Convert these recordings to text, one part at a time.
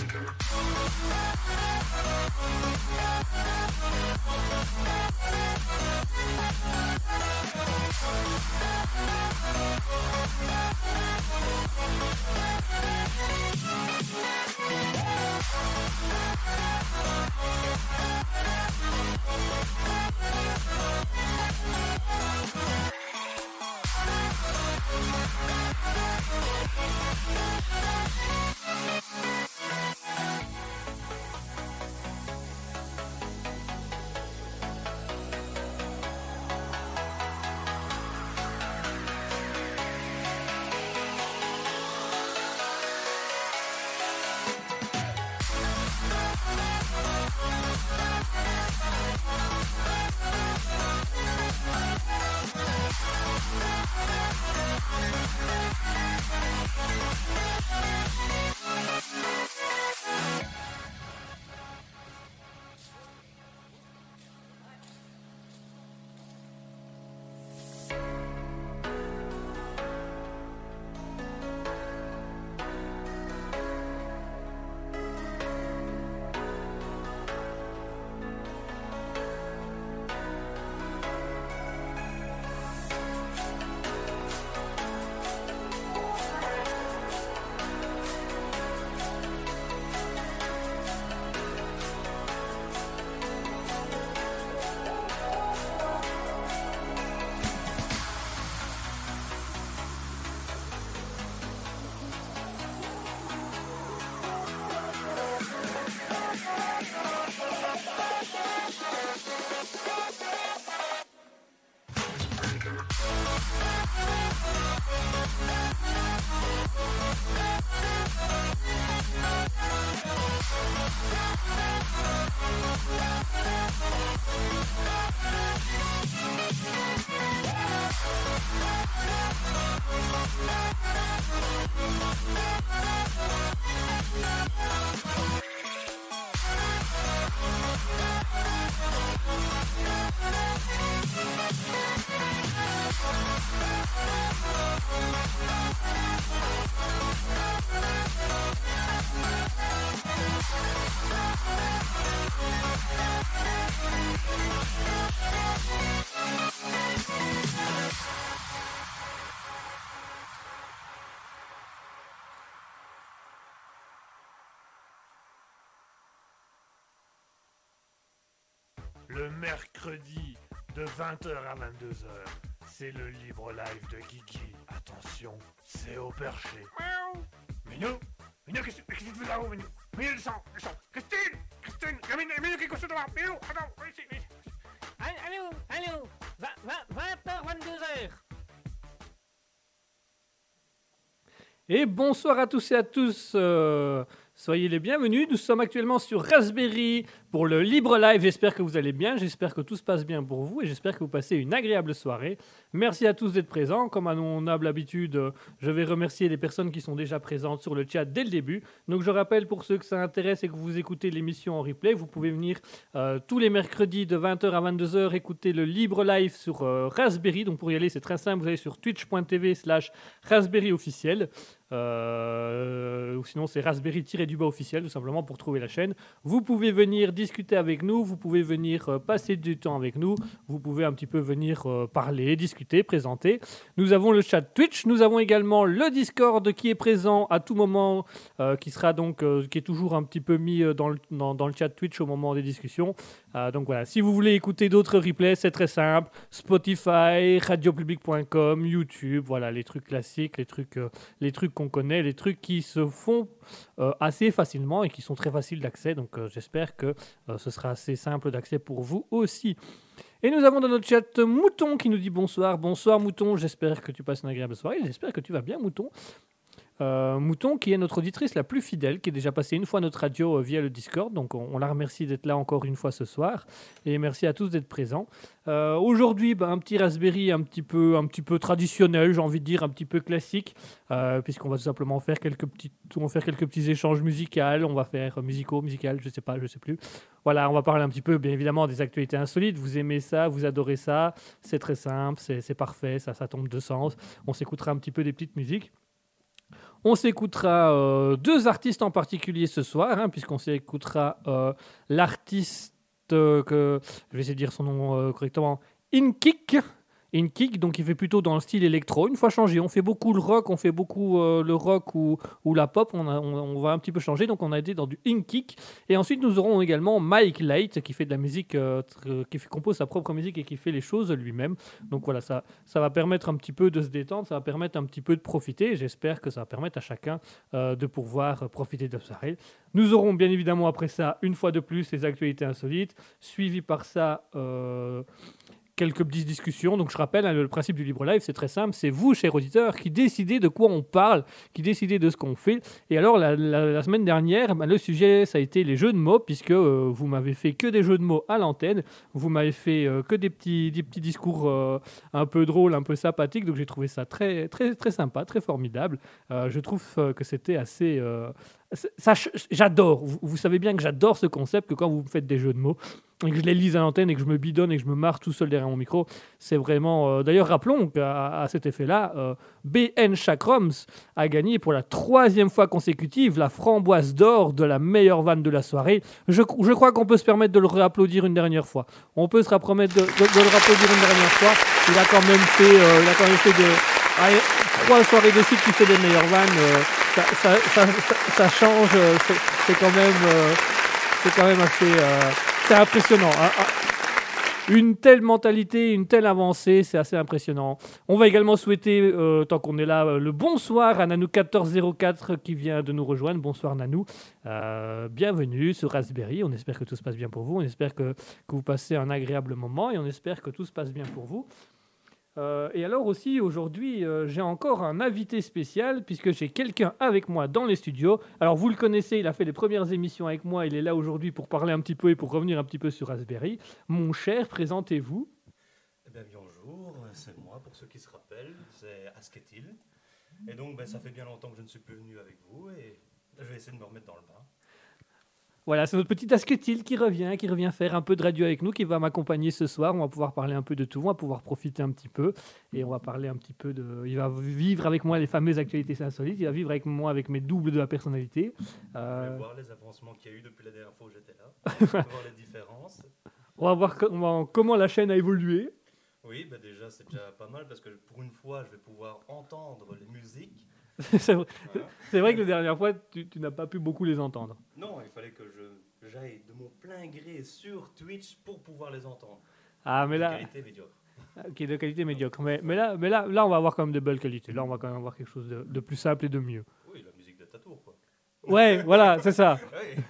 Le mercredi de 20h à 22h, c'est le libre live de Guigui. Attention, c'est au perché. Miaou. Minou, qu'est-ce que tu fais là-haut, Minou? Minou, descends. Christine, Minou qui est couché devant. Minou, attends, viens ici. Allô, 20h, 22h. Et bonsoir à tous et à tous, soyez les bienvenus. Nous sommes actuellement sur Raspberry pour le Libre Live. J'espère que vous allez bien, j'espère que tout se passe bien pour vous et j'espère que vous passez une agréable soirée. Merci à tous d'être présents. Comme à mon humble habitude, je vais remercier les personnes qui sont déjà présentes sur le chat dès le début. Donc je rappelle pour ceux que ça intéresse et que vous écoutez l'émission en replay, vous pouvez venir tous les mercredis de 20h à 22h écouter le Libre Live sur Raspberry. Donc pour y aller, c'est très simple, vous allez sur twitch.tv/Raspberry officiel. Ou sinon c'est Raspberry-du-bas officiel tout simplement pour trouver la chaîne. Vous pouvez venir discuter avec nous, vous pouvez venir passer du temps avec nous, vous pouvez un petit peu venir parler, discuter, présenter. Nous avons le chat Twitch, nous avons également le Discord qui est présent à tout moment, qui sera donc qui est toujours un petit peu mis dans le chat Twitch au moment des discussions. Donc voilà, si vous voulez écouter d'autres replays, c'est très simple, Spotify, radiopublic.com, YouTube, voilà les trucs classiques, les trucs qu'on connaît, les trucs qui se font assez facilement et qui sont très faciles d'accès. Donc j'espère que ce sera assez simple d'accès pour vous aussi. Et nous avons dans notre chat Mouton qui nous dit bonsoir. Bonsoir Mouton, j'espère que tu passes une agréable soirée. J'espère que tu vas bien Mouton. Mouton qui est notre auditrice la plus fidèle, qui est déjà passée une fois à notre radio via le Discord, donc on la remercie d'être là encore une fois ce soir et merci à tous d'être présents. Aujourd'hui un petit Raspberry un petit peu traditionnel, j'ai envie de dire un petit peu classique, puisqu'on va tout simplement faire quelques petits échanges musicaux, on va faire musical, je sais plus. Voilà, on va parler un petit peu bien évidemment des actualités insolites. Vous aimez ça, vous adorez ça, c'est très simple, c'est parfait, ça tombe de sens. On s'écoutera un petit peu des petites musiques. On s'écoutera deux artistes en particulier ce soir, hein, puisqu'on s'écoutera l'artiste que je vais essayer de dire son nom correctement, Inkick, donc il fait plutôt dans le style électro. Une fois changé, on fait beaucoup le rock, on fait beaucoup le rock ou la pop, on va un petit peu changer, donc on a été dans du Inkick. Et ensuite nous aurons également Mike Light qui fait de la musique, compose sa propre musique et qui fait les choses lui-même. Donc voilà, ça va permettre un petit peu de se détendre, ça va permettre un petit peu de profiter. J'espère que ça va permettre à chacun de pouvoir profiter de ça. Nous aurons bien évidemment après ça, une fois de plus, les actualités insolites, suivi par ça... quelques petites discussions. Donc je rappelle, hein, le principe du Libre Live, c'est très simple. C'est vous, chers auditeurs, qui décidez de quoi on parle, qui décidez de ce qu'on fait. Et alors, la semaine dernière, le sujet, ça a été les jeux de mots, puisque vous m'avez fait que des jeux de mots à l'antenne. Vous m'avez fait que des petits discours un peu drôles, un peu sympathiques. Donc j'ai trouvé ça très, très, très sympa, très formidable. Je trouve que c'était assez... j'adore. Vous savez bien que j'adore ce concept, que quand vous faites des jeux de mots, et que je les lise à l'antenne et que je me bidonne et que je me marre tout seul derrière mon micro, c'est vraiment... D'ailleurs, rappelons qu'à cet effet-là, BN Chakroms a gagné pour la 3e fois consécutive la framboise d'or de la meilleure vanne de la soirée. Je crois qu'on peut se permettre de le réapplaudir une dernière fois. On peut se permettre de le réapplaudir une dernière fois. Il a quand même fait, allez, 3 soirées de suite qui fait des meilleures vannes. Ça change. C'est quand même assez... c'est impressionnant. Une telle mentalité, une telle avancée, c'est assez impressionnant. On va également souhaiter, tant qu'on est là, le bonsoir à Nanou1404 qui vient de nous rejoindre. Bonsoir Nanou. Bienvenue sur Raspberry. On espère que tout se passe bien pour vous. On espère que vous passez un agréable moment et on espère que tout se passe bien pour vous. Et alors aussi, aujourd'hui, j'ai encore un invité spécial, puisque j'ai quelqu'un avec moi dans les studios. Alors, vous le connaissez, il a fait les premières émissions avec moi. Il est là aujourd'hui pour parler un petit peu et pour revenir un petit peu sur Raspberry. Mon cher, présentez-vous. Eh bien, bonjour, c'est moi, pour ceux qui se rappellent, c'est Asketil. Et donc, ça fait bien longtemps que je ne suis plus venu avec vous, et je vais essayer de me remettre dans le bain. Voilà, c'est notre petit Asketil qui revient faire un peu de radio avec nous, qui va m'accompagner ce soir. On va pouvoir parler un peu de tout, on va pouvoir profiter un petit peu. Et on va parler un petit peu de... Il va vivre avec moi les fameuses actualités insolites. Il va vivre avec moi avec mes doubles de la personnalité. On va voir les avancements qu'il y a eu depuis la dernière fois où j'étais là. On va voir les différences. On va voir comment la chaîne a évolué. Oui, déjà, c'est déjà pas mal, parce que pour une fois, je vais pouvoir entendre les musiques. C'est vrai que la dernière fois, tu n'as pas pu beaucoup les entendre. Non, il fallait que j'aille de mon plein gré sur Twitch pour pouvoir les entendre. Ah, mais là... De qualité médiocre. Ok, de qualité médiocre. Mais là, on va avoir quand même de belles qualités. Là, on va quand même avoir quelque chose de plus simple et de mieux. Oui, la musique de Tatour, quoi. Ouais, voilà, c'est ça. Oui.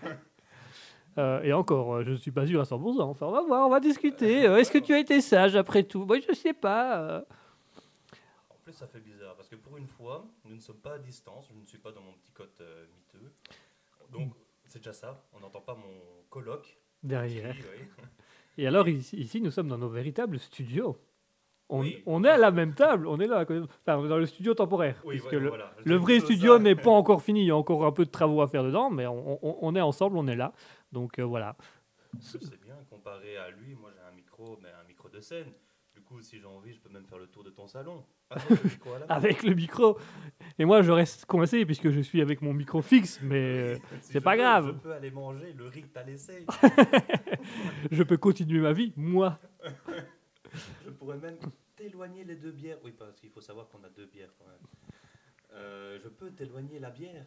Et encore, je ne suis pas sûr à 100%. Enfin, on va voir, on va discuter. Est-ce que tu as été sage après tout? Moi, je ne sais pas. En plus, ça fait bizarre, parce que pour une fois, nous ne sommes pas à distance, je ne suis pas dans mon petit cote miteux. Donc, c'est déjà ça, on n'entend pas mon coloc. Derrière. Oui. Et alors, ici, nous sommes dans nos véritables studios. Oui. On est à la même table, on est là, enfin, dans le studio temporaire. Oui, puisque voilà. le vrai studio n'est pas encore fini, il y a encore un peu de travaux à faire dedans, mais on est ensemble, on est là. Donc voilà. C'est bien, comparé à lui, moi j'ai un micro de scène. Du coup, si j'ai envie, je peux même faire le tour de ton salon. Avec le micro. Et moi, je reste coincé puisque je suis avec mon micro fixe, mais si c'est pas grave. Je peux aller manger le riz que t'as laissé. Je peux continuer ma vie, moi. Je pourrais même t'éloigner les 2 bières. Oui, parce qu'il faut savoir qu'on a 2 bières quand même. Je peux t'éloigner la bière.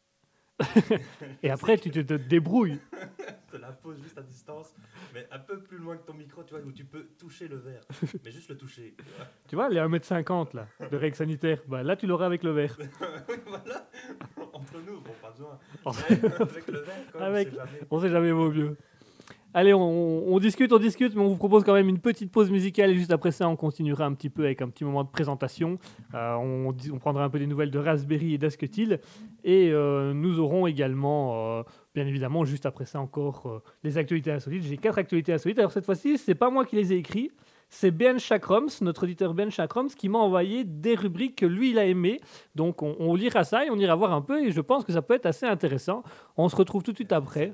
Et après, tu te débrouilles. Je te la pose juste à distance, mais un peu plus loin que ton micro, tu vois, où tu peux toucher le verre. Mais juste le toucher. Tu vois, les 1m50 là, de règles sanitaires, bah, là, tu l'auras avec le verre. Voilà. Entre nous, bon, pas besoin. Mais avec le verre, quand même, on sait jamais vaut mieux. Allez, on discute, mais on vous propose quand même une petite pause musicale et juste après ça, on continuera un petit peu avec un petit moment de présentation. On prendra un peu des nouvelles de Raspberry et d'Asketil et nous aurons également, bien évidemment, juste après ça encore les actualités insolites. J'ai 4 actualités insolites. Alors cette fois-ci, c'est pas moi qui les ai écrits, c'est Ben Chakroms, notre auditeur Ben Chakroms, qui m'a envoyé des rubriques que lui, il a aimées. Donc on lira ça et on ira voir un peu et je pense que ça peut être assez intéressant. On se retrouve tout de suite après.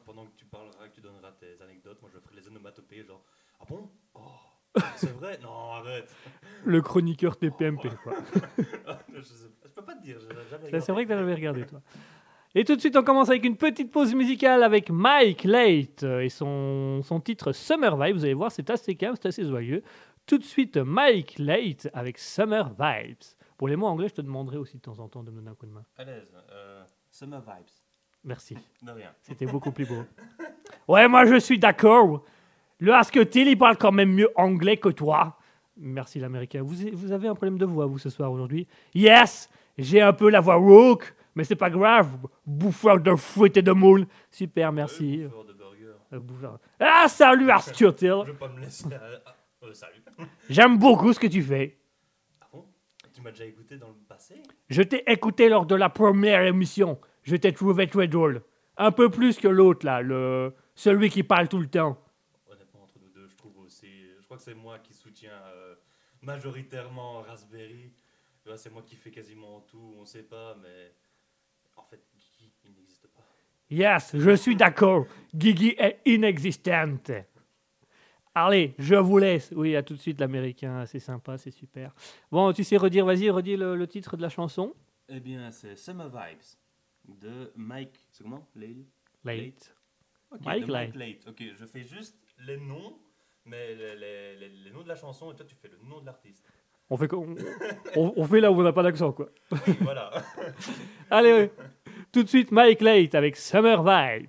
Genre, ah bon? Oh, c'est vrai? Non, arrête. Le chroniqueur TPMP, quoi. Je peux peux pas te dire. J'ai jamais C'est regardé. vrai que t'as jamais regardé, toi. Et tout de suite, on commence avec une petite pause musicale avec Mike Late et son titre Summer Vibes. Vous allez voir, c'est assez calme, c'est assez joyeux. Tout de suite, Mike Late avec Summer Vibes. Pour les mots anglais, je te demanderai aussi de temps en temps de me donner un coup de main. À l'aise. Summer Vibes. Merci. De rien. C'était beaucoup plus beau. Ouais, moi je suis d'accord. Le Asketil, il parle quand même mieux anglais que toi. Merci l'américain. Vous avez un problème de voix, vous, ce soir, aujourd'hui? Yes, j'ai un peu la voix rauque, mais c'est pas grave. Bouffeur de frites et de moules. Super, merci. Bouffeur de burger. Bouffeur. Ah, salut Asketil. Je vais pas me laisser. Salut. J'aime beaucoup ce que tu fais. Ah bon? Tu m'as déjà écouté dans le passé? Je t'ai écouté lors de la première émission. Je t'ai trouvé très drôle. Un peu plus que l'autre, là, celui qui parle tout le temps. Honnêtement, entre nous deux, je trouve aussi. Je crois que c'est moi qui soutiens majoritairement Raspberry. Tu vois, c'est moi qui fais quasiment tout. On sait pas, mais en fait, Guigui, il n'existe pas. Yes, je suis d'accord. Guigui est inexistante. Allez, je vous laisse. Oui, à tout de suite, l'américain. C'est sympa, c'est super. Bon, tu sais redire, vas-y, redis le titre de la chanson. Eh bien, c'est Summer Vibes de Mike. C'est comment? Late. Ok, Mike de Late. Late. Ok, je fais juste les noms, mais les noms de la chanson, et toi, tu fais le nom de l'artiste. On fait, on fait là où on n'a pas d'accent, quoi. Oui, voilà. Allez, tout de suite, Mike Late avec Summer Vibes.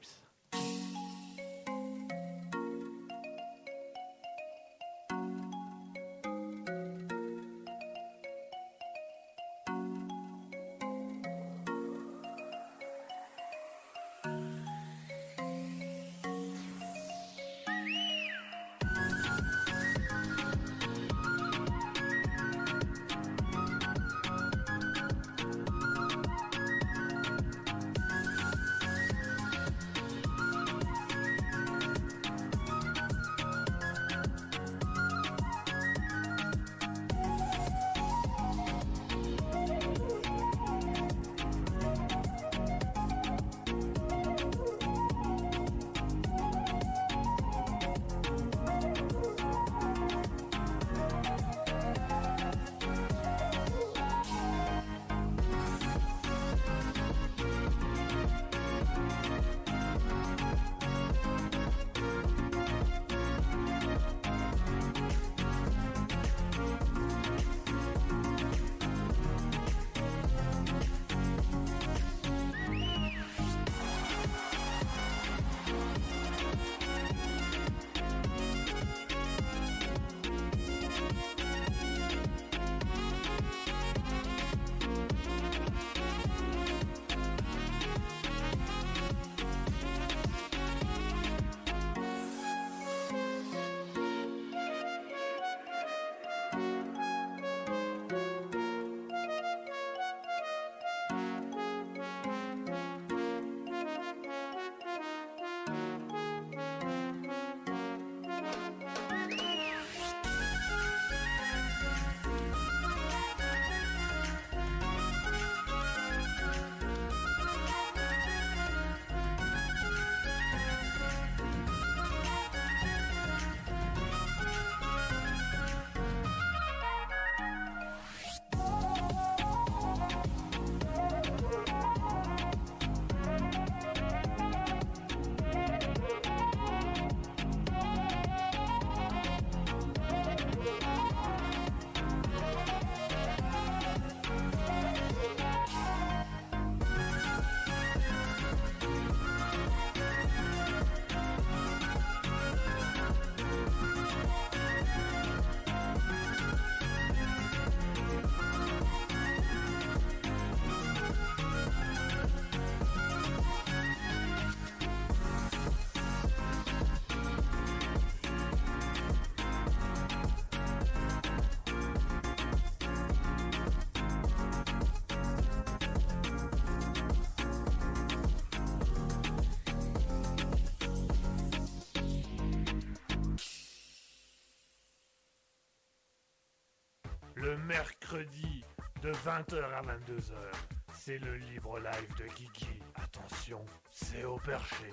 Le mercredi de 20h à 22h, c'est le libre live de Guigui. Attention, c'est au perché.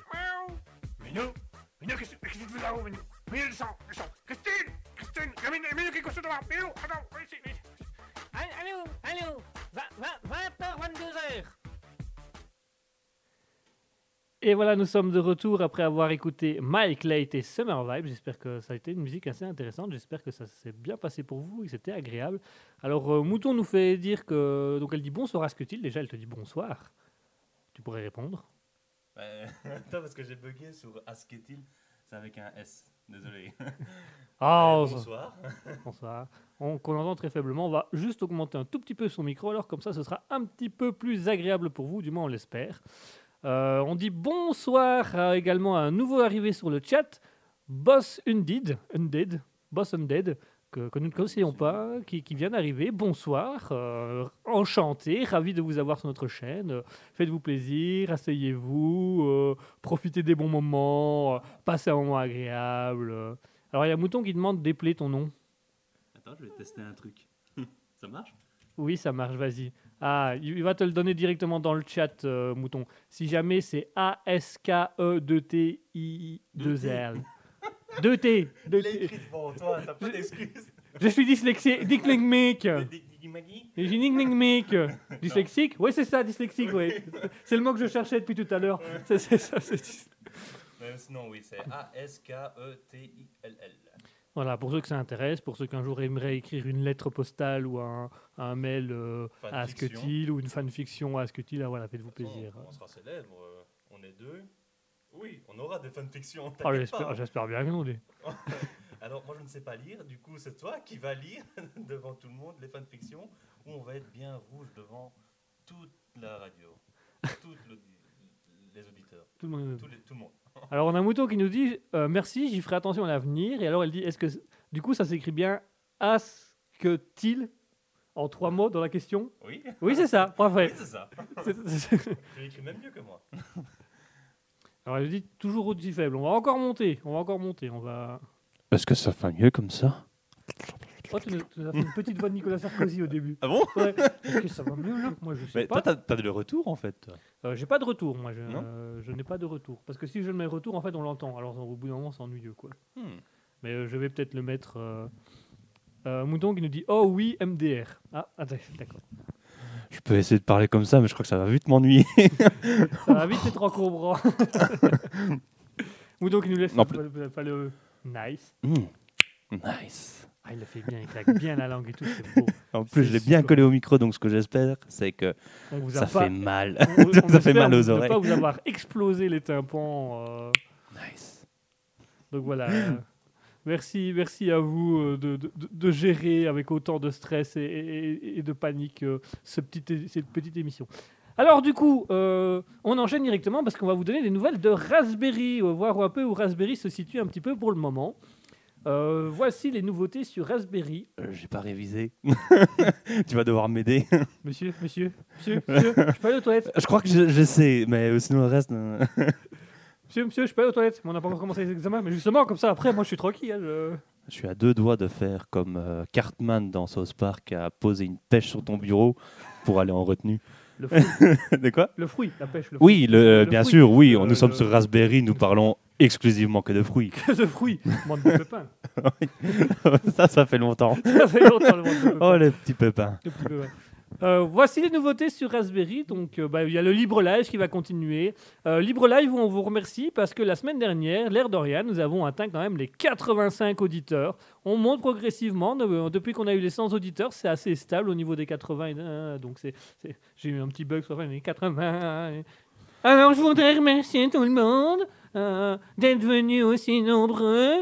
Minou, qu'est-ce que tu fais là-haut, Minou? Minou, descends. Christine, Minou qui est couché devant. Minou, attends, viens ici. Allô, 20h, 22h. Et voilà, nous sommes de retour après avoir écouté Mike Late et Summer Vibe. J'espère que ça a été une musique assez intéressante. J'espère que ça s'est bien passé pour vous et que c'était agréable. Alors, Mouton nous fait dire que... Donc, elle dit bonsoir à Asketil. Déjà, elle te dit bonsoir. Tu pourrais répondre. Attends, parce que j'ai bugué sur Asketil. C'est avec un S. Désolé. Ah, Bonsoir. bonsoir. Qu'on entend très faiblement. On va juste augmenter un tout petit peu son micro. Alors, comme ça, ce sera un petit peu plus agréable pour vous. Du moins, on l'espère. On dit bonsoir également à un nouveau arrivé sur le chat, Boss Undead, Boss Undead, que nous ne connaissions pas, qui vient d'arriver. Bonsoir, enchanté, ravi de vous avoir sur notre chaîne. Faites-vous plaisir, asseyez-vous, profitez des bons moments, passez un moment agréable. Alors il y a Mouton qui demande d'épeler ton nom. Attends, je vais tester un truc. Ça marche? Oui, ça marche, vas-y. Ah, il va te le donner directement dans le chat, Mouton. Si jamais c'est ASKE2TI2L. 2T. Il est écrit devant toi, t'as pas d'excuses. Je suis dyslexique. Dyslexique. Dyslexique? Oui, c'est ça, dyslexique, oui. C'est le mot que je cherchais depuis tout à l'heure. C'est ça, Sinon, oui, c'est ASKETILL. Voilà, pour ceux que ça intéresse, pour ceux qu'un jour aimeraient écrire une lettre postale ou un mail à Asketil ou une fanfiction à Asketil, voilà, faites-vous plaisir. On sera célèbre, on est deux. Oui, on aura des fanfictions. Oh, j'espère bien que non. Alors, moi, je ne sais pas lire, du coup, c'est toi qui vas lire devant tout le monde les fanfictions où on va être bien rouge devant toute la radio, tous les auditeurs, tout le monde. Alors, on a un Mouton qui nous dit merci, j'y ferai attention à l'avenir. Et alors, elle dit est-ce que du coup, ça s'écrit bien Asketil en 3 mots dans la question? Oui. Oui, c'est ça, parfait. Oui, c'est ça. Tu l'écris même mieux que moi. Alors, elle dit toujours aussi faible. On va encore monter. Est-ce que ça fait mieux comme ça? Oh, tu as fait une petite voix de Nicolas Sarkozy au début. Ah bon? Ouais. Est-ce que ça va mieux là? Moi, je sais Mais pas. toi, t'as de retour en fait. J'ai pas de retour, moi. Non Je n'ai pas de retour. Parce que si je le mets retour, en fait, on l'entend. Alors, au bout d'un moment, c'est ennuyeux, quoi. Mais je vais peut-être le mettre... Mouton qui nous dit « Oh oui, MDR ». Ah, d'accord. Je peux essayer de parler comme ça, mais je crois que ça va vite m'ennuyer. Ça va vite être encombrant. Mouton qui nous laisse le nice. Nice. Ah, il le fait bien, il claque bien la langue et tout, c'est beau. En plus, je l'ai bien collé au micro, donc ce que j'espère, c'est que ça fait mal. Ça fait mal aux oreilles. On ne pas vous avoir explosé les tympans. Nice. Donc voilà. Merci à vous de gérer avec autant de stress et de panique cette petite émission. Alors du coup, on enchaîne directement parce qu'on va vous donner des nouvelles de Raspberry, voir un peu où Raspberry se situe un petit peu pour le moment. Voici les nouveautés sur Raspberry. J'ai pas révisé. Tu vas devoir m'aider. Monsieur, je peux aller aux toilettes. Je crois que je sais, mais sinon le reste... Monsieur, je peux aller aux toilettes. On n'a pas encore commencé les examens, mais justement, comme ça, après, moi, je suis tranquille. Hein, Je suis à 2 doigts de faire comme Cartman dans South Park a posé une pêche sur ton bureau pour aller en retenue. Le fruit. De quoi? Le fruit, la pêche. Le oui, fruit. bien fruit. sûr, oui. Nous sommes sur Raspberry, nous parlons exclusivement que de fruits. Que de fruits. Monde de pépins. Ça fait longtemps. Ça fait longtemps, le monde de pépins. Oh, les petits pépins. Les petits pépins. Voici les nouveautés sur Raspberry. Donc, il y a le Libre Live qui va continuer. Libre Live, où on vous remercie parce que la semaine dernière, l'air de rien, nous avons atteint quand même les 85 auditeurs. On monte progressivement. Depuis qu'on a eu les 100 auditeurs, c'est assez stable au niveau des 80. Donc, j'ai eu un petit bug sur les 80. Alors, je voudrais remercier tout le monde d'être venu aussi nombreux.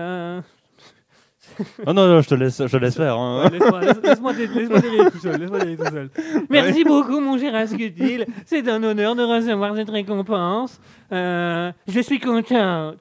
Oh non, je te laisse faire. Hein. Ouais, laisse-moi dériver tout seul. Merci beaucoup, mon cher Asketil. C'est un honneur de recevoir cette récompense. Je suis content.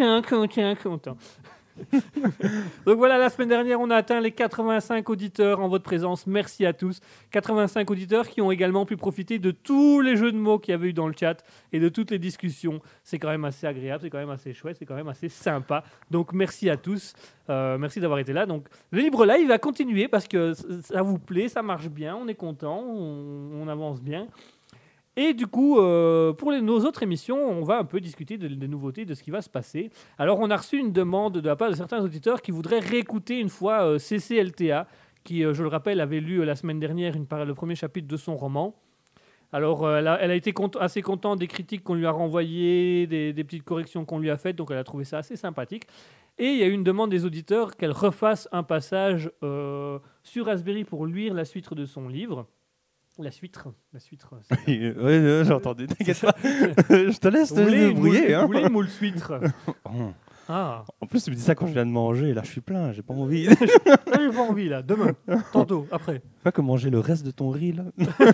Donc voilà, la semaine dernière, on a atteint les 85 auditeurs en votre présence. Merci à tous. 85 auditeurs qui ont également pu profiter de tous les jeux de mots qu'il y avait eu dans le chat et de toutes les discussions. C'est quand même assez agréable, c'est quand même assez chouette, c'est quand même assez sympa. Donc merci à tous. Merci d'avoir été là. Donc le Libre Live va continuer parce que ça vous plaît, ça marche bien, on est content, on avance bien. Et du coup, pour nos autres émissions, on va un peu discuter des nouveautés, de ce qui va se passer. Alors, on a reçu une demande de la part de certains auditeurs qui voudraient réécouter une fois CCLTA, qui, je le rappelle, avait lu la semaine dernière le premier chapitre de son roman. Alors, elle a été assez contente des critiques qu'on lui a renvoyées, des petites corrections qu'on lui a faites, donc elle a trouvé ça assez sympathique. Et il y a eu une demande des auditeurs qu'elle refasse un passage sur Raspberry pour lire la suite de son livre. La suite. Oui, j'ai entendu, t'inquiète pas. Je te laisse te débrouiller. Vous voulez une moule suitre? Ah. En plus, tu me dis ça quand je viens de manger. Là, je suis plein, j'ai pas envie. J'ai pas envie, là. Demain, tantôt, après. Pas que manger le reste de ton riz, là.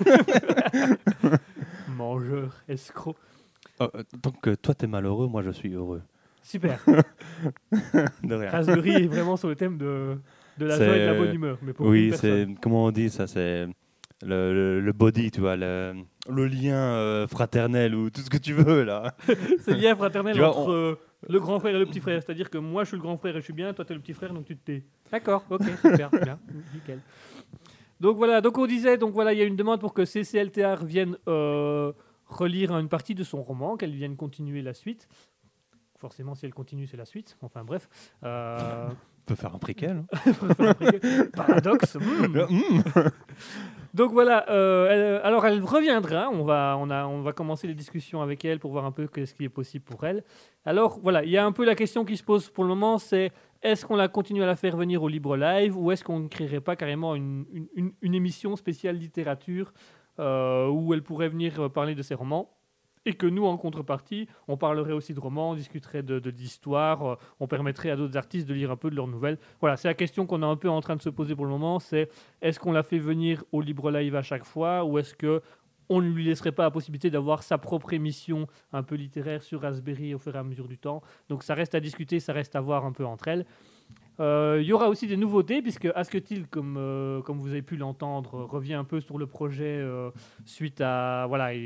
Mangeur, escroc. Tant que toi, t'es malheureux, moi, je suis heureux. Super. De rien. Raspberry est vraiment sur le thème de la joie et de la bonne humeur. Mais pour Oui, une personne. c'est... Comment on dit ça? C'est le body, tu vois, le lien fraternel ou tout ce que tu veux, là. C'est le lien fraternel Tu vois, entre le grand frère et le petit frère. C'est-à-dire que moi, je suis le grand frère et je suis bien. Toi, tu es le petit frère, donc tu te tais. D'accord, ok, super, bien, nickel. Donc voilà, donc on disait, il y a une demande pour que CCLTA vienne relire une partie de son roman, qu'elle vienne continuer la suite. Forcément, si elle continue, c'est la suite. Enfin bref. On peut faire un préquel. Paradoxe. Donc voilà. Alors elle reviendra. On va commencer les discussions avec elle pour voir un peu ce qui est possible pour elle. Alors voilà, il y a un peu la question qui se pose pour le moment, c'est est-ce qu'on la continue à la faire venir au Libre Live ou est-ce qu'on ne créerait pas carrément une émission spéciale littérature où elle pourrait venir parler de ses romans? Et que nous, en contrepartie, on parlerait aussi de romans, on discuterait d'histoires, on permettrait à d'autres artistes de lire un peu de leurs nouvelles. Voilà, c'est la question qu'on est un peu en train de se poser pour le moment, c'est est-ce qu'on la fait venir au Libre Live à chaque fois ou est-ce qu'on ne lui laisserait pas la possibilité d'avoir sa propre émission un peu littéraire sur Raspberry au fur et à mesure du temps? Donc ça reste à discuter, ça reste à voir un peu entre elles. Il y aura aussi des nouveautés puisque Asketil, comme vous avez pu l'entendre, revient un peu sur le projet suite à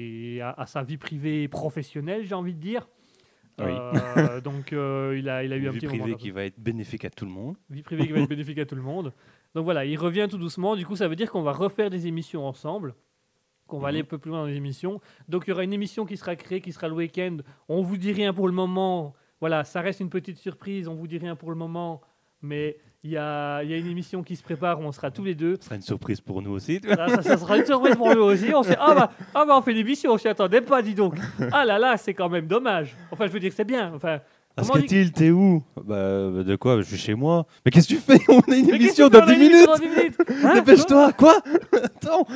sa vie privée et professionnelle, j'ai envie de dire. Oui. Donc il a eu un petit moment. Vie privée qui va être bénéfique à tout le monde. Vie privée qui va être bénéfique à tout le monde. Donc voilà, il revient tout doucement. Du coup, ça veut dire qu'on va refaire des émissions ensemble, qu'on va aller un peu plus loin dans les émissions. Donc il y aura une émission qui sera créée, qui sera le week-end. On vous dit rien pour le moment. Voilà, ça reste une petite surprise. On vous dit rien pour le moment. Mais il y a une émission qui se prépare où on sera tous les deux. Ce sera une surprise pour nous aussi. Ça sera une surprise pour nous aussi. On s'est on fait l'émission, on s'y attendait pas, dis donc. Ah là là, c'est quand même dommage. Enfin, je veux dire, c'est bien. Enfin, Asketil, t'es où? De quoi? Je suis chez moi. Mais qu'est-ce que tu fais? On a une émission dans 10 minutes. Hein? Dépêche-toi. Quoi? Attends.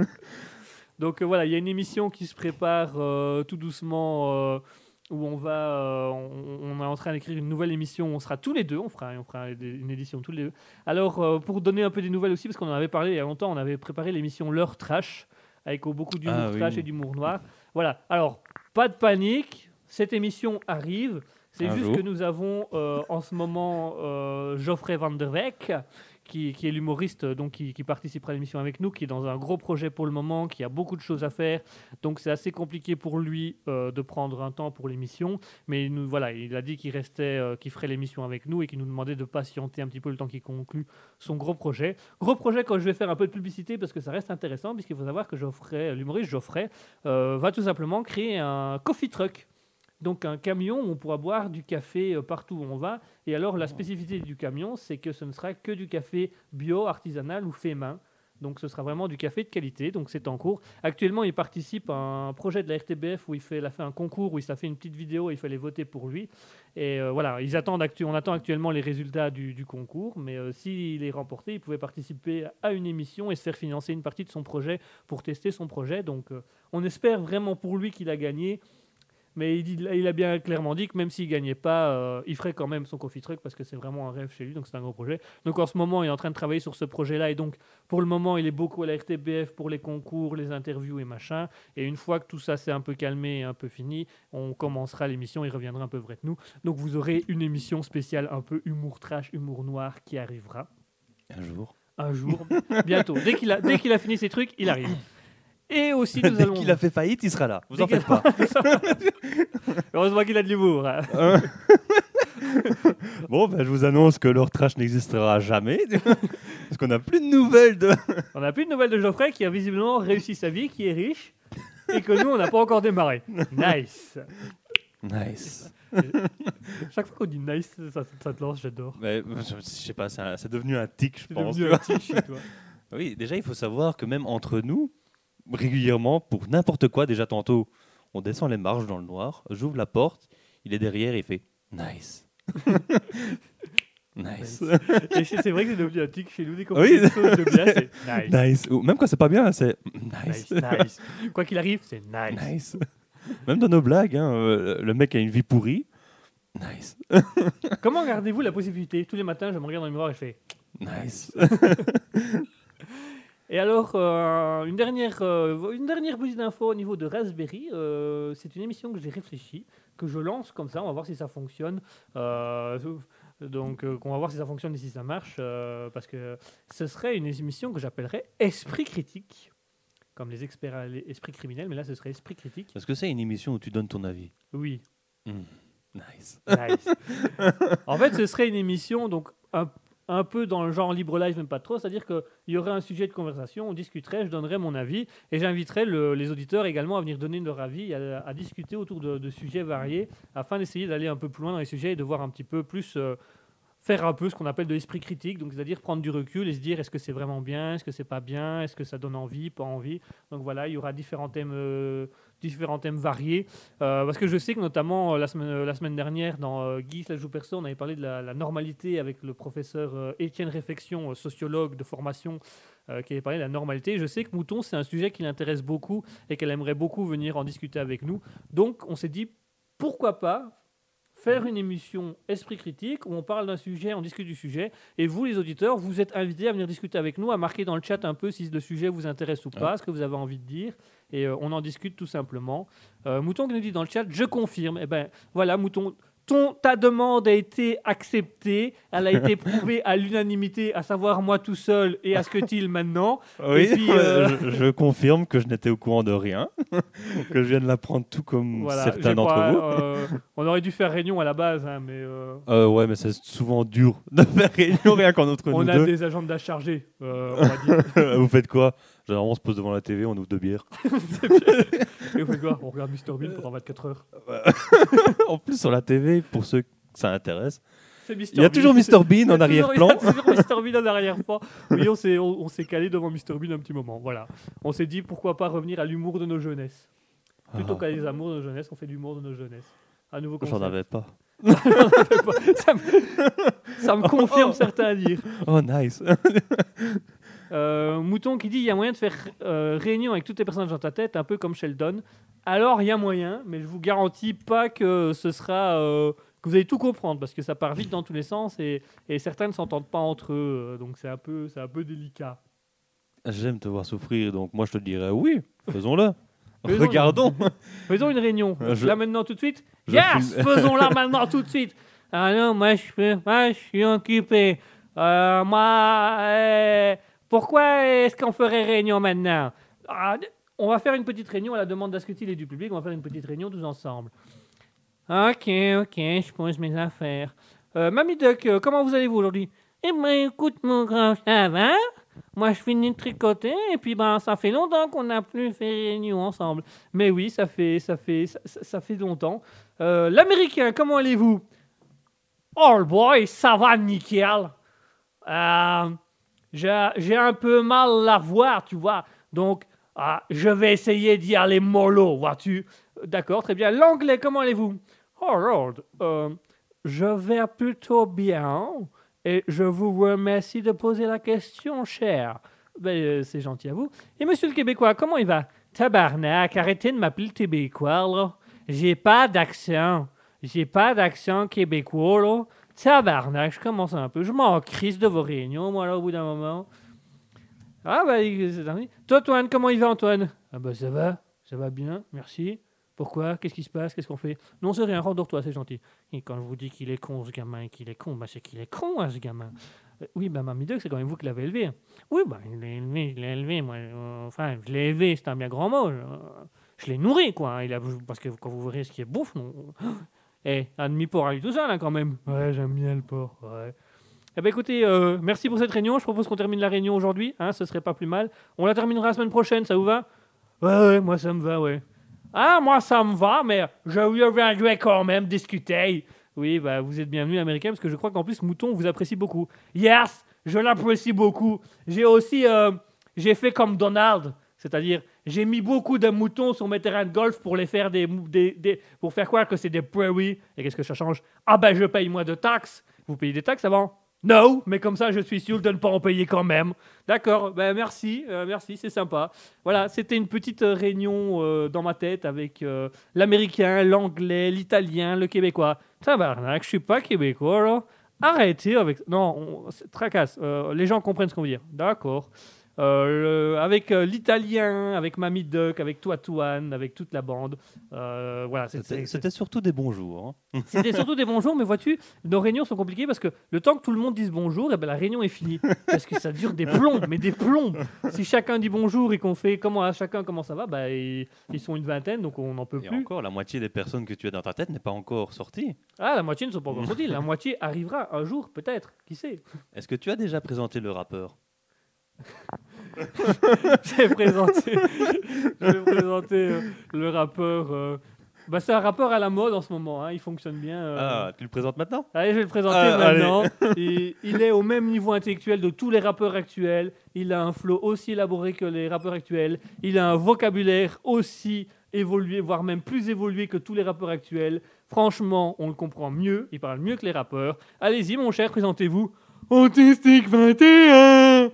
Donc voilà, il y a une émission qui se prépare tout doucement. Où on est en train d'écrire une nouvelle émission, on sera tous les deux, on fera une édition tous les deux. Alors, pour donner un peu des nouvelles aussi, parce qu'on en avait parlé il y a longtemps, on avait préparé l'émission L'heure trash, avec beaucoup d'humour trash et d'humour noir. Voilà, alors, pas de panique, cette émission arrive, c'est juste que nous avons en ce moment Geoffrey Van der Weck, qui est l'humoriste donc qui participera à l'émission avec nous, qui est dans un gros projet pour le moment, qui a beaucoup de choses à faire. Donc c'est assez compliqué pour lui de prendre un temps pour l'émission. Mais il a dit qu'il ferait l'émission avec nous et qu'il nous demandait de patienter un petit peu le temps qu'il conclut son gros projet. Gros projet quand je vais faire un peu de publicité parce que ça reste intéressant, puisqu'il faut savoir que l'humoriste Geoffrey va tout simplement créer un coffee truck. Donc un camion où on pourra boire du café partout où on va. Et alors la spécificité du camion, c'est que ce ne sera que du café bio, artisanal ou fait main. Donc ce sera vraiment du café de qualité. Donc c'est en cours. Actuellement, il participe à un projet de la RTBF où il a fait un concours, où il a fait une petite vidéo et il fallait voter pour lui. Et voilà, on attend actuellement les résultats du concours. Mais s'il est remporté, il pouvait participer à une émission et se faire financer une partie de son projet pour tester son projet. Donc on espère vraiment pour lui qu'il a gagné. Mais il a bien clairement dit que même s'il ne gagnait pas, il ferait quand même son coffee truck parce que c'est vraiment un rêve chez lui, donc c'est un gros projet. Donc en ce moment, il est en train de travailler sur ce projet-là et donc pour le moment, il est beaucoup à la RTBF pour les concours, les interviews et machin. Et une fois que tout ça s'est un peu calmé et un peu fini, on commencera l'émission, il reviendra un peu vrai que nous. Donc vous aurez une émission spéciale un peu humour trash, humour noir qui arrivera. Un jour, bientôt. Dès qu'il a fini ses trucs, il arrive. Et aussi, nous allons... Dès qu'il a fait faillite, il sera là. Vous en faites pas. Heureusement qu'il a de l'humour. Hein. Bon, je vous annonce que leur trash n'existera jamais. Parce qu'on n'a plus de nouvelles de... On n'a plus de nouvelles de Geoffrey qui a visiblement réussi sa vie, qui est riche. Et que nous, on n'a pas encore démarré. Nice. Chaque fois qu'on dit nice, ça te lance, j'adore. Mais, je sais pas, c'est devenu un tic, je C'est pense. devenu tu un vois. tic chez toi. Oui, déjà, il faut savoir que même entre nous, régulièrement, pour n'importe quoi, déjà tantôt, on descend les marches dans le noir, j'ouvre la porte, il est derrière et il fait nice. Nice. Et c'est vrai que c'est devenu un tic chez nous. Dès qu'on Oui. fait quelque chose de bien, c'est nice. Nice. Ou même quand c'est pas bien, c'est nice. Nice, nice. Quoi qu'il arrive, c'est nice. Nice. Même dans nos blagues, hein, le mec a une vie pourrie. Nice. Comment gardez-vous la possibilité? Tous les matins, je me regarde dans le miroir et je fais. Nice. Et alors, une dernière petite info au niveau de Raspberry. C'est une émission que j'ai réfléchi, que je lance comme ça. On va voir si ça fonctionne. Donc, on va voir si ça fonctionne et si ça marche. Parce que ce serait une émission que j'appellerais Esprit Critique. Comme les experts à l'esprit criminel, mais là, ce serait Esprit Critique. Est-ce que c'est une émission où tu donnes ton avis? Oui. Nice. Nice. En fait, ce serait une émission donc un peu dans le genre libre live, même pas trop. C'est-à-dire qu'il y aurait un sujet de conversation, on discuterait, je donnerais mon avis et j'inviterais les auditeurs également à venir donner leur avis, à discuter autour de sujets variés afin d'essayer d'aller un peu plus loin dans les sujets et de voir un petit peu plus, faire un peu ce qu'on appelle de l'esprit critique, donc c'est-à-dire prendre du recul et se dire est-ce que c'est vraiment bien, est-ce que c'est pas bien, est-ce que ça donne envie, pas envie. Donc voilà, il y aura différents thèmes variés. Parce que je sais que notamment la semaine dernière, dans Guy la joue perso, on avait parlé de la normalité avec le professeur Étienne Réflexion, sociologue de formation, qui avait parlé de la normalité. Je sais que Mouton, c'est un sujet qui l'intéresse beaucoup et qu'elle aimerait beaucoup venir en discuter avec nous. Donc on s'est dit, pourquoi pas faire une émission Esprit Critique où on parle d'un sujet, on discute du sujet, et vous, les auditeurs, vous êtes invités à venir discuter avec nous, à marquer dans le chat un peu si le sujet vous intéresse ou pas, ce que vous avez envie de dire, et on en discute tout simplement. Mouton qui nous dit dans le chat, je confirme. Eh ben voilà, Mouton, ta demande a été acceptée, elle a été prouvée à l'unanimité, à savoir moi tout seul et Asketil maintenant. Oui, Et puis, je confirme que je n'étais au courant de rien, que je viens de l'apprendre tout comme voilà, certains d'entre vous. On aurait dû faire réunion à la base, hein, mais Ouais, mais c'est souvent dur de faire réunion rien qu'en entre on nous a deux. des agendas chargés, on va dire. Vous faites quoi? Généralement, on se pose devant la TV, on ouvre 2 bières. Et vous faites quoi? On regarde Mr Bean pendant 24 heures. En plus, sur la TV, pour ceux que ça intéresse, C'est Mr. il y a Bean. toujours Mr Bean en Il y a arrière-plan. toujours Mr Bean en arrière-plan. Oui, on s'est calé devant Mr Bean un petit moment. Voilà. On s'est dit pourquoi pas revenir à l'humour de nos jeunesses. Plutôt qu'à les amours de nos jeunesses, on fait l'humour de nos jeunesses. Un nouveau concept. J'en avais pas. Ça me confirme certains dires. Oh, nice. Mouton qui dit il y a moyen de faire réunion avec toutes les personnages dans ta tête, un peu comme Sheldon. Alors il y a moyen, mais je vous garantis pas que ce sera que vous allez tout comprendre parce que ça part vite dans tous les sens et certains ne s'entendent pas entre eux, donc c'est un peu délicat. J'aime te voir souffrir, donc moi je te dirais oui, faisons-le. Faisons-le. Regardons. Faisons une réunion. Là maintenant tout de suite. je Yes, filme. faisons-la maintenant tout de suite. Ah non, moi je suis occupé. Pourquoi est-ce qu'on ferait réunion maintenant? On va faire une petite réunion à la demande d'Asketil et du public. On va faire une petite réunion tous ensemble. Ok, je pose mes affaires. Mamie Duck, comment vous allez-vous aujourd'hui? Eh ben, écoute, mon grand, ça va? Moi, je finis de tricoter et puis ben, ça fait longtemps qu'on n'a plus fait réunion ensemble. Mais oui, ça fait longtemps. L'Américain, comment allez-vous? Oh boy, ça va nickel. J'ai un peu mal la voix, tu vois. Donc, je vais essayer d'y aller mollo, vois-tu. D'accord, très bien. L'anglais, comment allez-vous? Oh Lord, je vais plutôt bien. Et je vous remercie de poser la question, cher. C'est gentil à vous. Et monsieur le Québécois, comment il va? Tabarnak, arrêtez de m'appeler le Québécois, là. J'ai pas d'accent québécois, là. Tabarnak, je commence un peu. Je m'en crisse de vos réunions, moi, là, au bout d'un moment. C'est dingue. Toi, Antoine, comment il va, Antoine? Ça va bien, merci. Pourquoi? Qu'est-ce qui se passe? Qu'est-ce qu'on fait? Non, c'est rien, rendors-toi, c'est gentil. Et quand je vous dis qu'il est con, ce gamin, qu'il est con, c'est qu'il est con, hein, ce gamin. Oui, Mamie Duck, c'est quand même vous qui l'avez élevé. Oui, je l'ai élevé, moi. Enfin, je l'ai élevé, c'est un bien grand mot. Je l'ai nourri, quoi. Parce que quand vous verrez ce qui est bouffe, non. Un demi-porc à lui tout seul, hein, quand même. Ouais, j'aime bien le porc, ouais. Eh ben écoutez, merci pour cette réunion. Je propose qu'on termine la réunion aujourd'hui, hein, ce serait pas plus mal. On la terminera la semaine prochaine, ça vous va? Ouais, moi ça me va, ouais. Ah, moi, ça me va, mais je reviendrai quand même discuter. Oui, bah, vous êtes bienvenue, américain, parce que je crois qu'en plus, Mouton vous apprécie beaucoup. Yes, je l'apprécie beaucoup. J'ai aussi, j'ai fait comme Donald, c'est-à-dire, j'ai mis beaucoup de moutons sur mes terrains de golf pour les faire pour faire croire que c'est des prairies. Et qu'est-ce que ça change? Ah ben, je paye moins de taxes. Vous payez des taxes avant? Non, mais comme ça, je suis sûr de ne pas en payer quand même. D'accord, ben merci, c'est sympa. Voilà, c'était une petite réunion dans ma tête avec l'américain, l'anglais, l'italien, le québécois. Tabarnak, je suis pas québécois, là. Arrêtez avec... Non, tracasse. Les gens comprennent ce qu'on veut dire. D'accord. Avec l'italien, avec Mamie Duck, avec Toitouane, avec toute la bande. Voilà, C'était surtout des bons jours. Hein. C'était surtout des bonjours, mais vois-tu, nos réunions sont compliquées parce que le temps que tout le monde dise bonjour, et ben la réunion est finie. Parce que ça dure des plombs, mais des plombs. Si chacun dit bonjour et qu'on fait chacun comment ça va, bah, ils sont une vingtaine, donc on n'en peut Et plus. encore, la moitié des personnes que tu as dans ta tête n'est pas encore sortie. Ah, la moitié ne sont pas encore sortis. La moitié arrivera un jour, peut-être. Qui sait? Est-ce que tu as déjà présenté le rappeur? J'ai présenté le rappeur. Bah, c'est un rappeur à la mode en ce moment, hein, il fonctionne bien. Ah, tu le présentes maintenant? Allez, je vais le présenter maintenant. Il est au même niveau intellectuel de tous les rappeurs actuels. Il a un flow aussi élaboré que les rappeurs actuels. Il a un vocabulaire aussi évolué, voire même plus évolué que tous les rappeurs actuels. Franchement, on le comprend mieux. Il parle mieux que les rappeurs. Allez-y, mon cher, présentez-vous. Autistique 21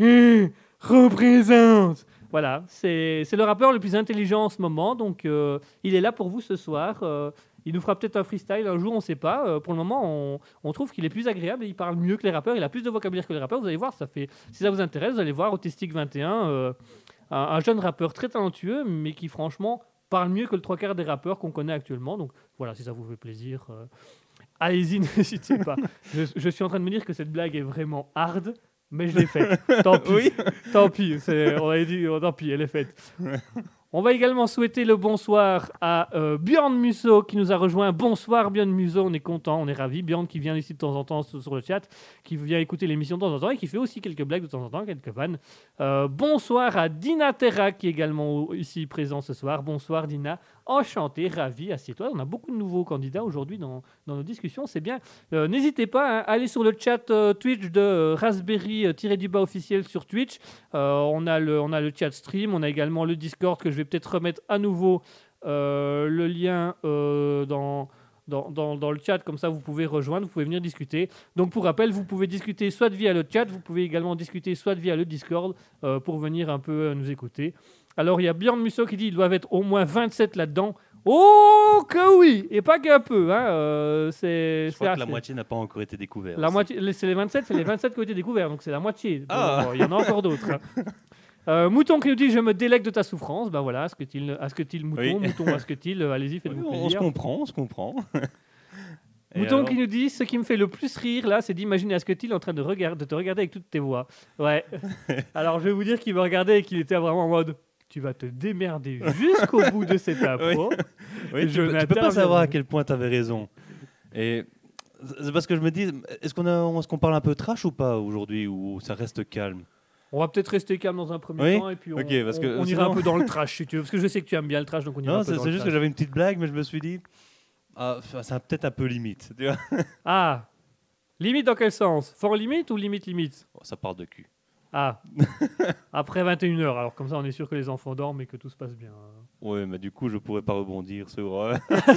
représente. Voilà, c'est le rappeur le plus intelligent en ce moment, donc il est là pour vous ce soir. Il nous fera peut-être un freestyle un jour, on ne sait pas. Pour le moment, on trouve qu'il est plus agréable et il parle mieux que les rappeurs. Il a plus de vocabulaire que les rappeurs. Vous allez voir, si ça vous intéresse, vous allez voir Autistique 21, un jeune rappeur très talentueux, mais qui franchement parle mieux que le 3/4 des rappeurs qu'on connaît actuellement. Donc voilà, si ça vous fait plaisir, allez-y, n'hésitez pas. Je suis en train de me dire que cette blague est vraiment hard. Mais je l'ai faite. Tant pis. Oui. Tant pis. On avait dit, tant pis, elle est faite. On va également souhaiter le bonsoir à Björn Musso qui nous a rejoint. Bonsoir Björn Musso, on est content, on est ravis. Björn qui vient ici de temps en temps sur le chat, qui vient écouter l'émission de temps en temps et qui fait aussi quelques blagues de temps en temps, quelques vannes. Bonsoir à Dina Terra qui est également ici présent ce soir. Bonsoir Dina, enchanté, ravi, assieds-toi. On a beaucoup de nouveaux candidats aujourd'hui dans nos discussions, c'est bien. N'hésitez pas à aller sur le chat Twitch de Raspberry-du-bas officiel sur Twitch. On a le chat stream, on a également le Discord que je vais peut-être remettre à nouveau le lien dans le chat, comme ça vous pouvez rejoindre, vous pouvez venir discuter. Donc pour rappel, vous pouvez discuter soit via le chat, vous pouvez également discuter soit via le Discord pour venir un peu nous écouter. Alors il y a Björn Musso qui dit qu'ils doivent être au moins 27 là-dedans. Oh que oui, et pas qu'un peu. Hein, Je crois que la moitié n'a pas encore été découverte. La moitié, c'est les 27 qui ont été découverts, donc c'est la moitié. Ah. Bon, il y en a encore d'autres. Hein. Mouton qui nous dit je me délecte de ta souffrance. Ben voilà, asque-t-il mouton, Oui. mouton asque-t-il. Allez-y, faites-vous Oui, plaisir. on se comprend. Et Mouton alors qui nous dit ce qui me fait le plus rire là, c'est d'imaginer asque-t-il en train de te regarder avec toutes tes voix. Ouais. Alors je vais vous dire qu'il me regardait et qu'il était vraiment en mode tu vas te démerder jusqu'au bout de cette impro. Oui, tu peux pas savoir à quel point tu avais raison. Et c'est parce que je me dis, est-ce qu'on parle un peu trash ou pas aujourd'hui, ou ça reste calme? On va peut-être rester calme dans un premier temps et puis on ira sinon... un peu dans le trash si tu veux, parce que je sais que tu aimes bien le trash, donc on ira un peu dans le trash. C'est juste que j'avais une petite blague, mais je me suis dit, c'est peut-être un peu limite. Tu vois. Ah, limite dans quel sens? Fort limite ou limite? Oh, ça parle de cul. Ah, après 21h, alors comme ça on est sûr que les enfants dorment et que tout se passe bien. Oui, mais du coup je pourrais pas rebondir sur...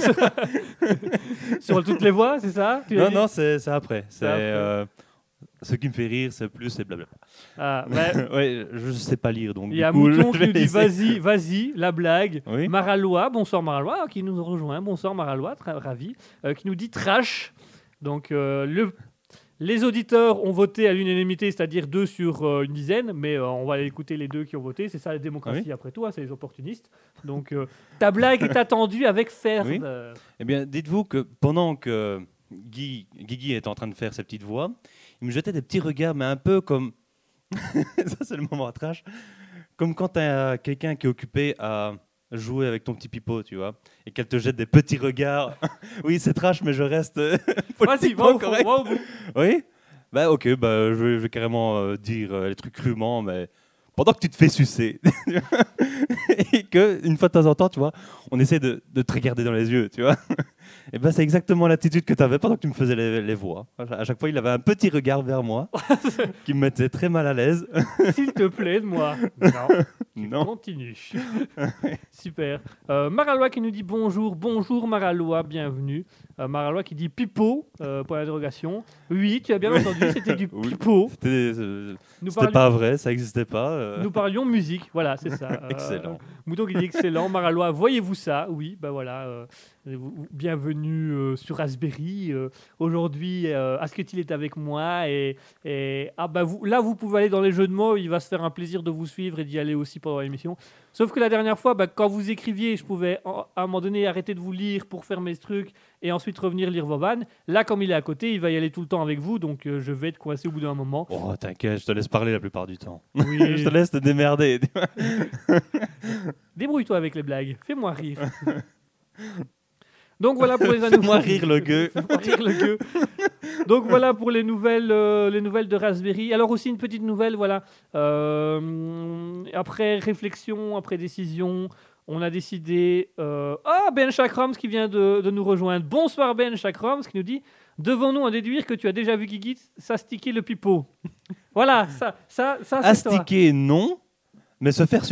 Sur toutes les voix, c'est ça? Non, c'est après. Ce qui me fait rire, c'est plus, c'est blablabla. Ah, ouais. Ouais, je sais pas lire, donc Il y a du coup, Mouton je qui nous dit laisser. vas-y, la blague. Oui. Maralois, bonsoir Maralois, qui nous rejoint. Bonsoir Maralois, ravi. Qui nous dit trash. Donc les auditeurs ont voté à l'unanimité, c'est-à-dire 2 sur une dizaine, mais on va aller écouter les 2 qui ont voté. C'est ça la démocratie après tout, hein, c'est les opportunistes. Donc ta blague est attendue avec ferveur. Eh bien, dites-vous que pendant que Guigui est en train de faire ses petites voix, il me jetait des petits regards, mais un peu comme... ça, c'est le moment trash. Comme quand tu as quelqu'un qui est occupé à jouer avec ton petit pipeau, tu vois, et qu'elle te jette des petits regards. Oui, c'est trash, mais je reste Vas-y, va au bout. Oui. Bah ok, je vais carrément dire les trucs crûment, mais pendant que tu te fais sucer. Et qu'une fois de temps en temps, tu vois, on essaie de te regarder dans les yeux, tu vois. Et ben c'est exactement l'attitude que tu avais pendant que tu me faisais les voix. À chaque fois, il avait un petit regard vers moi qui me mettait très mal à l'aise. S'il te plaît, moi. Non. Non. Continue. Super. Maralois qui nous dit bonjour. Bonjour Maralois, bienvenue. Maralois qui dit pipeau, pour l'interrogation. Oui, tu as bien entendu, c'était du Oui. pipeau. C'était pas vrai, ça n'existait pas. Nous parlions musique, voilà, c'est ça. Excellent. Mouton qui dit excellent. Maralois, voyez-vous ça? Oui, ben voilà. Bienvenue sur Raspberry. Aujourd'hui, Asketil est avec moi. Et là, vous pouvez aller dans les jeux de mots. Il va se faire un plaisir de vous suivre et d'y aller aussi pendant l'émission. Sauf que la dernière fois, quand vous écriviez, je pouvais à un moment donné arrêter de vous lire pour faire mes trucs et ensuite revenir lire vos vannes. Là, comme il est à côté, il va y aller tout le temps avec vous. Donc, je vais être coincé au bout d'un moment. Oh, t'inquiète, je te laisse parler la plupart du temps. Oui. Je te laisse te démerder. Débrouille-toi avec les blagues. Fais-moi rire. Donc voilà pour les Fais-moi rire le gueux. Fais-moi rire le gueux. Donc voilà pour les nouvelles de Raspberry. Alors aussi une petite nouvelle, voilà. Après réflexion, après décision, on a décidé... Ben Chakrams qui vient de nous rejoindre. Bonsoir Ben Chakrams qui nous dit « Devons-nous en déduire que tu as déjà vu Guigui s'astiquer le pipeau ?» Voilà, ça c'est toi. Astiquer, non. Mais se faire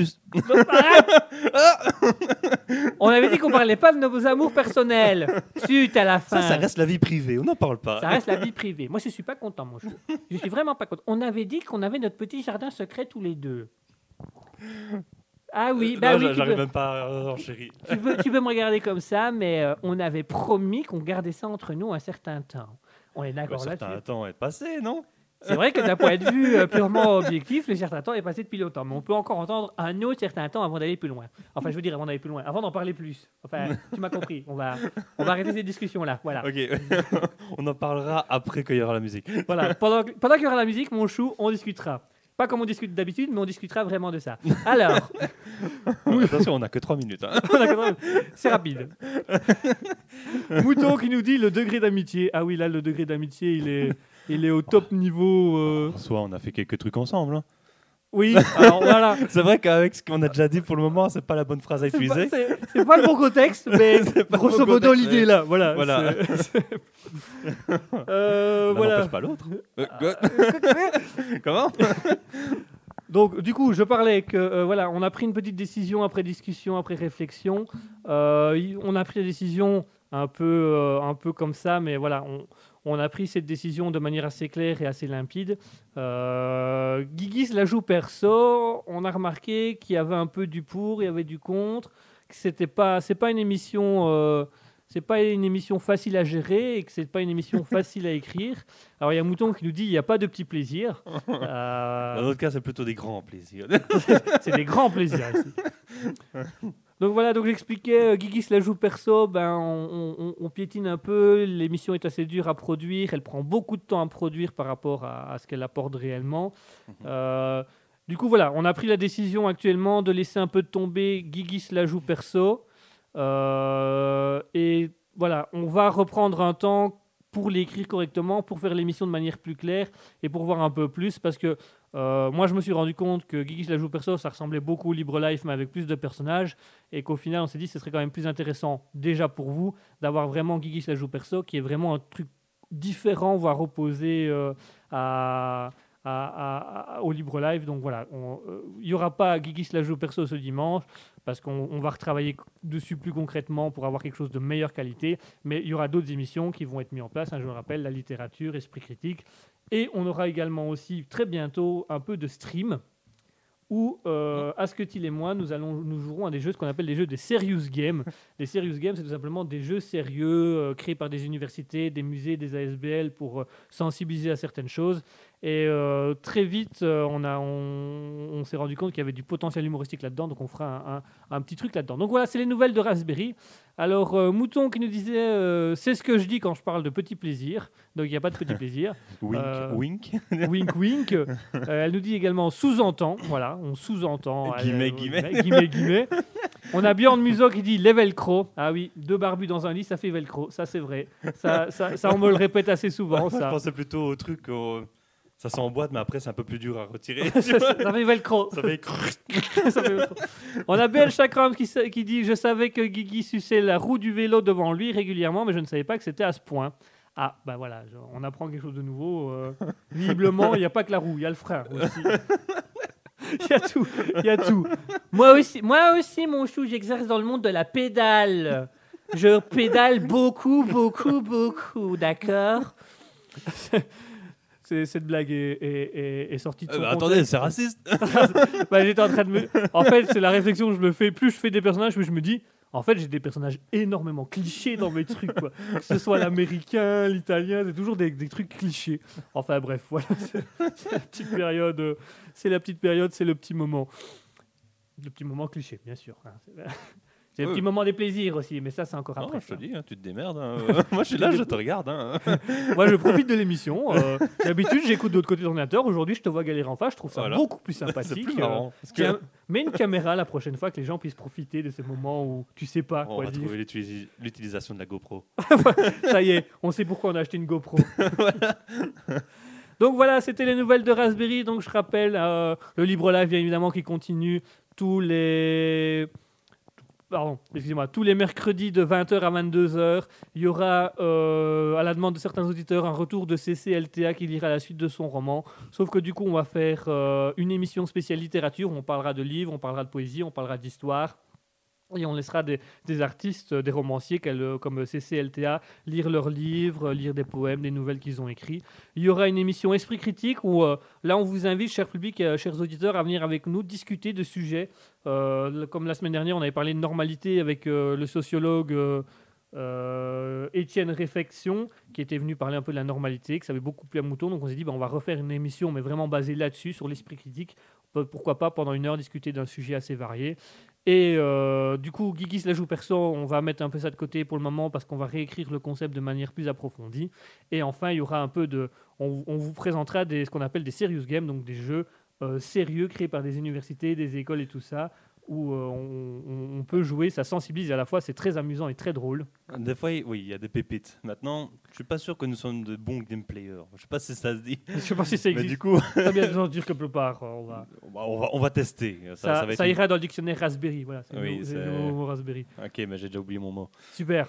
On avait dit qu'on parlait pas de nos amours personnels. Chut à la fin. Ça reste la vie privée, on n'en parle pas. Ça reste la vie privée. Moi, je suis pas content, mon chou. Je suis vraiment pas content. On avait dit qu'on avait notre petit jardin secret tous les deux. Ah oui, bah non, oui. J'arrive même pas à chérie. Tu peux me regarder comme ça, mais on avait promis qu'on gardait ça entre nous un certain temps. On est d'accord là-dessus. Un certain temps est passé, non? C'est vrai que d'un point de vue purement objectif, le certain temps est passé depuis longtemps. Mais on peut encore entendre un autre certain temps avant d'aller plus loin. Enfin, je veux dire avant d'aller plus loin, avant d'en parler plus. Enfin, tu m'as compris. On va arrêter cette discussion-là. Voilà. Ok, on en parlera après qu'il y aura la musique. Voilà. Pendant qu'il y aura la musique, mon chou, on discutera. Pas comme on discute d'habitude, mais on discutera vraiment de ça. Alors... Attention, on n'a que 3 minutes. Hein. C'est rapide. Mouton qui nous dit le degré d'amitié. Ah oui, là, le degré d'amitié, il est au top niveau. Soit on a fait quelques trucs ensemble. Hein. Oui, alors voilà. C'est vrai qu'avec ce qu'on a déjà dit pour le moment, c'est pas la bonne phrase à utiliser. C'est pas le bon contexte, mais grosso modo, l'idée là. Voilà. Voilà. L'un Voilà. n'empêche pas l'autre. Comment? Donc, du coup, je parlais que voilà, on a pris une petite décision après discussion, après réflexion. On a pris la décision un peu comme ça, mais voilà, on a pris cette décision de manière assez claire et assez limpide. Guigui se la joue perso. On a remarqué qu'il y avait un peu du pour, il y avait du contre. Que c'est pas une émission. C'est pas une émission facile à gérer et que c'est pas une émission facile à écrire. Alors il y a Mouton qui nous dit il n'y a pas de petits plaisirs. Dans notre cas, c'est plutôt des grands plaisirs. C'est des grands plaisirs ici. Donc voilà, donc j'expliquais, Guigui se la joue perso, on piétine un peu, l'émission est assez dure à produire, elle prend beaucoup de temps à produire par rapport à ce qu'elle apporte réellement. Du coup voilà, on a pris la décision actuellement de laisser un peu tomber Guigui se la joue perso. Et voilà, on va reprendre un temps pour l'écrire correctement, pour faire l'émission de manière plus claire et pour voir un peu plus parce que moi je me suis rendu compte que Guigui se la joue perso ça ressemblait beaucoup au Libre Life mais avec plus de personnages et qu'au final on s'est dit que ce serait quand même plus intéressant déjà pour vous d'avoir vraiment Guigui se la joue perso qui est vraiment un truc différent voire opposé au Libre Live. Donc voilà, il n'y aura pas Guigui se la joue perso ce dimanche parce qu'on va retravailler dessus plus concrètement pour avoir quelque chose de meilleure qualité, mais il y aura d'autres émissions qui vont être mises en place, hein, je me rappelle, la littérature, esprit critique, et on aura également aussi très bientôt un peu de stream où Asketil et moi, nous jouerons à des jeux, ce qu'on appelle des jeux des serious games. Les serious games, c'est tout simplement des jeux sérieux créés par des universités, des musées, des ASBL pour sensibiliser à certaines choses. Et très vite, on s'est rendu compte qu'il y avait du potentiel humoristique là-dedans, donc on fera un petit truc là-dedans. Donc voilà, c'est les nouvelles de Raspberry. Alors, Mouton qui nous disait, c'est ce que je dis quand je parle de petits plaisirs, donc il n'y a pas de petits plaisirs. Wink, wink. Wink, wink. Elle nous dit également sous-entend, voilà, on sous-entend. Guillemets. Guillemets. On a Bjorn Muso qui dit les velcro. Ah oui, 2 barbus dans un lit, ça fait velcro, ça c'est vrai. Ça on me le répète assez souvent. Moi, ça. je pensais plutôt au truc... Ça s'emboîte, mais après, c'est un peu plus dur à retirer. Ça fait velcro. Ça fait Ça fait velcro. On a BL Chakram qui dit « Je savais que Guigui suçait la roue du vélo devant lui régulièrement, mais je ne savais pas que c'était à ce point. » Ah, bah voilà, on apprend quelque chose de nouveau. Visiblement, il n'y a pas que la roue, il y a le frein aussi. Il y a tout. Moi aussi, mon chou, j'exerce dans le monde de la pédale. Je pédale beaucoup, d'accord. Cette blague est sortie de son contexte. Attendez, c'est raciste. Bah, j'étais en train de me... En fait, c'est la réflexion que je me fais. Plus je fais des personnages, plus je me dis... En fait, j'ai des personnages énormément clichés dans mes trucs, quoi. Que ce soit l'américain, l'italien, c'est toujours des trucs clichés. Enfin bref, voilà. C'est la petite période. C'est la petite période, c'est le petit moment. Le petit moment cliché, bien sûr. Hein. C'est le petit moment des plaisirs aussi, mais ça, c'est encore après. Non, je te dis, hein, tu te démerdes. Hein. Moi, je suis là, je te regarde. Hein. Moi, je profite de l'émission. D'habitude, j'écoute de l'autre côté de l'ordinateur. Aujourd'hui, je te vois galérer en face. Je trouve ça beaucoup plus sympathique. C'est plus marrant. Tiens, mets une caméra la prochaine fois que les gens puissent profiter de ces moments où tu sais pas on quoi va dire. trouver l'utilisation de la GoPro. Ça y est, on sait pourquoi on a acheté une GoPro. Donc voilà, c'était les nouvelles de Raspberry. Donc je rappelle, le Libre Live, bien évidemment, qui continue tous les mercredis de 20h à 22h. Il y aura, à la demande de certains auditeurs, un retour de CCLTA qui lira la suite de son roman. Sauf que du coup, on va faire une émission spéciale littérature où on parlera de livres, on parlera de poésie, on parlera d'histoire. Et on laissera des artistes, des romanciers comme CCLTA lire leurs livres, lire des poèmes, des nouvelles qu'ils ont écrits. Il y aura une émission Esprit Critique où là on vous invite, cher public et chers auditeurs, à venir avec nous discuter de sujets. Comme la semaine dernière, on avait parlé de normalité avec le sociologue Étienne Réflexion, qui était venu parler un peu de la normalité, que ça avait beaucoup plu à Mouton. Donc on s'est dit, on va refaire une émission, mais vraiment basée là-dessus, sur l'esprit critique. Pourquoi pas pendant 1 heure discuter d'un sujet assez varié. Et du coup, Guigui se la joue perso, on va mettre un peu ça de côté pour le moment parce qu'on va réécrire le concept de manière plus approfondie. Et enfin, il y aura un peu de... On vous présentera ce qu'on appelle des serious games, donc des jeux sérieux créés par des universités, des écoles et tout ça, où on peut jouer, ça sensibilise à la fois, c'est très amusant et très drôle. Des fois, oui, il y a des pépites. Maintenant, je suis pas sûr que nous sommes de bons game players. Je sais pas si ça se dit. Je sais pas si ça Mais existe. du coup, Ça vient de dire quelque part. on va tester. Ça va être Ça ira dans le dictionnaire Raspberry. Voilà, c'est Oui, le nouveau mot Raspberry. Ok, mais j'ai déjà oublié mon mot. Super.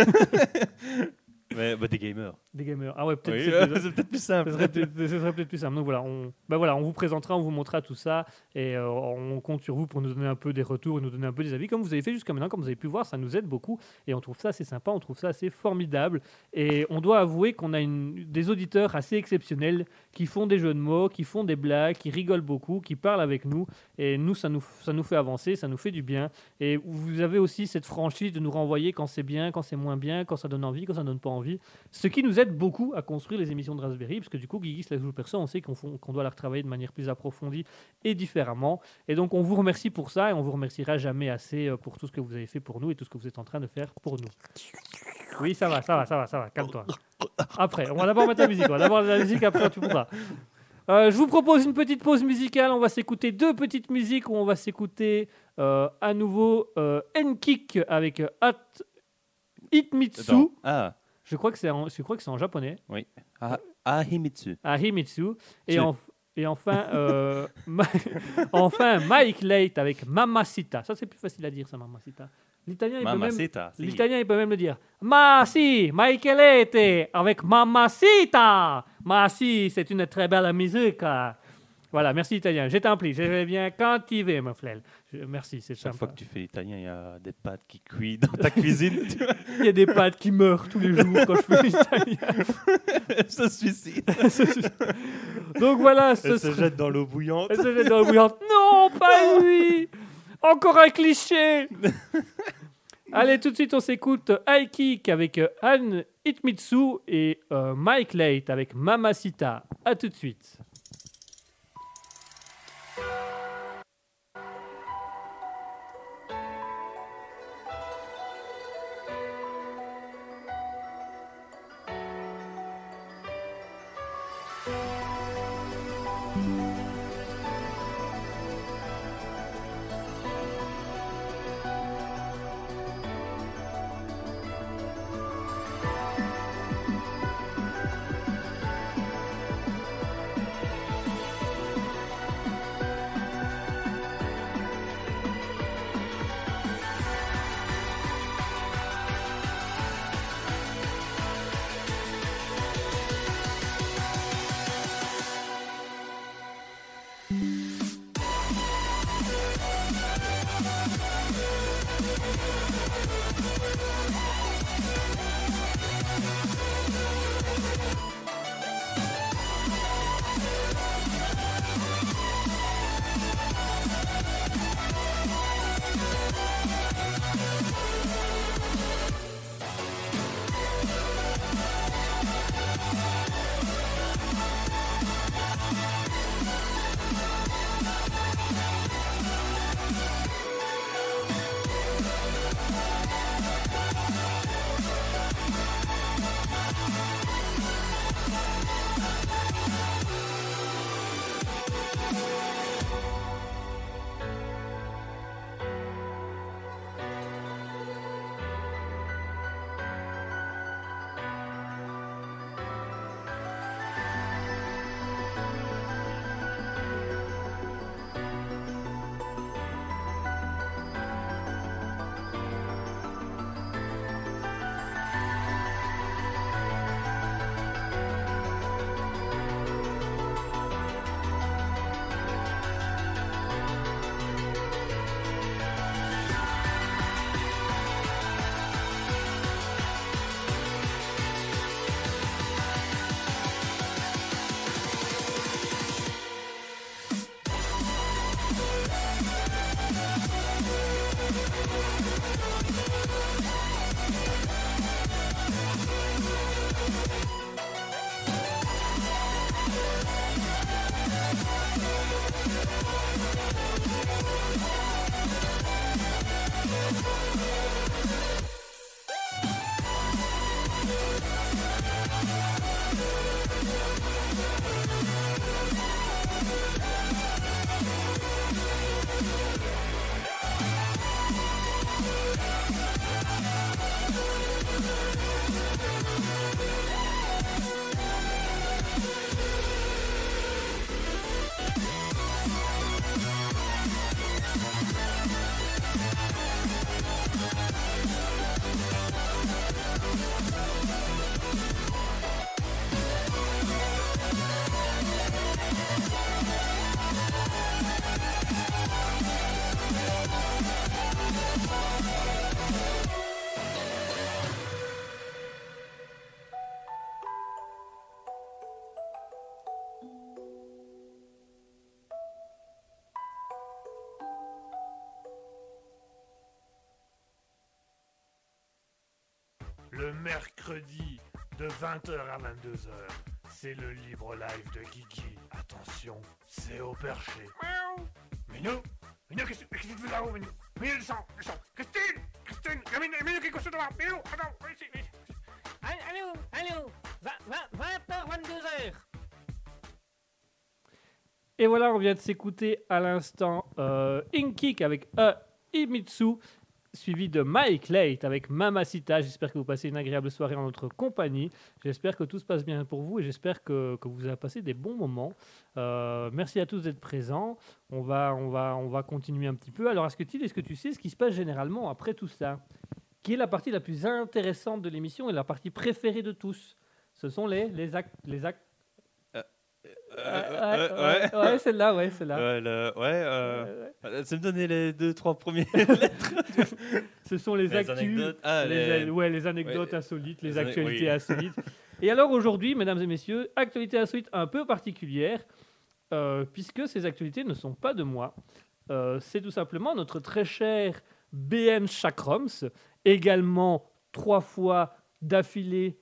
Mais des gamers. Des gamers. Ah ouais, peut-être. Oui, c'est peut-être plus simple. Ce serait peut-être plus simple. Donc voilà, on vous présentera, on vous montrera tout ça et on compte sur vous pour nous donner un peu des retours et nous donner un peu des avis comme vous avez fait jusqu'à maintenant, comme vous avez pu voir, ça nous aide beaucoup et on trouve ça assez sympa, on trouve ça assez formidable et on doit avouer qu'on a des auditeurs assez exceptionnels qui font des jeux de mots, qui font des blagues, qui rigolent beaucoup, qui parlent avec nous et nous ça nous fait avancer, ça nous fait du bien et vous avez aussi cette franchise de nous renvoyer quand c'est bien, quand c'est moins bien, quand ça donne envie, quand ça donne pas envie, ce qui nous aide beaucoup à construire les émissions de Raspberry, parce que du coup, Guigui se la joue perso, on sait qu'on doit la retravailler de manière plus approfondie et différemment. Et donc, on vous remercie pour ça, et on vous remerciera jamais assez pour tout ce que vous avez fait pour nous et tout ce que vous êtes en train de faire pour nous. Oui, ça va, calme-toi. Après, on va d'abord mettre la musique, après tu pourras. Je vous propose une petite pause musicale, on va s'écouter 2 petites musiques, où on va s'écouter à nouveau N-Kick avec Hitmitsu. Ah. Je crois que c'est en japonais. Oui. Himitsu. Himitsu. Et enfin, enfin, Mike Late avec Mamacita. Ça, c'est plus facile à dire, ça, Mamacita. L'italien, il peut même le dire. Mike Late avec Mamacita. Ma si, c'est une très belle musique. Voilà, merci italien. Je t'en prie, je viens quand tu veux, mon frère. Merci, c'est sympa. Chaque fois que tu fais l'italien, il y a des pâtes qui cuisent dans ta cuisine. Il y a des pâtes qui meurent tous les jours quand je fais l'italien. Se suicide. Donc voilà. Elle se jette dans l'eau bouillante. Non, pas lui. Encore un cliché. Allez, tout de suite, on s'écoute High Kick avec Anne Hitmitsu et Mike Late avec Mamacita. À tout de suite. de 20h à 22h. C'est le libre live de Guigui. Attention, c'est au perché. Minou, qu'est-ce que tu fais là-haut, Minou? Minou, descends. Christine, Minou, qui est couché devant? Minou, attends, ici. Allô, 20h, 22h. Et voilà, on vient de s'écouter à l'instant Inkik avec Imitsu, suivi de Mike Late avec Mamacita. J'espère que vous passez une agréable soirée en notre compagnie. J'espère que tout se passe bien pour vous et j'espère que vous avez passé des bons moments. Merci à tous d'être présents. On va continuer un petit peu. Alors, est-ce que tu sais ce qui se passe généralement après tout ça? Qui est la partie la plus intéressante de l'émission et la partie préférée de tous? Ce sont les actes. Ouais, celle-là. Ça me donnait les 2-3 premières lettres. Ce sont les actus, anecdotes. les anecdotes insolites, les actualités insolites. Et alors aujourd'hui, mesdames et messieurs, actualité insolite un peu particulière, puisque ces actualités ne sont pas de moi. C'est tout simplement notre très cher BN Chakroms, également 3 fois d'affilée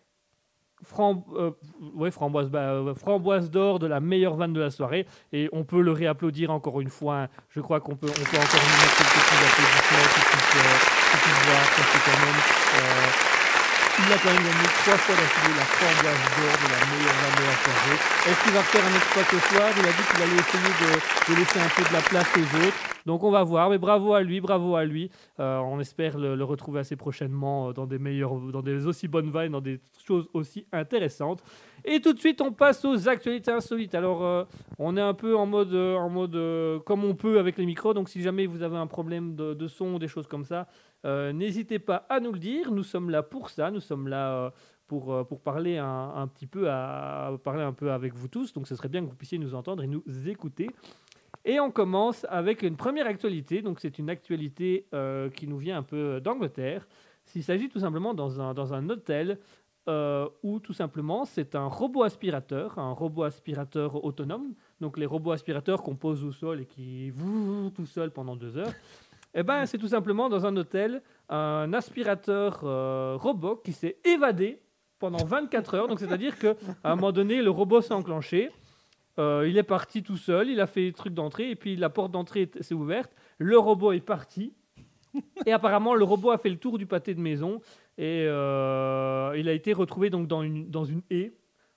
framboise d'or de la meilleure vanne de la soirée, et on peut le réapplaudir encore une fois, hein. Je crois qu'on peut encore lui mettre quelques petits applaudissements, petits voir, parce que quand même il a quand même gagné 3 fois d'affilée la framboise d'or de la meilleure vanne de la soirée. Est-ce qu'il va faire un exploit ce soir? Il a dit qu'il allait essayer de laisser un peu de la place aux autres. Donc on va voir, mais bravo à lui. On espère le retrouver assez prochainement dans des aussi bonnes vannes, dans des choses aussi intéressantes. Et tout de suite, on passe aux actualités insolites. Alors, on est un peu en mode comme on peut avec les micros. Donc si jamais vous avez un problème de son ou des choses comme ça, n'hésitez pas à nous le dire. Nous sommes là pour ça. Nous sommes là pour parler un petit peu, parler un peu avec vous tous. Donc ce serait bien que vous puissiez nous entendre et nous écouter. Et on commence avec une première actualité. Donc c'est une actualité qui nous vient un peu d'Angleterre. Il s'agit tout simplement dans un hôtel où tout simplement c'est un robot aspirateur autonome. Donc les robots aspirateurs qu'on pose au sol et qui vont tout seul pendant 2 heures. Eh ben c'est tout simplement dans un hôtel un aspirateur robot qui s'est évadé pendant 24 heures. Donc c'est-à-dire qu'à un moment donné le robot s'est enclenché. Il est parti tout seul, il a fait le truc d'entrée et puis la porte d'entrée s'est ouverte, le robot est parti et apparemment le robot a fait le tour du pâté de maison et il a été retrouvé donc dans une haie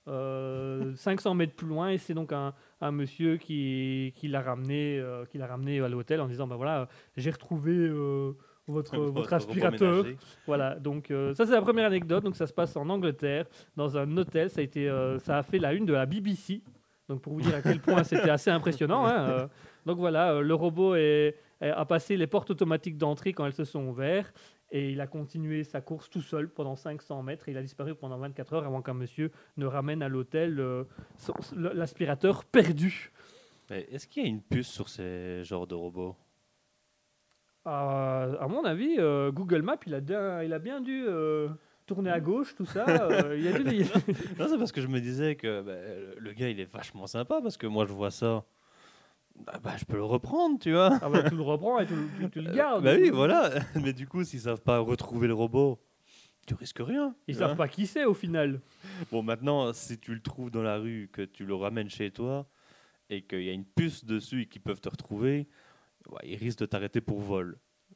500 mètres plus loin et c'est donc un monsieur qui l'a ramené à l'hôtel en disant voilà j'ai retrouvé votre aspirateur. Voilà, donc ça c'est la première anecdote. Donc ça se passe en Angleterre dans un hôtel, ça a fait la une de la BBC. Donc pour vous dire à quel point c'était assez impressionnant. Hein, donc voilà, le robot a passé les portes automatiques d'entrée quand elles se sont ouvertes et il a continué sa course tout seul pendant 500 mètres et il a disparu pendant 24 heures avant qu'un monsieur ne ramène à l'hôtel l'aspirateur perdu. Mais est-ce qu'il y a une puce sur ces genres de robots? À mon avis, Google Maps, il a bien dû... tourner à gauche, tout ça, il y a du... Non, c'est parce que je me disais que le gars, il est vachement sympa, parce que moi, je vois ça, je peux le reprendre, tu vois. Ah bah, tu le reprends et tu le gardes. Oui, voilà. Mais du coup, s'ils savent pas retrouver le robot, tu risques rien. Ils savent pas qui c'est, au final. Bon, maintenant, si tu le trouves dans la rue, que tu le ramènes chez toi, et qu'il y a une puce dessus et qu'ils peuvent te retrouver, ils risquent de t'arrêter pour vol.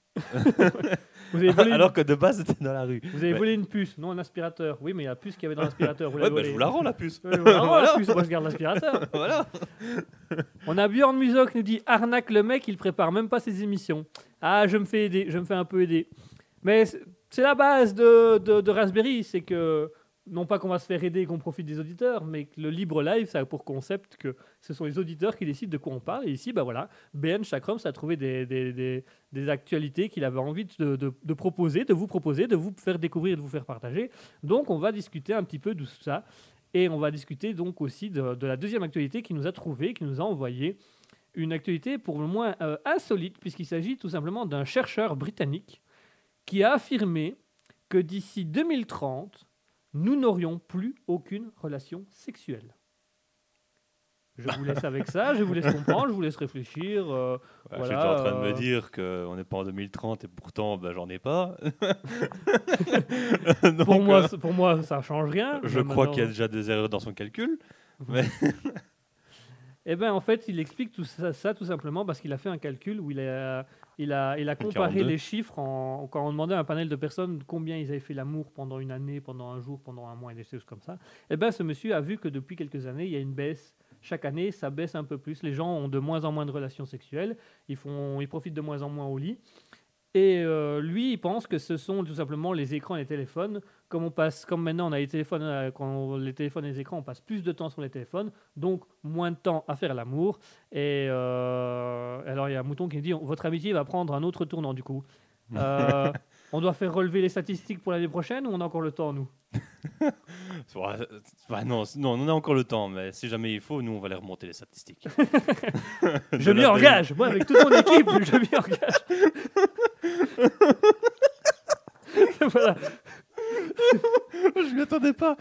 Alors que de base c'était dans la rue. Vous avez volé une puce, non un aspirateur. Oui, mais il y a la puce qu'il y avait dans l'aspirateur. Je vous la rends la puce. La puce, moi je garde l'aspirateur. Voilà. On a Bjorn Muso qui nous dit arnaque le mec, il prépare même pas ses émissions. Ah, je me fais un peu aider. Mais c'est la base de Raspberry, c'est que non pas qu'on va se faire aider et qu'on profite des auditeurs, mais que le libre live, ça a pour concept que ce sont les auditeurs qui décident de quoi on parle. Et ici, BN Chakroms a trouvé des actualités qu'il avait envie de proposer, de vous faire découvrir, de vous faire partager. Donc, on va discuter un petit peu de ça. Et on va discuter donc aussi de la deuxième actualité qu'il nous a trouvée, qu'il nous a envoyée. Une actualité pour le moins insolite, puisqu'il s'agit tout simplement d'un chercheur britannique qui a affirmé que d'ici 2030, nous n'aurions plus aucune relation sexuelle. Je vous laisse avec ça, je vous laisse comprendre, je vous laisse réfléchir. Ouais, Voilà, J'étais en train de me dire qu'on n'est pas en 2030 et pourtant, j'en ai pas. Donc, Pour moi, ça change rien. je Mais crois maintenant- qu'il y a déjà des erreurs dans son calcul. Mais Eh bien, en fait, il explique tout ça tout simplement parce qu'il a fait un calcul où il a comparé 42. les chiffres quand on demandait à un panel de personnes combien ils avaient fait l'amour pendant une année, pendant un jour, pendant un mois et des choses comme ça. Eh bien, ce monsieur a vu que depuis quelques années, il y a une baisse. Chaque année, ça baisse un peu plus. Les gens ont de moins en moins de relations sexuelles. Ils profitent de moins en moins au lit. Et lui, il pense que ce sont tout simplement les écrans et les téléphones. Comme maintenant on a les téléphones, les téléphones et les écrans, on passe plus de temps sur les téléphones, donc moins de temps à faire l'amour. Et alors il y a un mouton qui me dit votre amitié va prendre un autre tournant du coup. On doit faire relever les statistiques pour l'année prochaine ou on a encore le temps nous? non, on a encore le temps, mais si jamais il faut, nous, on va les remonter les statistiques. Je m'y engage, moi avec toute mon équipe, je m'y engage. Voilà. Je m'y attendais pas.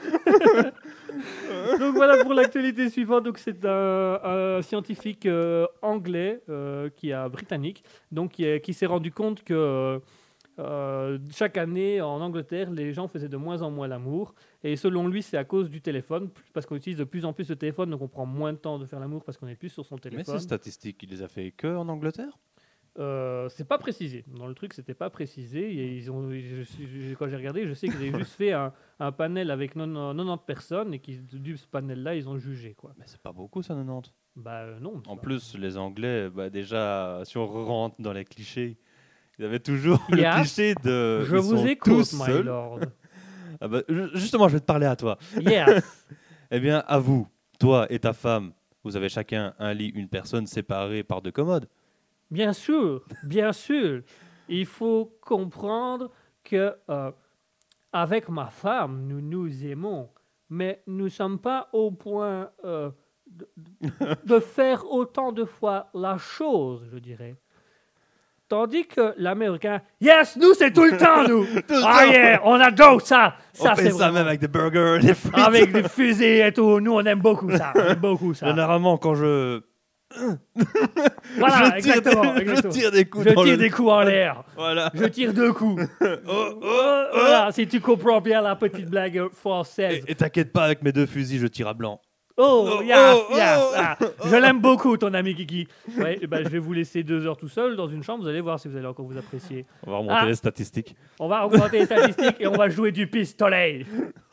Donc voilà pour l'actualité suivante. Donc c'est un scientifique anglais britannique, donc qui s'est rendu compte que chaque année en Angleterre, les gens faisaient de moins en moins l'amour. Et selon lui, c'est à cause du téléphone, parce qu'on utilise de plus en plus le téléphone, donc on prend moins de temps de faire l'amour parce qu'on est plus sur son Mais téléphone. ces statistiques, il les a fait que en Angleterre? C'est pas précisé. Dans le truc, c'était pas précisé. Et quand j'ai regardé, je sais qu'ils avaient juste fait un panel avec 90 personnes et du ce panel-là, ils ont jugé. Quoi. Mais c'est pas beaucoup, ça, 90. Non. En plus, les Anglais, déjà, si on rentre dans les clichés, ils avaient toujours le Yes. cliché de. Je ils vous sont écoute, tous my seuls. lord. Ah justement, je vais te parler à toi. Yes. Eh bien, à vous, toi et ta femme, vous avez chacun un lit, une personne séparée par 2 commodes. Bien sûr, bien sûr. Il faut comprendre que avec ma femme, nous nous aimons, mais nous ne sommes pas au point de faire autant de fois la chose, je dirais. Tandis que l'Américain, yes, nous c'est tout le temps, nous. Ah yeah, on adore ça. Ça On fait c'est ça vraiment- même avec des burgers, des frites. avec des fusées et tout. Nous on aime beaucoup ça. On aime beaucoup ça. Généralement, quand je Voilà, je tire exactement. des, exactement. je tire des coups Je dans tire le... des coups en l'air. Voilà. Je tire 2 coups. Voilà, si tu comprends bien la petite blague française. Et t'inquiète pas, avec mes 2 fusils, je tire à blanc. Oh, yes, yes. Ah, je l'aime beaucoup, ton ami Kiki. Ouais, et ben, je vais vous laisser 2 heures tout seul dans une chambre. Vous allez voir si vous allez encore vous apprécier. On va remonter Ah. les statistiques. On va augmenter les statistiques et on va jouer du pistolet.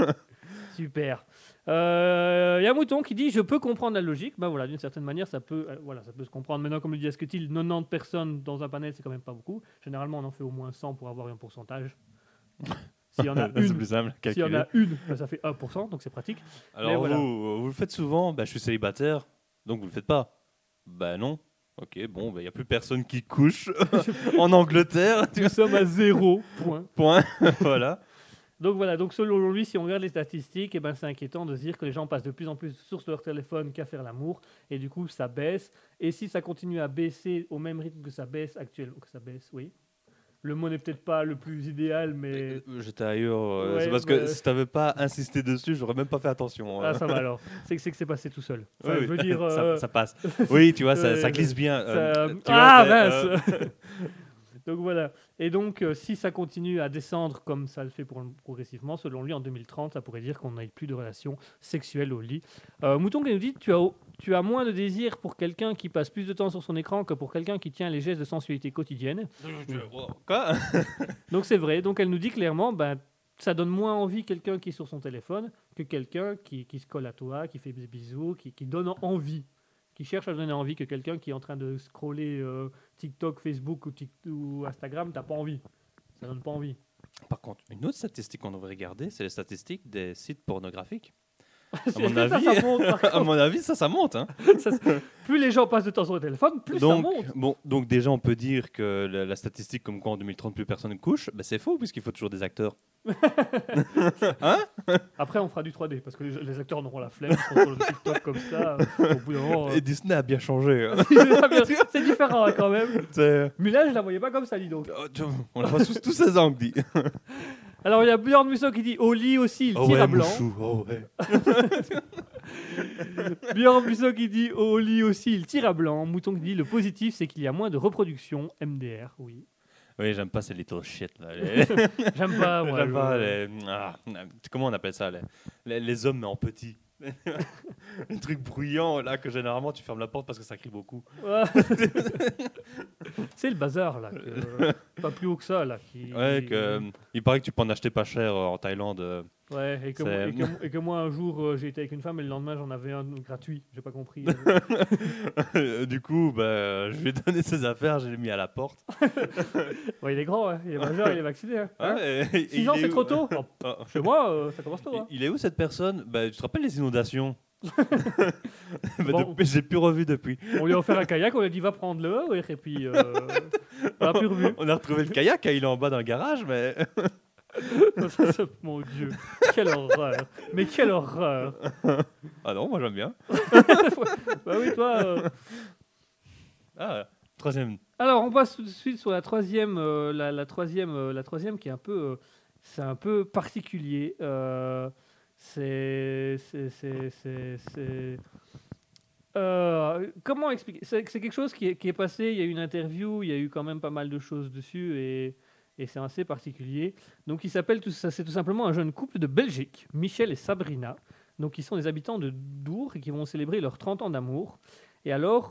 Super. Il y a un mouton qui dit je peux comprendre la logique. Ben voilà, d'une certaine manière, ça peut se comprendre. Maintenant, comme le dit Asketil, 90 personnes dans un panel, c'est quand même pas beaucoup. Généralement, on en fait au moins 100 pour avoir un pourcentage. S'il y en a C'est une, plus simple à s'il y en calculer. a une, ben, ça fait 1%, donc c'est pratique. Alors voilà. vous le faites souvent, je suis célibataire, donc vous le faites pas. Non. Ok, bon, il n'y a plus personne qui couche en Angleterre. Nous sommes à 0 point. Point. Voilà. Donc voilà, donc selon lui, si on regarde les statistiques, eh ben, c'est inquiétant de se dire que les gens passent de plus en plus sur leur téléphone qu'à faire l'amour, et du coup ça baisse. Et si ça continue à baisser au même rythme que ça baisse actuellement, oui. Le mot n'est peut-être pas le plus idéal, mais J'étais ailleurs. Ouais, c'est parce que si t'avais pas insisté dessus, j'aurais même pas fait attention. ah, ça va alors. C'est que c'est passé tout seul. Enfin, Oui, je veux dire. ça passe. Oui, tu vois, ça Ouais, glisse bien. ça- Tu Ah vois, mince. Donc voilà. Et donc, si ça continue à descendre comme ça le fait progressivement, selon lui, en 2030, ça pourrait dire qu'on n'ait plus de relations sexuelles au lit. Mouton qui nous dit tu as moins de désir pour quelqu'un qui passe plus de temps sur son écran que pour quelqu'un qui tient les gestes de sensualité quotidienne. Quoi? Donc c'est vrai. Donc elle nous dit clairement, ça donne moins envie quelqu'un qui est sur son téléphone que quelqu'un qui se colle à toi, qui fait des bisous, qui donne envie. Qui cherche à donner envie que quelqu'un qui est en train de scroller TikTok, Facebook ou Instagram, t'as pas envie. Ça donne pas envie. Par contre, une autre statistique qu'on devrait regarder, c'est les statistiques des sites pornographiques. C'est- mon avis- ça monte, par À contre. mon avis, ça monte. Hein. Plus les gens passent de temps sur le téléphone, plus ça monte. Donc déjà, on peut dire que la statistique comme quoi en 2030 plus personne ne couche, c'est faux puisqu'il faut toujours des acteurs. Après, on fera du 3D parce que les acteurs en auront la flemme, ils seront sur le TikTok comme ça. Au bout d'un moment, Et Disney a bien changé. hein. c'est différent hein, quand même. C'est- Mais là, je la voyais pas comme ça, dis donc. On a pas tous ces angles dit. Alors, il y a Björn Musso qui dit au lit aussi, il tire à blanc. Mouchou, oh ouais. Björn Busso qui dit au lit aussi, il tire à blanc. Mouton qui dit le positif, c'est qu'il y a moins de reproduction. MDR, oui. Oui, j'aime pas ces little shit. Là. J'aime pas, moi. J'aime pas comment on appelle ça les hommes, mais en petit. Un truc bruyant, là, que généralement tu fermes la porte parce que ça crie beaucoup. Ouais. C'est le bazar, là. Pas plus haut que ça, là. Ouais, il paraît que tu peux en acheter pas cher en Thaïlande. Ouais, et que moi, un jour, j'ai été avec une femme et le lendemain, j'en avais un gratuit. J'ai pas compris. Du coup, je lui ai donné ses affaires, je l'ai mis à la porte. Ouais, il est grand, hein. Il est majeur, il est vacciné. Hein. Ouais, 6 ans, c'est trop tôt. Chez moi, ça commence tôt. Hein. Il est où cette personne? Tu te rappelles les inondations? Bon. J'ai plus revu depuis. On lui a offert un kayak, on lui a dit va prendre le et puis on a plus revu. On a retrouvé le kayak, il est en bas dans le garage, mais... Mon Dieu, quelle horreur. Mais quelle horreur. Ah non, moi j'aime bien. Bah oui, toi... Troisième. Alors, on passe tout de suite sur la troisième, la troisième qui est un peu, c'est un peu particulier. Comment expliquer? C'est quelque chose qui est passé. Il y a eu une interview, il y a eu quand même pas mal de choses dessus et c'est assez particulier. Donc, il s'appelle c'est tout simplement un jeune couple de Belgique, Michel et Sabrina. Donc, ils sont des habitants de Dour et qui vont célébrer leurs 30 ans d'amour. Et alors,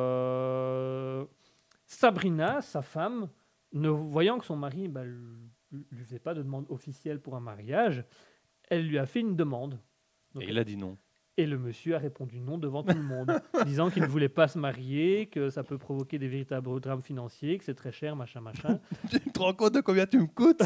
Sabrina, sa femme, ne voyant que son mari lui faisait pas de demande officielle pour un mariage, elle lui a fait une demande. Donc, et il a dit non. Et le monsieur a répondu non devant tout le monde, disant qu'il ne voulait pas se marier, que ça peut provoquer des véritables drames financiers, que c'est très cher, machin. Tu te rends compte de combien tu me coûtes?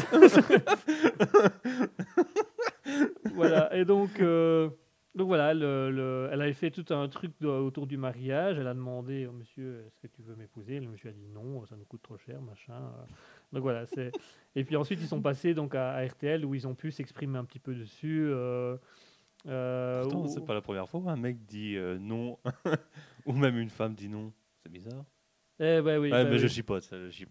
Voilà, et donc voilà, elle avait fait tout un truc autour du mariage. Elle a demandé au monsieur, est-ce que tu veux m'épouser? Le monsieur a dit non, ça nous coûte trop cher, machin. Donc voilà, et puis ensuite ils sont passés donc à RTL où ils ont pu s'exprimer un petit peu dessus. Pourtant, c'est pas la première fois un mec dit non, ou même une femme dit non. C'est bizarre. Oui, mais oui. je chipote.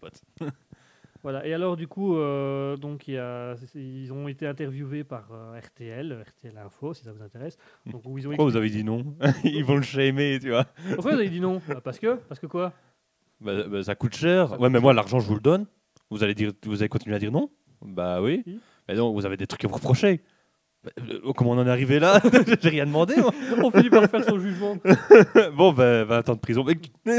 Voilà. Et alors du coup, donc ils ont été interviewés par RTL Info, si ça vous intéresse. Donc où ils ont Pourquoi vous avez dit non? Ils vont le shamer, tu vois. Pourquoi vous avez dit non? Parce que quoi? Ça coûte cher. Ouais, mais moi l'argent je vous le donne. Vous allez continuer à dire non? Bah oui. Mais non, vous avez des trucs à vous reprocher. Comment on en est arrivé là? J'ai rien demandé, moi. On finit par faire son jugement. Bon, 20 ans de prison.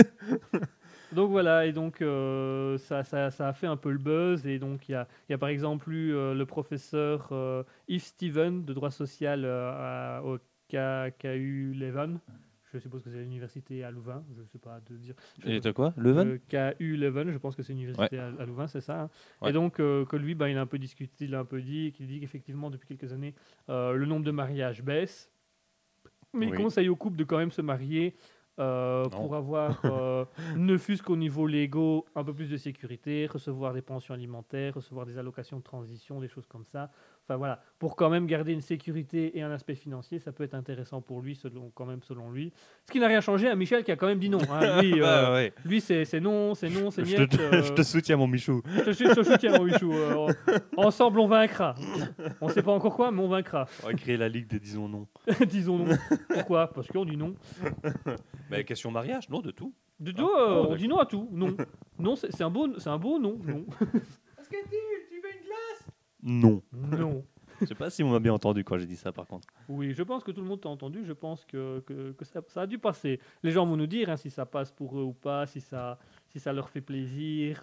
Donc voilà, et donc ça a fait un peu le buzz. Et donc il y a par exemple eu le professeur Yves Steven de droit social au KU Leuven. Je suppose que c'est l'université à Louvain, je ne sais pas de dire. Et t'as quoi? Leuven? KU Leuven, je pense que c'est l'université à Louvain, c'est ça. Hein. Ouais. Et donc que lui, il a un peu discuté, il a un peu dit qu'effectivement depuis quelques années, le nombre de mariages baisse, mais il conseille aux couples de quand même se marier pour avoir, ne fût-ce qu'au niveau légaux, un peu plus de sécurité, recevoir des pensions alimentaires, recevoir des allocations de transition, des choses comme ça. Enfin voilà, pour quand même garder une sécurité et un aspect financier, ça peut être intéressant pour lui, selon lui. Ce qui n'a rien changé à Michel qui a quand même dit non. Hein. Lui, c'est non, c'est niet. Je te soutiens, mon Michou. Je te soutiens, mon Michou. Ensemble, on vaincra. On ne sait pas encore quoi, mais on vaincra. On va créer la ligue des disons non. Disons non. Pourquoi? Parce qu'on dit non. Mais question mariage, non, de tout. De tout, on dit non à tout. Non. Non, c'est un beau non. Est-ce que tu veux une glace? Non. Non. Je sais pas si on m'a bien entendu quand j'ai dit ça, par contre. Oui, je pense que tout le monde t'a entendu. Je pense que ça a dû passer. Les gens vont nous dire si ça passe pour eux ou pas, si ça leur fait plaisir.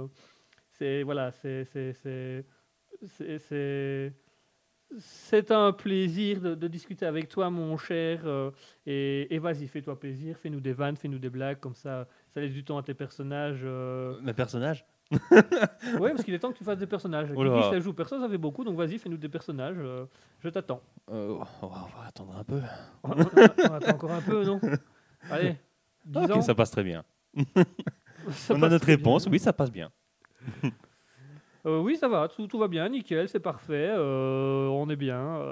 C'est un plaisir de discuter avec toi, mon cher. Et vas-y, fais-toi plaisir. Fais-nous des vannes, fais-nous des blagues. Comme ça laisse du temps à tes personnages. Mes personnages? Oui, parce qu'il est temps que tu fasses des personnages. Kiki, ça joue. Personne n'avait beaucoup, donc vas-y, fais-nous des personnages. Je t'attends. On va attendre un peu. On attend encore un peu, non? Allez, 10 ans. Ok, ça passe très bien. On a notre réponse. Oui, ça passe bien. Oui, ça va, tout va bien, nickel, c'est parfait, on est bien.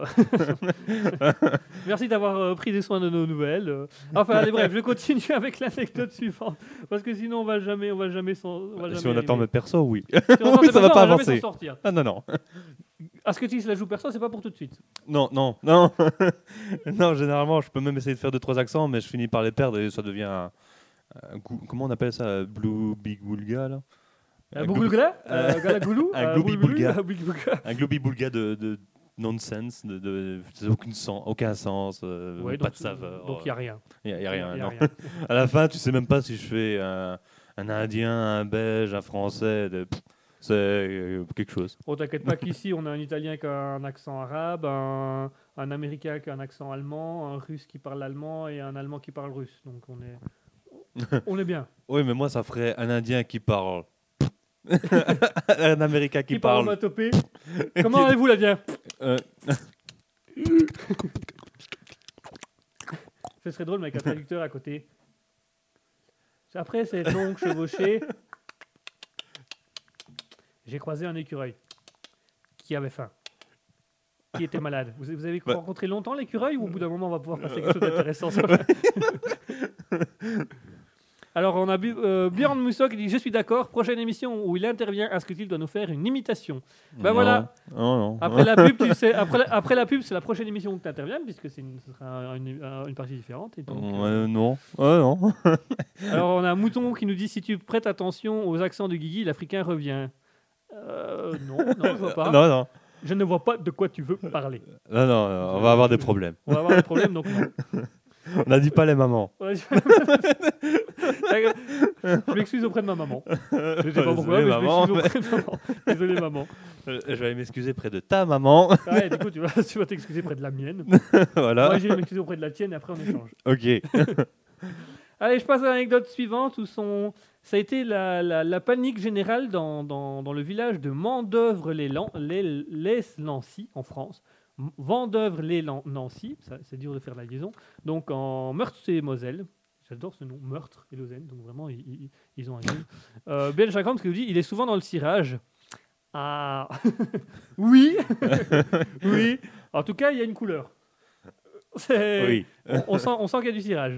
Merci d'avoir pris des soins de nos nouvelles. Enfin, allez, bref, je continue avec l'anecdote suivante, parce que sinon on va jamais si on attend mes persos, oui. Si oui, ça va pas avancer. sortir. Ah non. Asketil se la joue perso, c'est pas pour tout de suite. Non. non, généralement, je peux même essayer de faire 2-3 accents, mais je finis par les perdre et ça devient comment on appelle ça? Blue Big Bulga, là? Bougoulgla Galagoulou un Gloubi-Boulga. Boulga. Un Globi-Boulga de nonsense, ça n'a aucun sens, Ouais, pas donc, de saveur. Donc il n'y a rien. Il y a rien, Y a non. rien. À la fin, tu sais même pas si je fais un Indien, un Belge, un Français. C'est quelque chose. Oh, t'inquiète pas qu'ici, on a un Italien qui a un accent arabe, un Américain qui a un accent allemand, un Russe qui parle allemand et un Allemand qui parle russe. Donc on est bien. Oui, mais moi, ça ferait un Indien qui parle. Un Américain qui parle. onomatopée. Comment allez-vous, là, bien Euh, Ce serait drôle, mais avec un traducteur à côté. Après cette longue chevauchée, j'ai croisé un écureuil qui avait faim, qui était malade. Vous avez Bah. rencontré longtemps l'écureuil ou au bout d'un moment on va pouvoir passer quelque chose d'intéressant sur Alors on a Björn Musso qui dit je suis d'accord, prochaine émission où il intervient, Asketil doit nous faire une imitation. Ben voilà. Non. Après la pub, tu sais, après la pub, c'est la prochaine émission où tu interviens puisque ce sera une partie différente. Et donc, Non. Non. alors on a un mouton qui nous dit si tu prêtes attention aux accents de Guigui, l'Africain revient. Non, je vois pas. Non. Je ne vois pas de quoi tu veux parler. Non, on va avoir des problèmes. On va avoir des problèmes, donc non. On n'a dit pas les mamans. Ouais, je m'excuse auprès de ma maman. Je sais pas pourquoi, Désolé, mais maman. je m'excuse auprès de maman. Désolé, maman. Je vais aller m'excuser près de ta maman. Ouais, du coup, tu vas t'excuser près de la mienne. Voilà. Moi, j'irai m'excuser auprès de la tienne et après, on échange. Ok. Allez, je passe à l'anecdote suivante où ça a été la panique générale dans le village de Mandeuvre-les-Nancy, en France. Vendeuvre-les-Nancy, c'est dur de faire la liaison. Donc en Meurthe-et-Moselle. J'adore ce nom, Meurtre et Lausanne. Donc vraiment, ils ont un gueule. Ben Chagrin, qui nous dit il est souvent dans le cirage. Ah oui oui. En tout cas, il y a une couleur. Oui. On sent qu'il y a du cirage.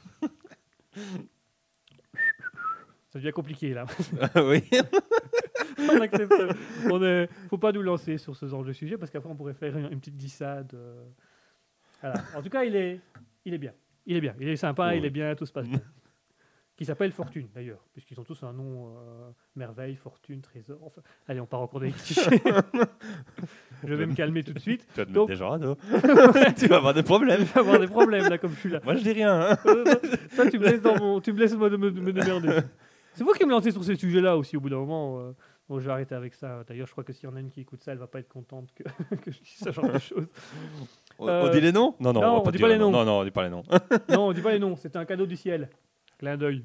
Ça devient compliqué là. Oui. On accepte. Faut pas nous lancer sur ce genre de sujet parce qu'après on pourrait faire une petite dissade. Voilà. En tout cas, il est bien. Il est sympa, Oui. il est bien, tout se passe bien. Qui s'appelle Fortune d'ailleurs, puisqu'ils ont tous un nom merveille, fortune, trésor. Enfin, allez, on part encore des clichés. Je vais me calmer tout de suite. Tu vas te Donc- mettre des gens à dos. Tu vas avoir des problèmes. Je vais avoir des problèmes là comme je suis là. Moi, je dis rien. Hein. Toi, tu me laisses moi de me démerder. C'est vous qui me lancez sur ces sujets-là aussi au bout d'un moment. Bon, je vais arrêter avec ça. D'ailleurs, je crois que s'il y en a une qui écoute ça, elle va pas être contente que je dise ce genre de choses. On dit les noms? Non, non, on va on pas dit dire pas les noms. Non, on dit pas les noms. Non, on dit pas les noms. C'est un cadeau du ciel. Clin d'œil.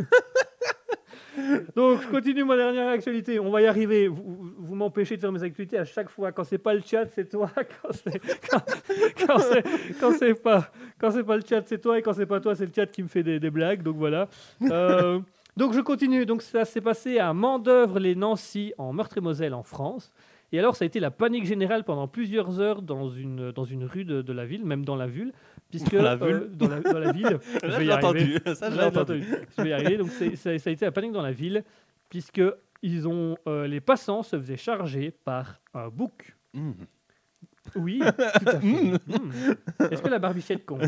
Donc, je continue ma dernière actualité. On va y arriver. Vous m'empêchez de faire mes actualités à chaque fois. Quand c'est pas le chat, c'est toi. Quand c'est pas le chat, c'est toi. Et quand c'est pas toi, c'est le chat qui me fait des blagues. Donc voilà. Donc je continue. Donc ça s'est passé à Mandeuvre-les-Nancy, en Meurthe-et-Moselle, en France. Et alors, ça a été la panique générale pendant plusieurs heures dans une rue de la ville, même dans la ville, puisque Dans la ville dans la ville. Je Ça, vais je y l'ai arriver. entendu. Ça, je l'ai Là, j'ai entendu. Je vais y arriver. Donc, ça a été la panique dans la ville, puisque les passants se faisaient charger par un bouc. Mmh. Oui, tout à fait. Est-ce que la barbichette compte?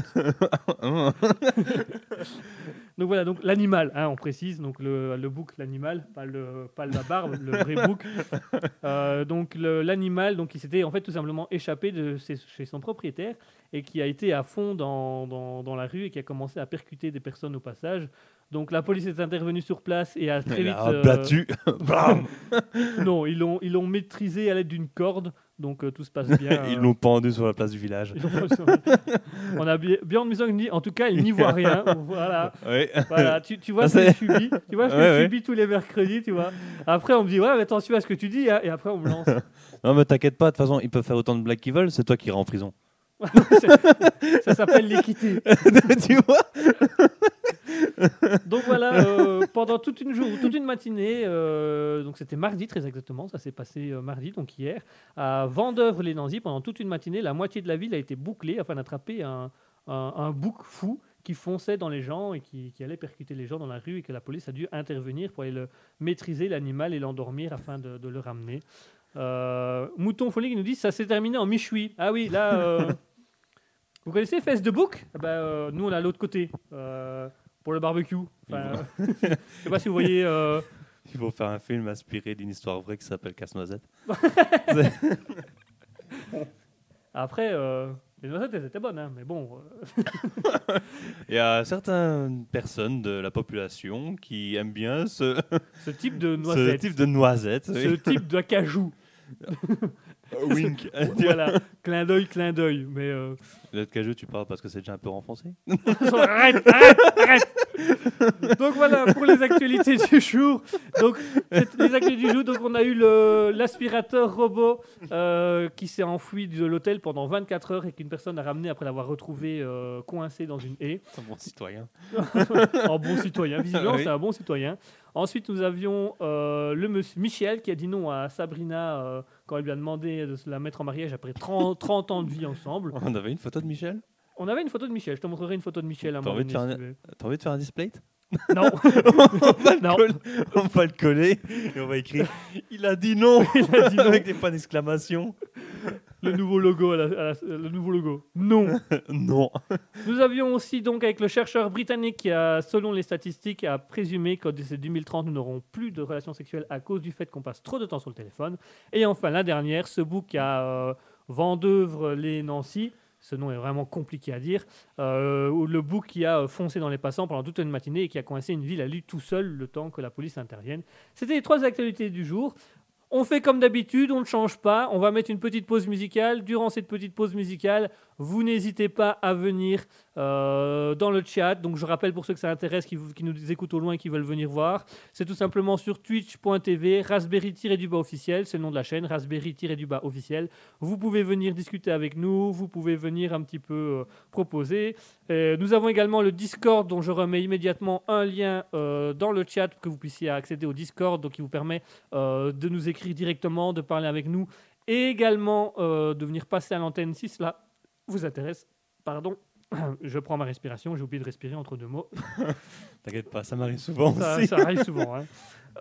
Donc voilà, donc l'animal, hein, on précise, donc le bouc, l'animal, pas la barbe, le vrai bouc. Donc l'animal, donc qui s'était en fait tout simplement échappé chez son propriétaire et qui a été à fond dans la rue et qui a commencé à percuter des personnes au passage. Donc la police est intervenue sur place et a très Il vite. a battu. Bam. Non, ils l'ont maîtrisé à l'aide d'une corde, donc tout se passe bien. Ils l'ont pendu sur la place du village. On a Björn Mussong dit, en tout cas, il n'y voit rien. Voilà. Oui. Voilà, tu vois Ça, ce que je c'est- subis. Tu vois ce que Ouais, je ouais. subis tous les mercredis, tu vois. Après, on me dit, ouais, mais attention à ce que tu dis, hein, et après, on me lance. Non, mais t'inquiète pas, de toute façon, ils peuvent faire autant de blagues qu'ils veulent, c'est toi qui iras en prison. Ça s'appelle l'équité. Tu vois? Donc voilà, pendant toute une matinée, donc c'était mardi très exactement, ça s'est passé mardi, donc hier, à Vendeuvre-les-Nancy, pendant toute une matinée, la moitié de la ville a été bouclée afin d'attraper un bouc fou qui fonçait dans les gens et qui allait percuter les gens dans la rue et que la police a dû intervenir pour aller maîtriser l'animal et l'endormir afin de le ramener. Mouton Folie qui nous dit ça s'est terminé en Michui. Ah oui, là, vous connaissez Fest de Bouc? Nous on est à l'autre côté pour le barbecue. Enfin, je sais pas si vous voyez. Il faut faire un film inspiré d'une histoire vraie qui s'appelle Casse-Noisette. Après, les noisettes elles étaient bonnes, hein, mais bon. Il y a certaines personnes de la population qui aiment bien ce Ce type de noisettes. type de noisette. Ce type de cajou. Wink. Voilà, clin d'œil. Mais Le cajou, tu parles parce que c'est déjà un peu renfoncé. arrête. Donc voilà pour les actualités du jour. Donc les actualités du jour. Donc on a eu l'aspirateur robot qui s'est enfoui de l'hôtel pendant 24 heures et qu'une personne a ramené après l'avoir retrouvé coincé dans une haie. C'est un bon citoyen. Un bon citoyen, visiblement Oui. c'est un bon citoyen. Ensuite nous avions le monsieur Michel qui a dit non à Sabrina quand elle lui a demandé de se la mettre en mariage après 30 ans de vie ensemble. On avait une photo de Michel. On avait une photo de Michel, je te montrerai une photo de Michel à un T'as moment envie de donné, faire si tu veux. T'as envie de faire un display? Non. Non. On va le coller et on va écrire il a dit non, Il a dit non. avec des points d'exclamation. Le nouveau logo, le nouveau logo. Non. Non. Nous avions aussi donc avec le chercheur britannique qui a, selon les statistiques, a présumé qu'en 2030 nous n'aurons plus de relations sexuelles à cause du fait qu'on passe trop de temps sur le téléphone. Et enfin la dernière, ce book à Vendeuvre-les-Nancy. Ce nom est vraiment compliqué à dire. Le bouc qui a foncé dans les passants pendant toute une matinée et qui a coincé une ville à lui tout seul le temps que la police intervienne. C'était les 3 actualités du jour. On fait comme d'habitude, on ne change pas. On va mettre une petite pause musicale. Durant cette petite pause musicale, vous n'hésitez pas à venir dans le chat. Donc je rappelle pour ceux que ça intéresse, qui nous écoutent au loin et qui veulent venir voir, c'est tout simplement sur twitch.tv, raspberry-du-bas officiel, c'est le nom de la chaîne, raspberry-du-bas officiel. Vous pouvez venir discuter avec nous, vous pouvez venir un petit peu proposer. Nous avons également le Discord dont je remets immédiatement un lien dans le chat pour que vous puissiez accéder au Discord, donc qui vous permet de nous écrire directement, de parler avec nous et également de venir passer à l'antenne si cela vous intéresse. Pardon, je prends ma respiration, j'ai oublié de respirer entre 2 mots. T'inquiète pas, ça m'arrive souvent Ça aussi. arrive souvent. Hein.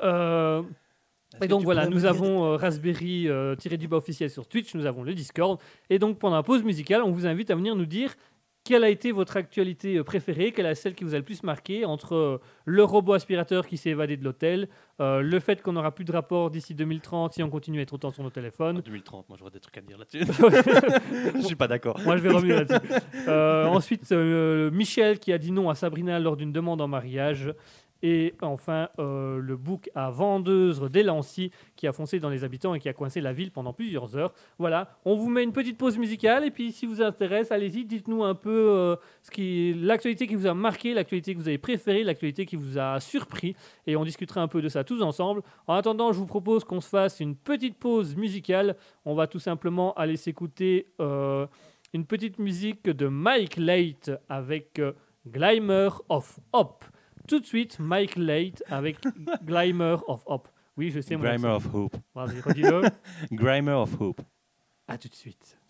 Est-ce Et que donc tu voilà, pourrais nous me dire- avons Raspberry-du-bas officiel sur Twitch, nous avons le Discord. Et donc pendant la pause musicale, on vous invite à venir nous dire quelle a été votre actualité préférée, quelle est celle qui vous a le plus marqué entre le robot aspirateur qui s'est évadé de l'hôtel, le fait qu'on n'aura plus de rapport d'ici 2030 si on continue à être autant sur nos téléphones. 2030, moi j'aurais des trucs à dire là-dessus. Je suis pas d'accord. Moi, je vais revenir là-dessus. Ensuite, Michel qui a dit non à Sabrina lors d'une demande en mariage. Et enfin, le bouc à Vendeuvre des Nancy qui a foncé dans les habitants et qui a coincé la ville pendant plusieurs heures. Voilà, on vous met une petite pause musicale et puis si vous intéresse, allez-y, dites-nous un peu l'actualité qui vous a marqué, l'actualité que vous avez préférée, l'actualité qui vous a surpris et on discutera un peu de ça tous ensemble. En attendant, je vous propose qu'on se fasse une petite pause musicale. On va tout simplement aller s'écouter une petite musique de Mike Late avec Glimmer of Hope. Tout de suite, Mike Late avec Glimmer of Hope. Oui, je sais, mon Grimer accent. of Hope. Vas-y, redis-le. Grimer of Hope. À tout de suite.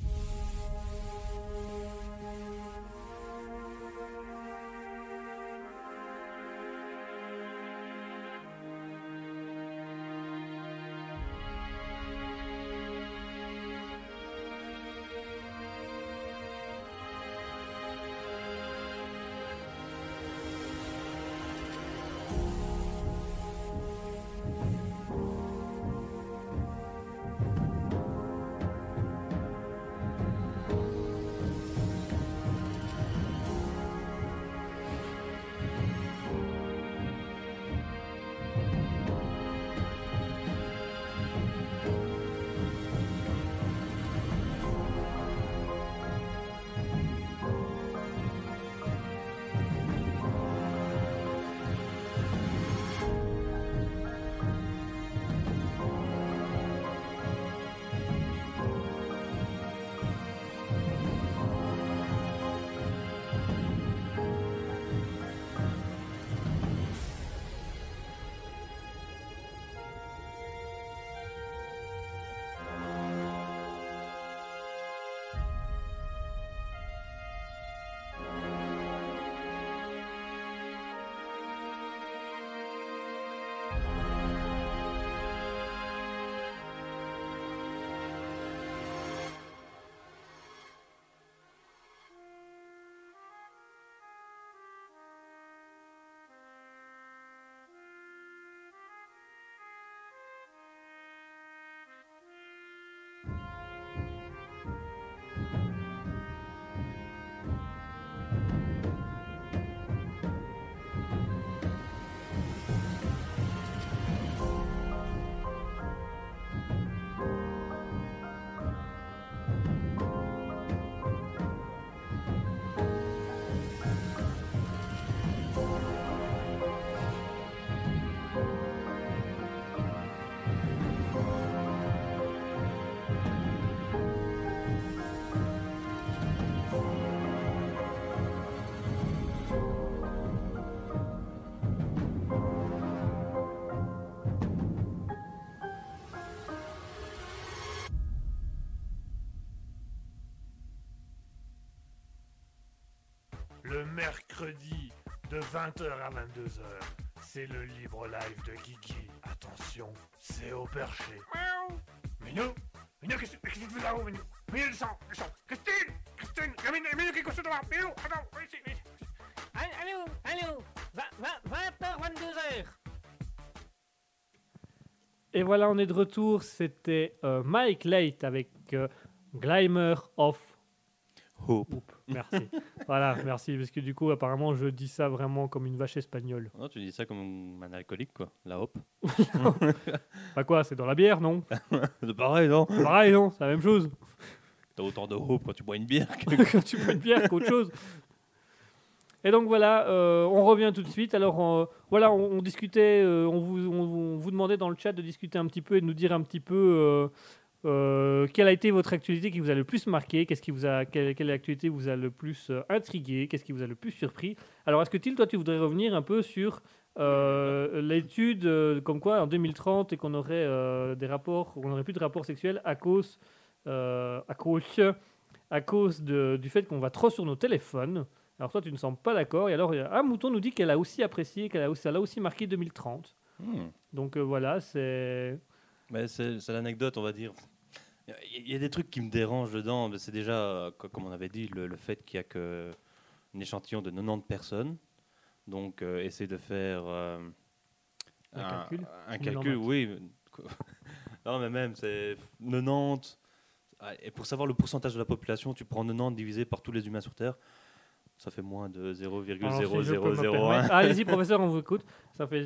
le mercredi de 20h à 22h. C'est le libre live de Guigui. Attention, c'est au perché. Minou, qu'est-ce que tu fais là-haut, Minou? Minou, descends. Christine, Minou, qui est couché devant? Minou, attends, viens ici. Allô 20h, 22h. Et voilà, on est de retour. C'était Mike Late avec Glimmer of Hope. Hope. Merci. Voilà, merci. Parce que du coup, apparemment, je dis ça vraiment comme une vache espagnole. Non, tu dis ça comme un alcoolique, quoi. La Hope. Bah quoi, c'est dans la bière, non? C'est pareil, non? Pareil, non? C'est la même chose. T'as autant de Hope quand tu bois une bière que... Quand tu bois une bière qu'autre chose. Et donc voilà, on revient tout de suite. Alors voilà, on discutait, on vous demandait dans le chat de discuter un petit peu et de nous dire un petit peu quelle a été votre actualité qui vous a le plus marqué, quelle actualité vous a le plus intrigué, qu'est-ce qui vous a le plus surpris. Alors est-ce que Till, toi tu voudrais revenir un peu sur l'étude comme quoi en 2030 et qu'on aurait on n'aurait plus de rapports sexuels à cause du fait qu'on va trop sur nos téléphones. Alors toi, tu ne sembles pas d'accord. Et alors, Mouton nous dit qu'elle a aussi apprécié, ça l'a aussi marqué 2030. Donc voilà, c'est... Mais c'est l'anecdote, on va dire. Il y a des trucs qui me dérangent dedans. C'est déjà, comme on avait dit, le fait qu'il n'y a qu'un échantillon de 90 personnes. Donc, essayer de faire un calcul, oui. Non, mais même, c'est 90. Et pour savoir le pourcentage de la population, tu prends 90 divisé par tous les humains sur Terre. Ça fait moins de 0,0001. Allez-y, professeur, on vous écoute. Ça fait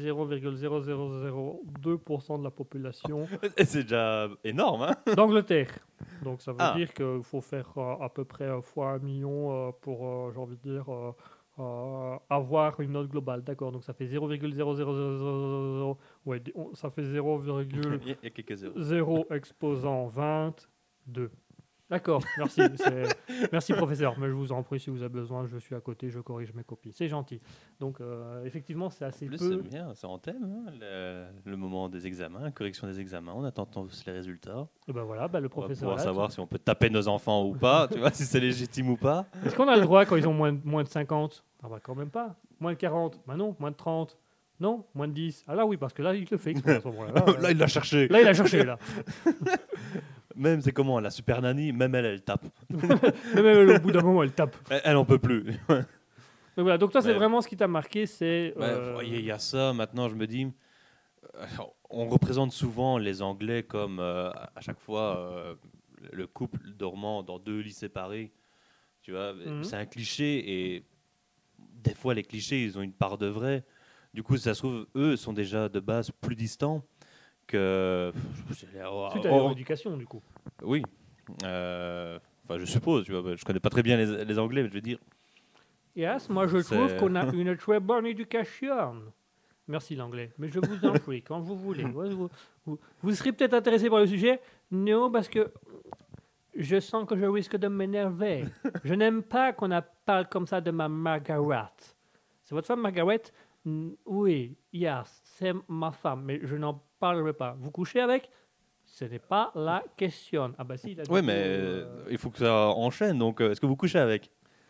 0,0002% de la population Et c'est déjà énorme, hein? d'Angleterre. Donc ça veut dire qu'il faut faire à peu près fois 1 million pour, j'ai envie de dire, avoir une note globale. D'accord, donc ça fait 0,0000. Ouais, ça fait 0,0 Il y a quelques zéros. exposant 22. D'accord, merci. Merci professeur, mais je vous en prie si vous avez besoin, je suis à côté, je corrige mes copies. C'est gentil. Donc effectivement, c'est assez En plus, peu... c'est bien, c'est en thème, hein, le moment des examens, correction des examens, on attend tous les résultats. Et ben voilà, le On va professeur... pouvoir savoir si on peut taper nos enfants ou pas, tu vois, si c'est légitime ou pas. Est-ce qu'on a le droit quand ils ont moins de 50? Ah bah quand même pas. Moins de 40? Bah non. Moins de 30? Non. Moins de 10? Ah là oui, parce que là, il le fait exprès à ce moment-là. Là, il l'a cherché. Là, il a cherché, là. Même, c'est comment, la super nanny, même elle tape. Même au bout d'un moment, elle tape. Elle en peut plus. Donc voilà, donc toi, c'est Ouais. vraiment ce qui t'a marqué, c'est... Il y a ça, maintenant, je me dis... on représente souvent les Anglais comme, à chaque fois, le couple dormant dans 2 lits séparés. Tu vois, c'est un cliché, et des fois, les clichés, ils ont une part de vrai. Du coup, ça se trouve, eux sont déjà de base plus distants que... Suite à leur éducation, du coup. Oui. Enfin, je suppose, tu vois, je connais pas très bien les Anglais, mais je veux dire... Yes, moi je trouve qu'on a une très bonne éducation. Merci l'anglais, mais je vous en prie, quand vous voulez. Vous serez peut-être intéressé par le sujet? Non, parce que je sens que je risque de m'énerver. Je n'aime pas qu'on parle comme ça de ma Margaret. C'est votre femme Margaret? Oui, yes, c'est ma femme, mais je n'en parlerai pas. Vous couchez avec? Ce n'est pas la question. Ah bah si, il a dit Oui, mais il faut que ça enchaîne, donc est-ce que vous couchez avec?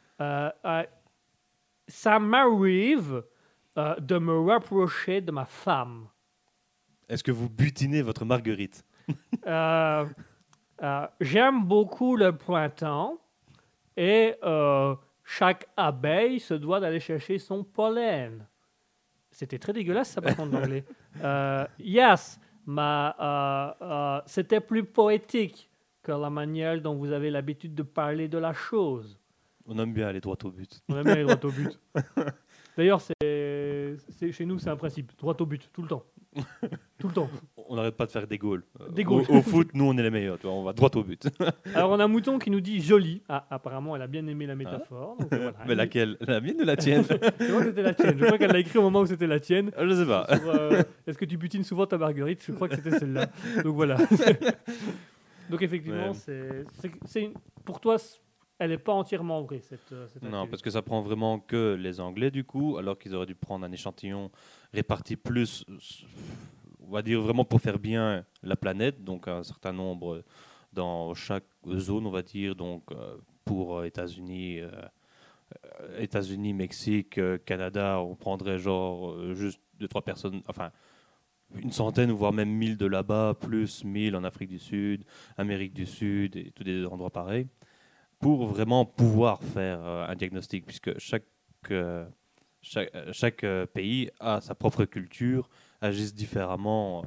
Ça m'arrive de me rapprocher de ma femme. Est-ce que vous butinez votre Marguerite? J'aime beaucoup le printemps et chaque abeille se doit d'aller chercher son pollen. C'était très dégueulasse ça par contre d'anglais. Yes, c'était plus poétique que la manière dont vous avez l'habitude de parler de la chose. On aime bien aller droit au but. On aime bien aller droit au but. D'ailleurs, chez nous, c'est un principe. Droit au but, tout le temps. Tout le temps. On n'arrête pas de faire des goals. Des goals. Au foot, nous, on est les meilleurs. Tu vois, on va droit au but. Alors, on a Mouton qui nous dit joli. Ah, apparemment, elle a bien aimé la métaphore. Donc, voilà. Mais laquelle? La mienne ou la tienne? Je crois que c'était la tienne. Je crois qu'elle l'a écrit au moment où c'était la tienne. Je sais pas. Est-ce que tu butines souvent ta Marguerite? Je crois que c'était celle-là. Donc, voilà. Donc, effectivement, Ouais. pour toi, elle n'est pas entièrement vraie, cette Non, activité. parce que ça prend vraiment que les Anglais, du coup, alors qu'ils auraient dû prendre un échantillon réparti plus, on va dire vraiment pour faire bien la planète, donc un certain nombre dans chaque zone, on va dire, donc pour États-Unis, États-Unis, Mexique, Canada, on prendrait genre juste 2-3 personnes, enfin une centaine, voire même 1000 de là-bas, plus 1000 en Afrique du Sud, Amérique du Sud et tous des endroits pareils, pour vraiment pouvoir faire un diagnostic, puisque chaque pays a sa propre culture, agissent différemment.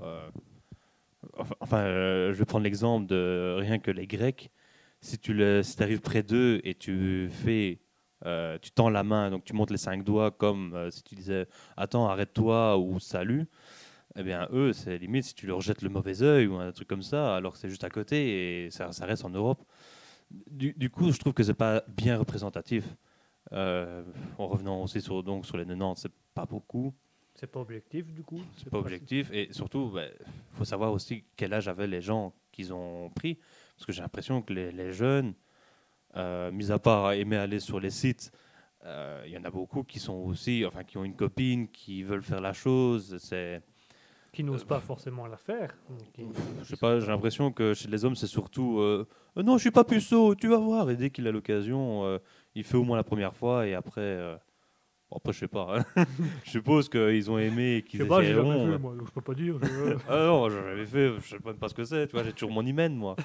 Je vais prendre l'exemple de rien que les Grecs. Si tu arrives près d'eux et tu tends la main, donc tu montes les 5 doigts comme si tu disais attends, arrête-toi ou salut, eh bien eux, c'est limite si tu leur jettes le mauvais œil ou un truc comme ça, alors que c'est juste à côté et ça reste en Europe. Du coup, je trouve que c'est pas bien représentatif. En revenant aussi sur les 90, c'est pas beaucoup. C'est pas objectif, du coup. C'est pas objectif. Et surtout, faut savoir aussi quel âge avaient les gens qu'ils ont pris. Parce que j'ai l'impression que les jeunes, mis à part aimer aller sur les sites, il y en a beaucoup qui sont aussi, enfin, qui ont une copine, qui veulent faire la chose. Qui n'osent pas forcément la faire. Je sais pas, j'ai l'impression que chez les hommes, c'est surtout non, je suis pas puceau, tu vas voir. Et dès qu'il a l'occasion, il fait au moins la première fois et après. Après, je sais pas. Hein. Je suppose qu'ils ont aimé et qu'ils Je sais pas, j'ai jamais essayeront. fait, moi, donc je peux pas dire. Ah non, j'avais fait, je sais même pas ce que c'est. Tu vois, j'ai toujours mon hymen, moi.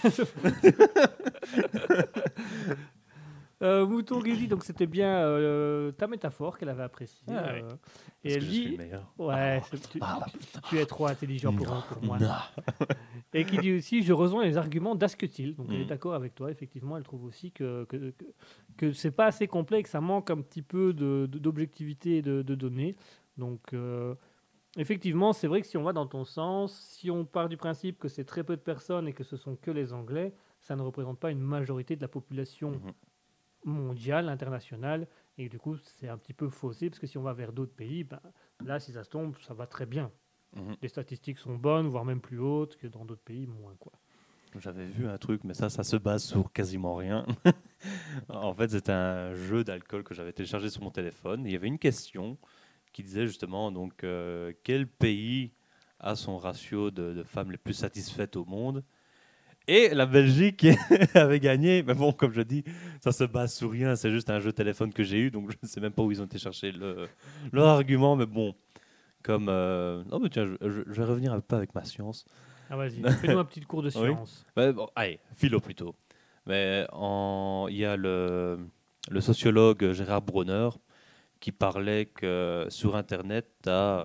Mouton Guédi, donc c'était bien ta métaphore qu'elle avait appréciée. Ouais. Et Parce elle que je suis dit, le meilleur. ouais, tu es trop intelligent pour moi. Non. Et qui dit aussi, je rejoins les arguments d'Asketil. Donc elle est Mhm. d'accord avec toi, effectivement, elle trouve aussi que c'est pas assez complet, que ça manque un petit peu d'objectivité et de données. Donc effectivement, c'est vrai que si on va dans ton sens, si on part du principe que c'est très peu de personnes et que ce sont que les Anglais, ça ne représente pas une majorité de la population Mhm. mondiale, internationale, et du coup c'est un petit peu faussé, parce que si on va vers d'autres pays, ben, là si ça se tombe, ça va très bien. Mhm. Les statistiques sont bonnes, voire même plus hautes que dans d'autres pays, moins quoi. J'avais vu un truc, mais ça se base sur quasiment rien. En fait, c'était un jeu d'alcool que j'avais téléchargé sur mon téléphone. Il y avait une question qui disait justement donc quel pays a son ratio de femmes les plus satisfaites au monde. Et la Belgique avait gagné. Mais bon, comme je dis, ça se base sur rien. C'est juste un jeu téléphone que j'ai eu, donc je ne sais même pas où ils ont été chercher leur argument. Mais bon, comme non, mais tiens, je vais revenir un peu avec ma science. Ah vas-y, fais-nous un petit cours de Oui. science. Bon, allez, philo plutôt. Mais il y a le sociologue Gérard Bronner qui parlait que sur Internet, tu as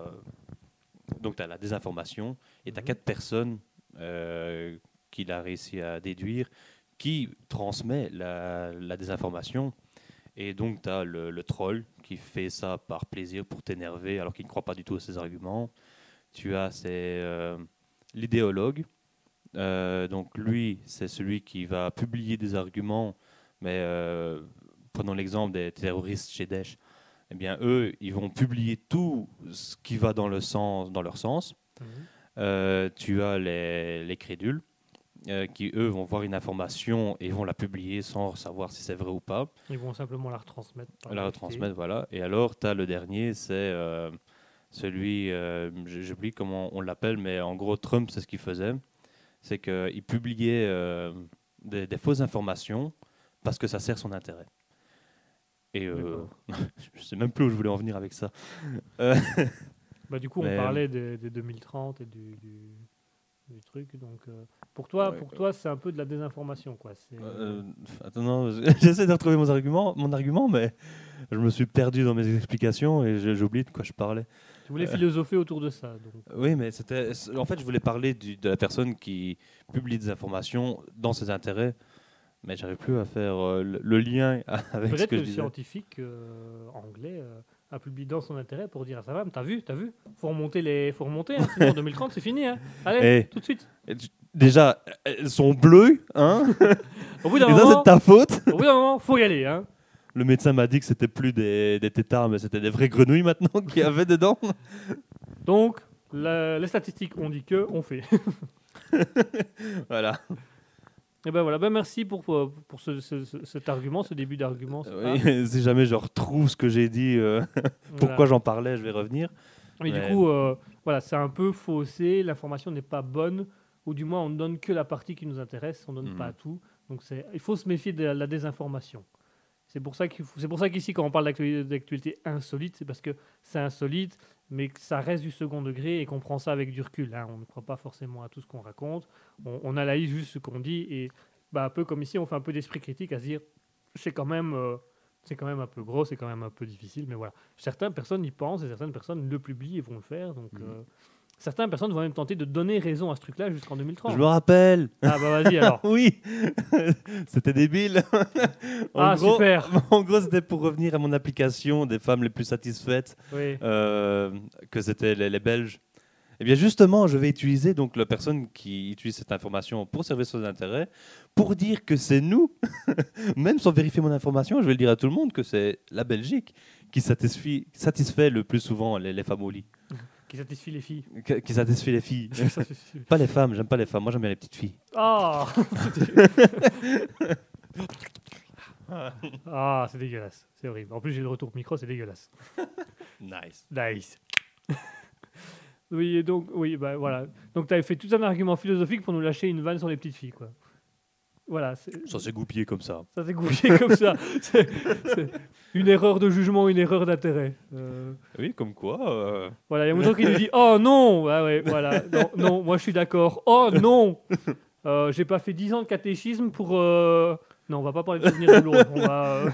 la désinformation et tu as 4 personnes qu'il a réussi à déduire qui transmet la désinformation. Et donc, tu as le troll qui fait ça par plaisir pour t'énerver alors qu'il ne croit pas du tout à ses arguments. Tu as l'idéologue. Donc lui, c'est celui qui va publier des arguments, mais prenons l'exemple des terroristes chez Daesh. Eh bien, eux, ils vont publier tout ce qui va dans leur sens. Tu as les crédules, qui, eux, vont voir une information et vont la publier sans savoir si c'est vrai ou pas. Ils vont simplement la retransmettre. La retransmettre, voilà. Et alors, tu as le dernier, c'est celui, j'oublie comment on l'appelle, mais en gros, Trump, c'est ce qu'il faisait. C'est qu'il publiait des fausses informations parce que ça sert son intérêt. Et je sais même plus où je voulais en venir avec ça. Bah, du coup, on parlait des 2030 et du truc. Donc, pour toi, c'est un peu de la désinformation, quoi. Attends, non, j'essaie de retrouver mon argument, mais je me suis perdu dans mes explications et j'ai oublié de quoi je parlais. Tu voulais philosopher autour de ça. Donc. Oui, mais en fait, je voulais parler de la personne qui publie des informations dans ses intérêts, mais j'arrive plus à faire le lien avec ce Peut-être que que je le disais. scientifique anglais a publié dans son intérêt pour dire à sa femme, t'as vu, faut remonter, hein, sinon en 2030 c'est fini, hein. Allez, tout de suite. Déjà, elles sont bleues, hein. Au bout d'un Et ça, c'est moment, de ta faute. faut y aller, hein. Le médecin m'a dit que c'était plus des têtards, mais c'était des vraies grenouilles maintenant qu'il y avait dedans. Donc, les statistiques ont dit que, on fait. Voilà. Et ben voilà, merci pour cet argument, ce début d'argument. Oui, si jamais je retrouve ce que j'ai dit, pourquoi j'en parlais, je vais revenir. Mais du coup, voilà, c'est un peu faussé, l'information n'est pas bonne, ou du moins on ne donne que la partie qui nous intéresse, on ne donne pas tout. Donc il faut se méfier de la désinformation. C'est pour ça qu'ici, quand on parle d'actualité insolite, c'est parce que c'est insolite, mais que ça reste du second degré et qu'on prend ça avec du recul. Hein. On ne croit pas forcément à tout ce qu'on raconte. On analyse juste ce qu'on dit et un peu comme ici, on fait un peu d'esprit critique à se dire c'est quand même un peu gros, c'est quand même un peu difficile, mais voilà. Certaines personnes y pensent et certaines personnes le publient et vont le faire. Donc, certaines personnes vont même tenter de donner raison à ce truc-là jusqu'en 2030. Je me rappelle. Ah bah vas-y alors. Oui, c'était débile. Super. En gros, c'était pour revenir à mon application des femmes les plus satisfaites, Oui. que c'était les Belges. Eh bien justement, je vais utiliser donc la personne qui utilise cette information pour servir son intérêt, pour dire que c'est nous, même sans vérifier mon information, je vais le dire à tout le monde que c'est la Belgique qui satisfait le plus souvent les femmes au lit. Qui satisfait les filles. Qui satisfait les filles. Pas les femmes, j'aime pas les femmes, moi j'aime bien les petites filles. Ah Ah, c'est dégueulasse. C'est horrible. En plus, j'ai le retour micro, c'est dégueulasse. Nice. Nice. Oui, et donc, bah voilà. Donc, tu avais fait tout un argument philosophique pour nous lâcher une vanne sur les petites filles, quoi. Voilà. Ça s'est goupillé comme ça. Ça s'est goupillé comme ça. C'est une erreur de jugement, une erreur d'intérêt. Oui, comme quoi. Voilà, il y a Mouton qui nous dit « Oh non !» Ah ouais, voilà. Non, moi je suis d'accord. « Oh non !» J'ai pas fait 10 ans de catéchisme pour... Non, on va pas parler de souvenirs douloureux. On va...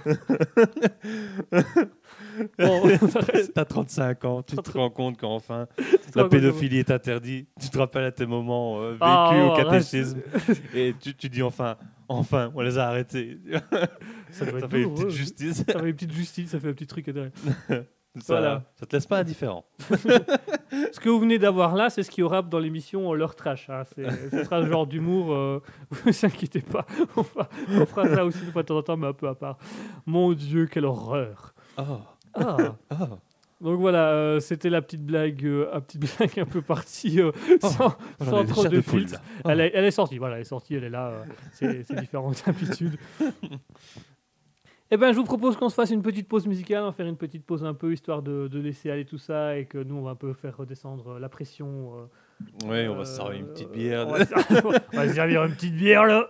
Bon, T'as 35 ans, tu te rends compte qu'enfin te la rends compte pédophilie est interdite. Tu te rappelles à tes moments vécus Ah, au catéchisme et tu dis enfin, on les a arrêtés. Ça doit Ça être fait une douloureux. petite justice. Ça fait une petite justice, ça fait un petit truc intéressant. Ça te laisse pas indifférent. Ce que vous venez d'avoir là, c'est ce qu'il y aura dans l'émission Leur Trash. Hein. Ce sera le genre d'humour. Ne vous inquiétez pas. On fera ça aussi une fois de temps en temps, mais un peu à part. Mon Dieu, quelle horreur. Ah. Donc voilà, c'était la petite blague, un peu partie sans trop de filtre. Elle est sortie, voilà, elle est là. C'est différentes habitudes. Eh bien, je vous propose qu'on se fasse une petite pause musicale. On va faire une petite pause un peu, histoire de laisser aller tout ça et que nous, on va un peu faire redescendre la pression. Oui, on va se servir une petite bière. On va se servir une petite bière, là.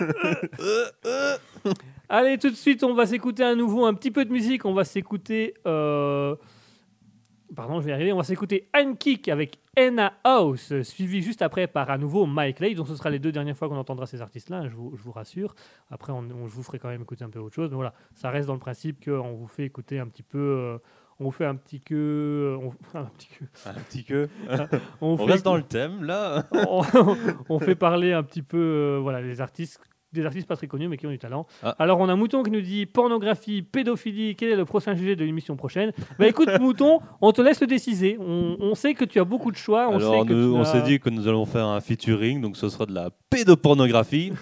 Allez, tout de suite, on va s'écouter à nouveau un petit peu de musique. On va s'écouter... Pardon, je vais y arriver. On va s'écouter Ankick avec Enna House, suivi juste après par à nouveau Mike Lake. Donc ce sera les 2 dernières fois qu'on entendra ces artistes-là, je vous rassure. Après, je vous ferai quand même écouter un peu autre chose. Mais voilà, ça reste dans le principe qu'on vous fait écouter un petit peu... on vous fait un petit queue... un petit queue. On reste dans le thème, là. On fait parler un petit peu voilà, des artistes pas très connus mais qui ont du talent. Ah. Alors on a Mouton qui nous dit pornographie, pédophilie, quel est le prochain sujet de l'émission prochaine? Bah écoute Mouton, on te laisse le décider. On sait que tu as beaucoup de choix. On s'est dit que nous allons faire un featuring, donc ce sera de la pédopornographie.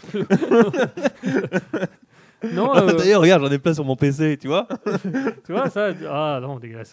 Non, d'ailleurs, regarde, j'en ai plein sur mon PC, tu vois. Tu vois ça? Ah non, dégueulasse.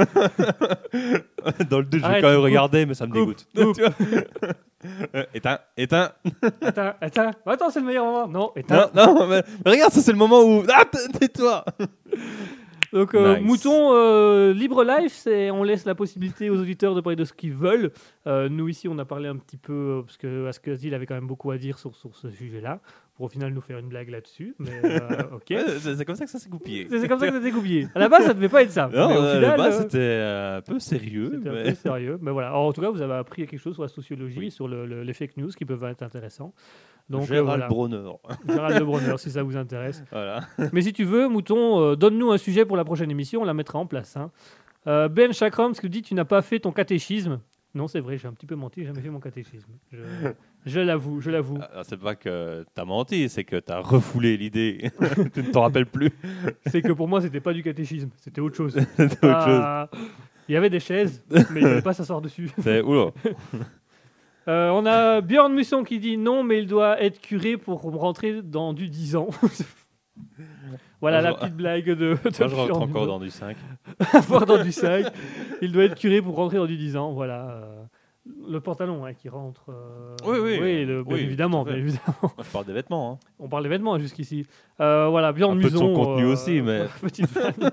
Dans le 2, je vais Arrête, quand même coupe, regarder, mais ça me dégoûte. coupe. Tu vois. Éteins. Attends, attends, c'est le meilleur moment. Non, éteins. Non, mais regarde, ça c'est le moment où... Ah, tais-toi. Donc, Nice. Mouton, libre live, on laisse la possibilité aux auditeurs de parler de ce qu'ils veulent. Nous, ici, on a parlé un petit peu, parce que Asketil avait quand même beaucoup à dire sur ce sujet-là, pour au final nous faire une blague là-dessus. Mais ok. C'est comme ça que ça s'est goupillé. C'est comme ça que ça s'est goupillé. À la base, ça devait pas être ça. Non, mais au à la final, base, c'était un peu sérieux. c'était un Mais... peu sérieux. Mais voilà. Alors, en tout cas, vous avez appris quelque chose sur la sociologie et sur les fake news qui peuvent être intéressants. Donc, Gérald voilà. Bronner. Gérald de Bronner, si ça vous intéresse. Voilà. Mais si tu veux, Mouton, donne-nous un sujet pour la prochaine émission, on la mettra en place. Hein. Ben Chakram, ce que dit, tu n'as pas fait ton catéchisme. Non, c'est vrai, j'ai un petit peu menti, j'ai jamais fait mon catéchisme. Je l'avoue. Alors, c'est pas que t'as menti, c'est que t'as refoulé l'idée. Tu ne t'en rappelles plus. C'est que pour moi, c'était pas du catéchisme, c'était autre chose. C'était autre chose. Il y avait des chaises, mais il ne fallait pas s'asseoir dessus. C'est... Oula. On a Björn Musson qui dit non, mais il doit être curé pour rentrer dans du 10 ans. Voilà Moi, la petite blague de Moi, je Björn rentre encore Musson. dans du 5. Voir dans du 5. Il doit être curé pour rentrer dans du 10 ans. Voilà. Le pantalon hein, qui rentre. Oui. Bien Oui, évidemment, tout à bien fait. évidemment. Moi, je parle des vêtements. Hein. On parle des vêtements jusqu'ici. Voilà, Björn Un peu de Musson. son contenu aussi, mais- Petite vanne.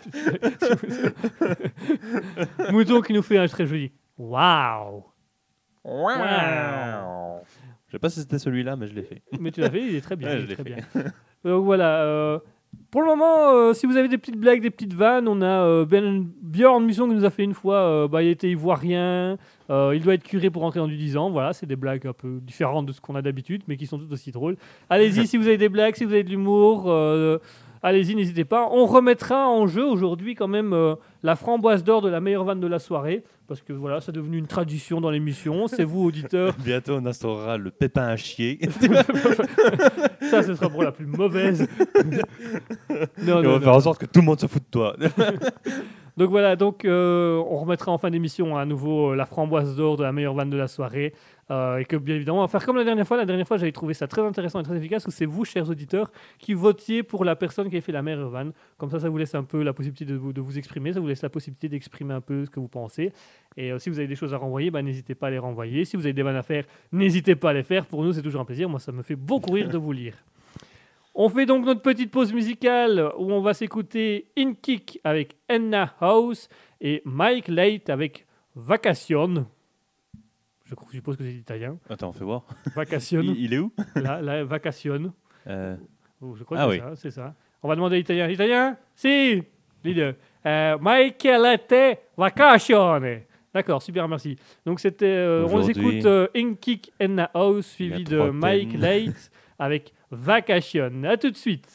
Mouton qui nous fait un très joli. Waouh! Je sais pas si c'était celui-là, mais je l'ai fait. Mais tu l'as fait, il est très bien. Ouais, il je est l'ai très fait. bien. Donc voilà. Pour le moment, si vous avez des petites blagues, des petites vannes, on a Björn Musson qui nous a fait une fois, il était ivoirien, il doit être curé pour rentrer dans du 10 ans. Voilà, c'est des blagues un peu différentes de ce qu'on a d'habitude, mais qui sont toutes aussi drôles. Allez-y, si vous avez des blagues, si vous avez de l'humour, allez-y, n'hésitez pas. On remettra en jeu aujourd'hui quand même la framboise d'or de la meilleure vanne de la soirée, parce que voilà, c'est devenu une tradition dans l'émission. C'est vous, auditeurs. Bientôt, on instaurera le pépin à chier. Ça, ce sera pour la plus mauvaise. Non, Et on va faire en sorte que tout le monde se fout de toi. Donc voilà, on remettra en fin d'émission à nouveau la framboise d'or de la meilleure vanne de la soirée. Et que bien évidemment, on va faire comme la dernière fois. La dernière fois, j'avais trouvé ça très intéressant et très efficace, où c'est vous, chers auditeurs, qui votiez pour la personne qui a fait la meilleure vanne. Comme ça vous laisse un peu la possibilité de vous exprimer, ça vous laisse la possibilité d'exprimer un peu ce que vous pensez. Et si vous avez des choses à renvoyer, n'hésitez pas à les renvoyer. Si vous avez des vannes à faire, n'hésitez pas à les faire. Pour nous, c'est toujours un plaisir. Moi, ça me fait beaucoup rire de vous lire. On fait donc notre petite pause musicale où on va s'écouter In Kick avec Enna House et Mike Late avec Vacation. Je suppose que c'est italien. Attends, fais voir. Vacation. Il est où? Là, Vacation. Je crois Ah que oui. c'est ça. On va demander à l'italien. Italien? Si! Leader. Mike Late Vacation. D'accord, super, merci. Donc on écoute In Kick Enna House suivi de Mike Late avec Vacation. À tout de suite.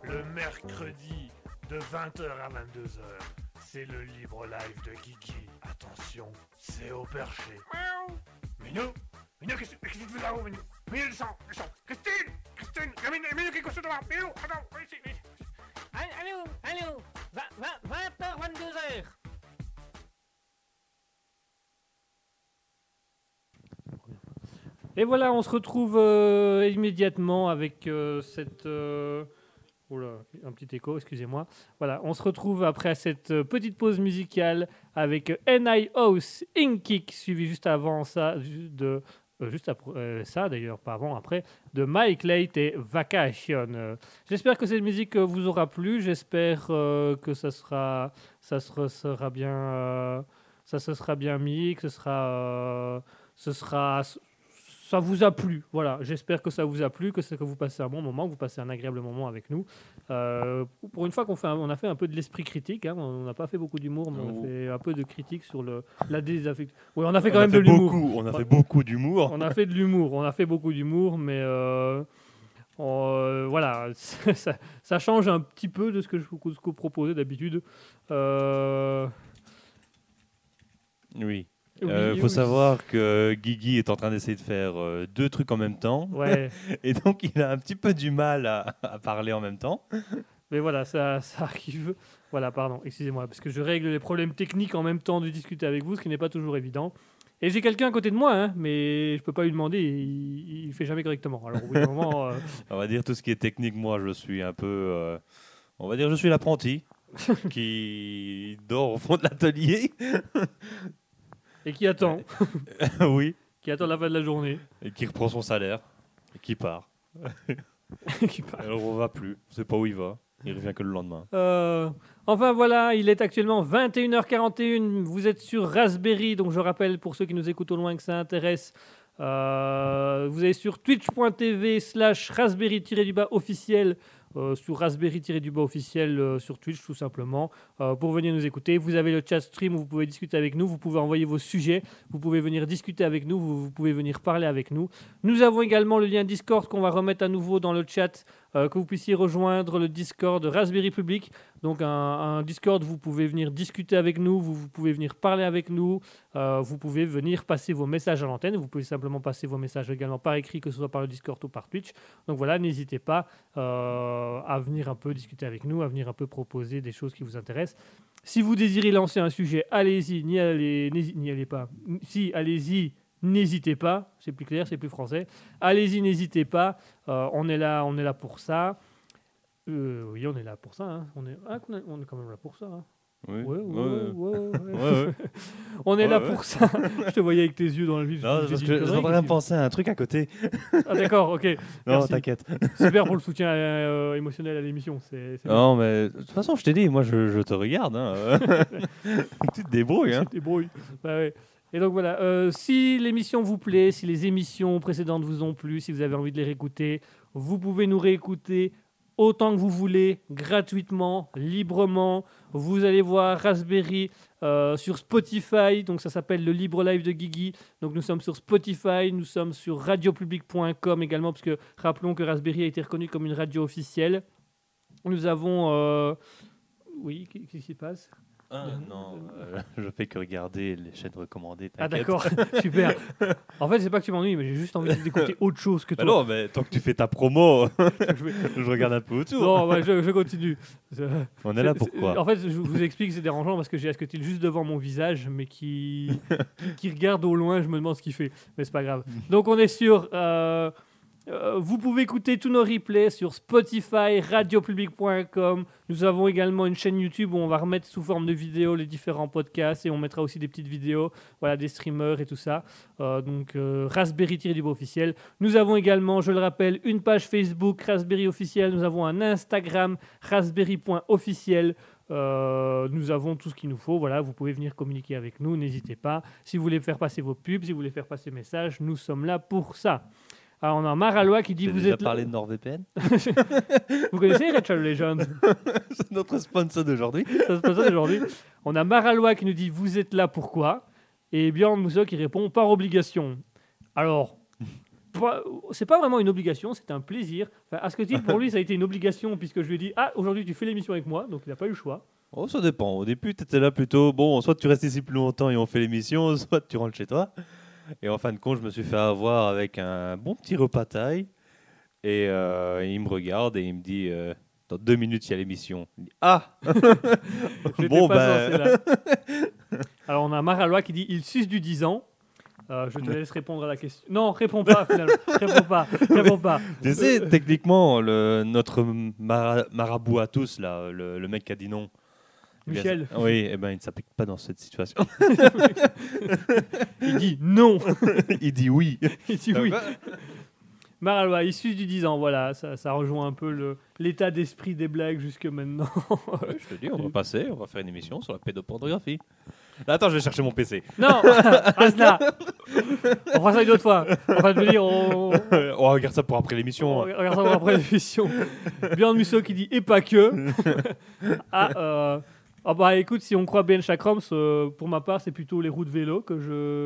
le mercredi de 20h à 22h. C'est le libre live de Guigui. Attention, c'est au perché. Minou, qu'est-ce que tu fais là-haut, Minou? Minou, descends. Christine, Minou, qu'est-ce que tu fais là? Minou, attends, ici. Allô, 20h, 22h. Et voilà, on se retrouve immédiatement avec cette... Oula, un petit écho, excusez-moi. Voilà, on se retrouve après cette petite pause musicale avec N.I. House Inkick, suivi juste avant ça, juste après ça d'ailleurs, pas avant, après, de Mike Late et Vacation. J'espère que cette musique vous aura plu, j'espère que ça sera bien, ça se sera bien mis, que ça vous a plu, voilà. J'espère que ça vous a plu, que vous passez un bon moment, que vous passez un agréable moment avec nous. Pour une fois on a fait un peu de l'esprit critique, hein. On n'a pas fait beaucoup d'humour, mais on a fait un peu de critique sur la désaffection. Oui, on a fait quand même de l'humour. On a fait beaucoup d'humour. On a fait de l'humour, on a fait beaucoup d'humour, mais voilà, ça change un petit peu de ce que je vous proposais d'habitude. Oui. Oui, faut savoir que Guigui est en train d'essayer de faire deux trucs en même temps. Ouais. Et donc, il a un petit peu du mal à parler en même temps. Mais voilà, ça arrive. Voilà, pardon, excusez-moi, parce que je règle les problèmes techniques en même temps de discuter avec vous, ce qui n'est pas toujours évident. Et j'ai quelqu'un à côté de moi, hein, mais je peux pas lui demander, il fait jamais correctement. Alors au bout d'un moment... On va dire tout ce qui est technique, moi, je suis un peu... on va dire je suis l'apprenti qui dort au fond de l'atelier. Et qui attend. Oui. Qui attend la fin de la journée. Et qui reprend son salaire. Et qui part. Qui part. Alors on va plus. On sait pas où il va. Il revient que le lendemain. Enfin voilà, il est actuellement 21h41. Vous êtes sur Raspberry. Donc je rappelle pour ceux qui nous écoutent au loin que ça intéresse. Vous allez sur twitch.tv/raspberry-officiel. Sur Raspberry-officiel sur Twitch tout simplement pour venir nous écouter. Vous avez le chat stream où vous pouvez discuter avec nous, vous pouvez envoyer vos sujets, vous pouvez venir discuter avec nous, vous pouvez venir parler avec nous. Nous avons également le lien Discord qu'on va remettre à nouveau dans le chat, que vous puissiez rejoindre le Discord Raspberry Public. Donc un Discord, vous pouvez venir discuter avec nous, vous pouvez venir parler avec nous, vous pouvez venir passer vos messages à l'antenne, vous pouvez simplement passer vos messages également par écrit, que ce soit par le Discord ou par Twitch. Donc voilà, n'hésitez pas à venir un peu discuter avec nous, à venir un peu proposer des choses qui vous intéressent. Si vous désirez lancer un sujet, allez-y, n'y allez pas. Si, allez-y, n'hésitez pas. C'est plus clair, c'est plus français. Allez-y, n'hésitez pas. On est là pour ça. Oui, on est là pour ça. Hein. On est quand même là pour ça. Hein. Oui. Ouais. Ouais. On est là pour ça. Je te voyais avec tes yeux dans le vide. Non, parce que je suis en train de penser à un truc à côté. Ah d'accord, ok. Non, Merci. t'inquiète. Super pour le soutien émotionnel à l'émission. C'est Non, mais de toute façon, je t'ai dit, moi, je te regarde. Hein. Tu te débrouilles. Hein. Tu te débrouilles. Bah ouais. Et donc voilà, si l'émission vous plaît, si les émissions précédentes vous ont plu, si vous avez envie de les réécouter, vous pouvez nous réécouter autant que vous voulez, gratuitement, librement. Vous allez voir Raspberry sur Spotify, donc ça s'appelle le Libre Live de Guigui. Donc nous sommes sur Spotify, nous sommes sur radiopublic.com également, parce que rappelons que Raspberry a été reconnu comme une radio officielle. Nous avons... Oui, qu'est-ce qui se passe ? Non, je fais que regarder les chaînes recommandées. Ah t'inquiète. d'accord, super. En fait, c'est pas que tu m'ennuies, mais j'ai juste envie d'écouter autre chose que Bah toi. non, mais tant que tu fais ta promo, je regarde un peu autour. Non, bah, je continue. On est là pourquoi En fait, je vous explique, c'est dérangeant parce que j'ai Asketil juste devant mon visage, mais qui regarde au loin, je me demande ce qu'il fait. Mais c'est pas grave. Donc on est sur... vous pouvez écouter tous nos replays sur Spotify, radiopublic.com. Nous avons également une chaîne YouTube où on va remettre sous forme de vidéos les différents podcasts et on mettra aussi des petites vidéos, voilà, des streamers et tout ça. Donc Raspberry-officiel. Nous avons également, je le rappelle, une page Facebook Raspberry officiel. Nous avons un Instagram raspberry.officiel. Nous avons tout ce qu'il nous faut. Voilà, vous pouvez venir communiquer avec nous. N'hésitez pas. Si vous voulez faire passer vos pubs, si vous voulez faire passer messages, nous sommes là pour ça. Alors, on a Maralois qui dit J'ai vous déjà êtes parlé de NordVPN. Vous connaissez Rachel Legend? C'est notre sponsor d'aujourd'hui. Ça se passe aujourd'hui. On a Maralois qui nous dit vous êtes là pourquoi? Et Björn Moussa qui répond par obligation. Alors, c'est pas vraiment une obligation, c'est un plaisir. Enfin, Asketil, pour lui, ça a été une obligation puisque je lui ai dit aujourd'hui tu fais l'émission avec moi, donc il n'a pas eu le choix. Oh, ça dépend. Au début, tu étais là plutôt, bon, soit tu restes ici plus longtemps et on fait l'émission, soit tu rentres chez toi. Et en fin de compte, je me suis fait avoir avec un bon petit repas taille. Et il me regarde et il me dit, dans 2 minutes, il y a l'émission. Il dit, ah J'étais bon, pas censé, là. Alors on a Maralois qui dit il suce du 10 ans. Je te laisse répondre à la question. Non, réponds pas finalement. Réponds pas. Tu sais, techniquement, notre marabout à tous, là, le mec qui a dit non. Michel. Eh bien, oui, eh ben, il ne s'applique pas dans cette situation. Il dit non. Il dit oui. Il dit oui. Maralois, il suce du 10 ans. Voilà, ça rejoint un peu l'état d'esprit des blagues jusque maintenant. Ouais, je te dis, on va faire une émission sur la pédopornographie. Là, attends, je vais chercher mon PC. Non, reste là. On fera ça une autre fois. Enfin, je veux dire, on regarde ça pour après l'émission. regarde ça pour après l'émission. Björn Musso qui dit et pas que. Bah écoute, si on croit Ben Chakroms, pour ma part, c'est plutôt les roues de vélo que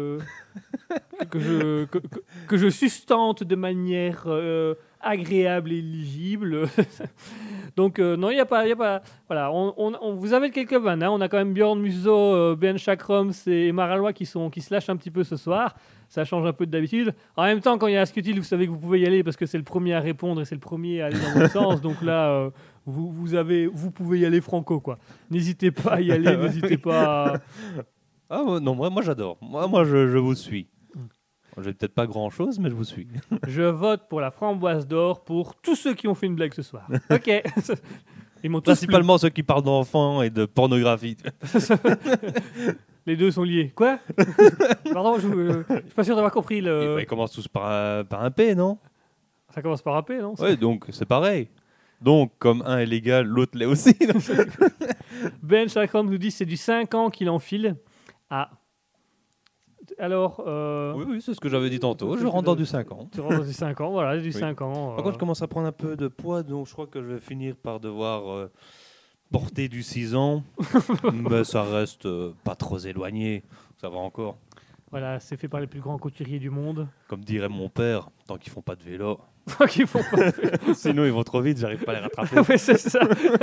je sustente de manière agréable et lisible. Donc non, il y a pas. Voilà, vous avez quelques vannes. Hein. On a quand même Björn Musso, Ben Chakroms et Maralois qui se lâchent un petit peu ce soir. Ça change un peu d'habitude. En même temps, quand il y a Asketil, vous savez que vous pouvez y aller parce que c'est le premier à répondre et c'est le premier à aller dans votre sens. Donc là, vous pouvez y aller franco, quoi. N'hésitez pas à y aller, n'hésitez pas. Ah non, moi j'adore. Moi je vous suis. J'ai peut-être pas grand-chose, mais je vous suis. Je vote pour la framboise d'or pour tous ceux qui ont fait une blague ce soir. Ok. Ils m'ont tous Principalement ceux qui parlent d'enfants et de pornographie. Les deux sont liés. Quoi? Pardon, je suis pas sûr d'avoir compris le. Ils commencent tous par un P, non? Ça commence par un P, non? Ouais, donc c'est pareil. Donc, comme un est légal, l'autre l'est aussi. Ben Chakram nous dit c'est du 5 ans qu'il enfile. Ah. Alors. Oui, c'est ce que j'avais dit tantôt. Je rentre dans du 5 ans. Tu rentres dans du 5 ans, voilà, du 5 ans. Par contre, je commence à prendre un peu de poids, donc je crois que je vais finir par devoir porter du 6 ans. Mais ça reste pas trop éloigné. Ça va encore. Voilà, c'est fait par les plus grands couturiers du monde. Comme dirait mon père, tant qu'ils font pas de vélo. Tant qu'ils font pas de vélo. Sinon, ils vont trop vite, j'arrive pas à les rattraper. Oui, c'est ça.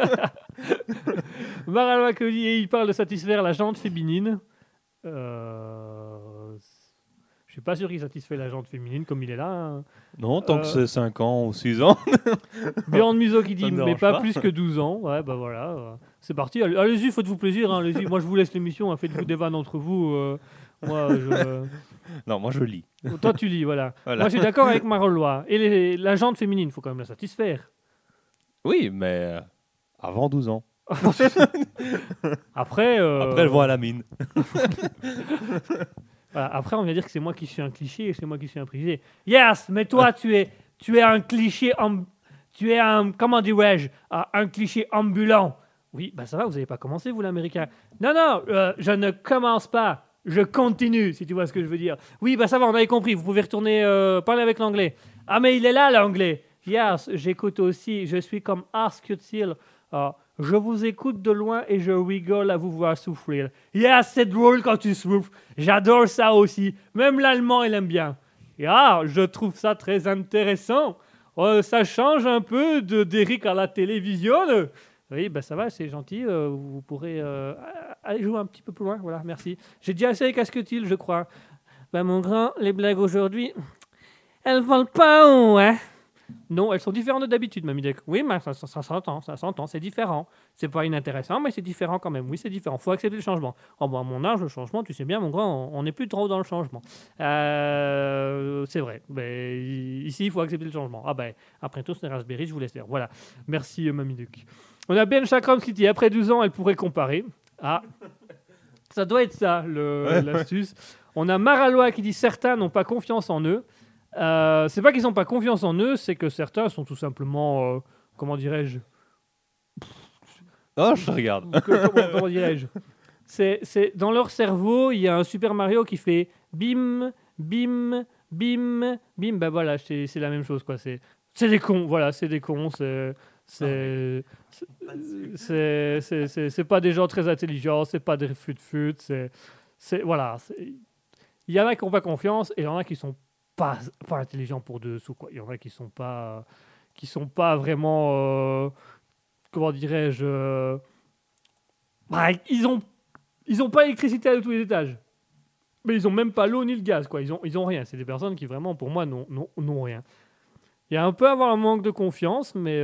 Maralois Collier, il parle de satisfaire la jante féminine. Je suis pas sûr qu'il satisfait la jante féminine comme il est là. Hein. Non, tant que c'est 5 ans ou 6 ans. Björn Musso qui dit mais pas pas. plus que 12 ans. Ouais, bah voilà. C'est parti. Allez-y, faites-vous plaisir. Hein, allez-y. Moi, je vous laisse l'émission. Hein, faites-vous des vannes entre vous. Non, moi je lis. Toi, tu lis, voilà. Voilà. Moi, je suis d'accord avec Marolois. Et la jante féminine, il faut quand même la satisfaire. Oui, mais avant 12 ans. Après, Après, elles vont à la mine. voilà, après, on vient dire que c'est moi qui suis un cliché et c'est moi qui suis un prisé. Yes, mais toi, tu es un cliché. Tu es un, comment dirais-je, un cliché ambulant. Oui, bah ça va, vous n'avez pas commencé, vous, l'américain. Non, je ne commence pas. Je continue, si tu vois ce que je veux dire. Oui, bah ça va, on avait compris. Vous pouvez retourner parler avec l'anglais. Ah, mais il est là, l'anglais. Yes, j'écoute aussi. Je suis comme Asketil. Je vous écoute de loin et je rigole à vous voir souffrir. Yes, c'est drôle quand tu souffres. J'adore ça aussi. Même l'allemand, il aime bien. Je trouve ça très intéressant. Ça change un peu d'Eric à la télévision. Oui, bah ça va, c'est gentil. Vous pourrez aller jouer un petit peu plus loin. Voilà, merci. J'ai dit assez avec Asketil, je crois. Ben mon grand, les blagues aujourd'hui, elles valent pas haut, hein? Non, elles sont différentes de d'habitude, Mamidek. Oui, mais ça s'entend, c'est différent. C'est pas inintéressant, mais c'est différent quand même. Oui, c'est différent. Faut accepter le changement. À mon âge, le changement, tu sais bien, mon grand, on n'est plus trop dans le changement. C'est vrai. Mais ici, il faut accepter le changement. Après tout, c'est Raspberry, je vous laisse faire. Voilà. Merci, Mamidek. On a Ben Chakram qui dit après 12 ans, elle pourrait comparer. Ça doit être ça, l'astuce. On a Maralois qui dit certains n'ont pas confiance en eux. C'est pas qu'ils n'ont pas confiance en eux, c'est que certains sont tout simplement, comment dirais-je? Oh, je te regarde. Comment dirais-je? C'est dans leur cerveau, il y a un Super Mario qui fait bim, bim, bim, bim. Ben voilà, c'est la même chose, quoi. C'est des cons, voilà, c'est des cons. C'est pas des gens très intelligents, c'est pas des fut-fut. Voilà. Il y en a qui n'ont pas confiance et il y en a qui sont pas intelligents pour deux sous, quoi. Il y en a qui sont pas vraiment, comment dirais-je, ils ont pas l'électricité à tous les étages. Mais ils ont même pas l'eau ni le gaz, quoi. Ils ont rien. C'est des personnes qui vraiment, pour moi, n'ont rien. Il y a un peu avoir un manque de confiance, mais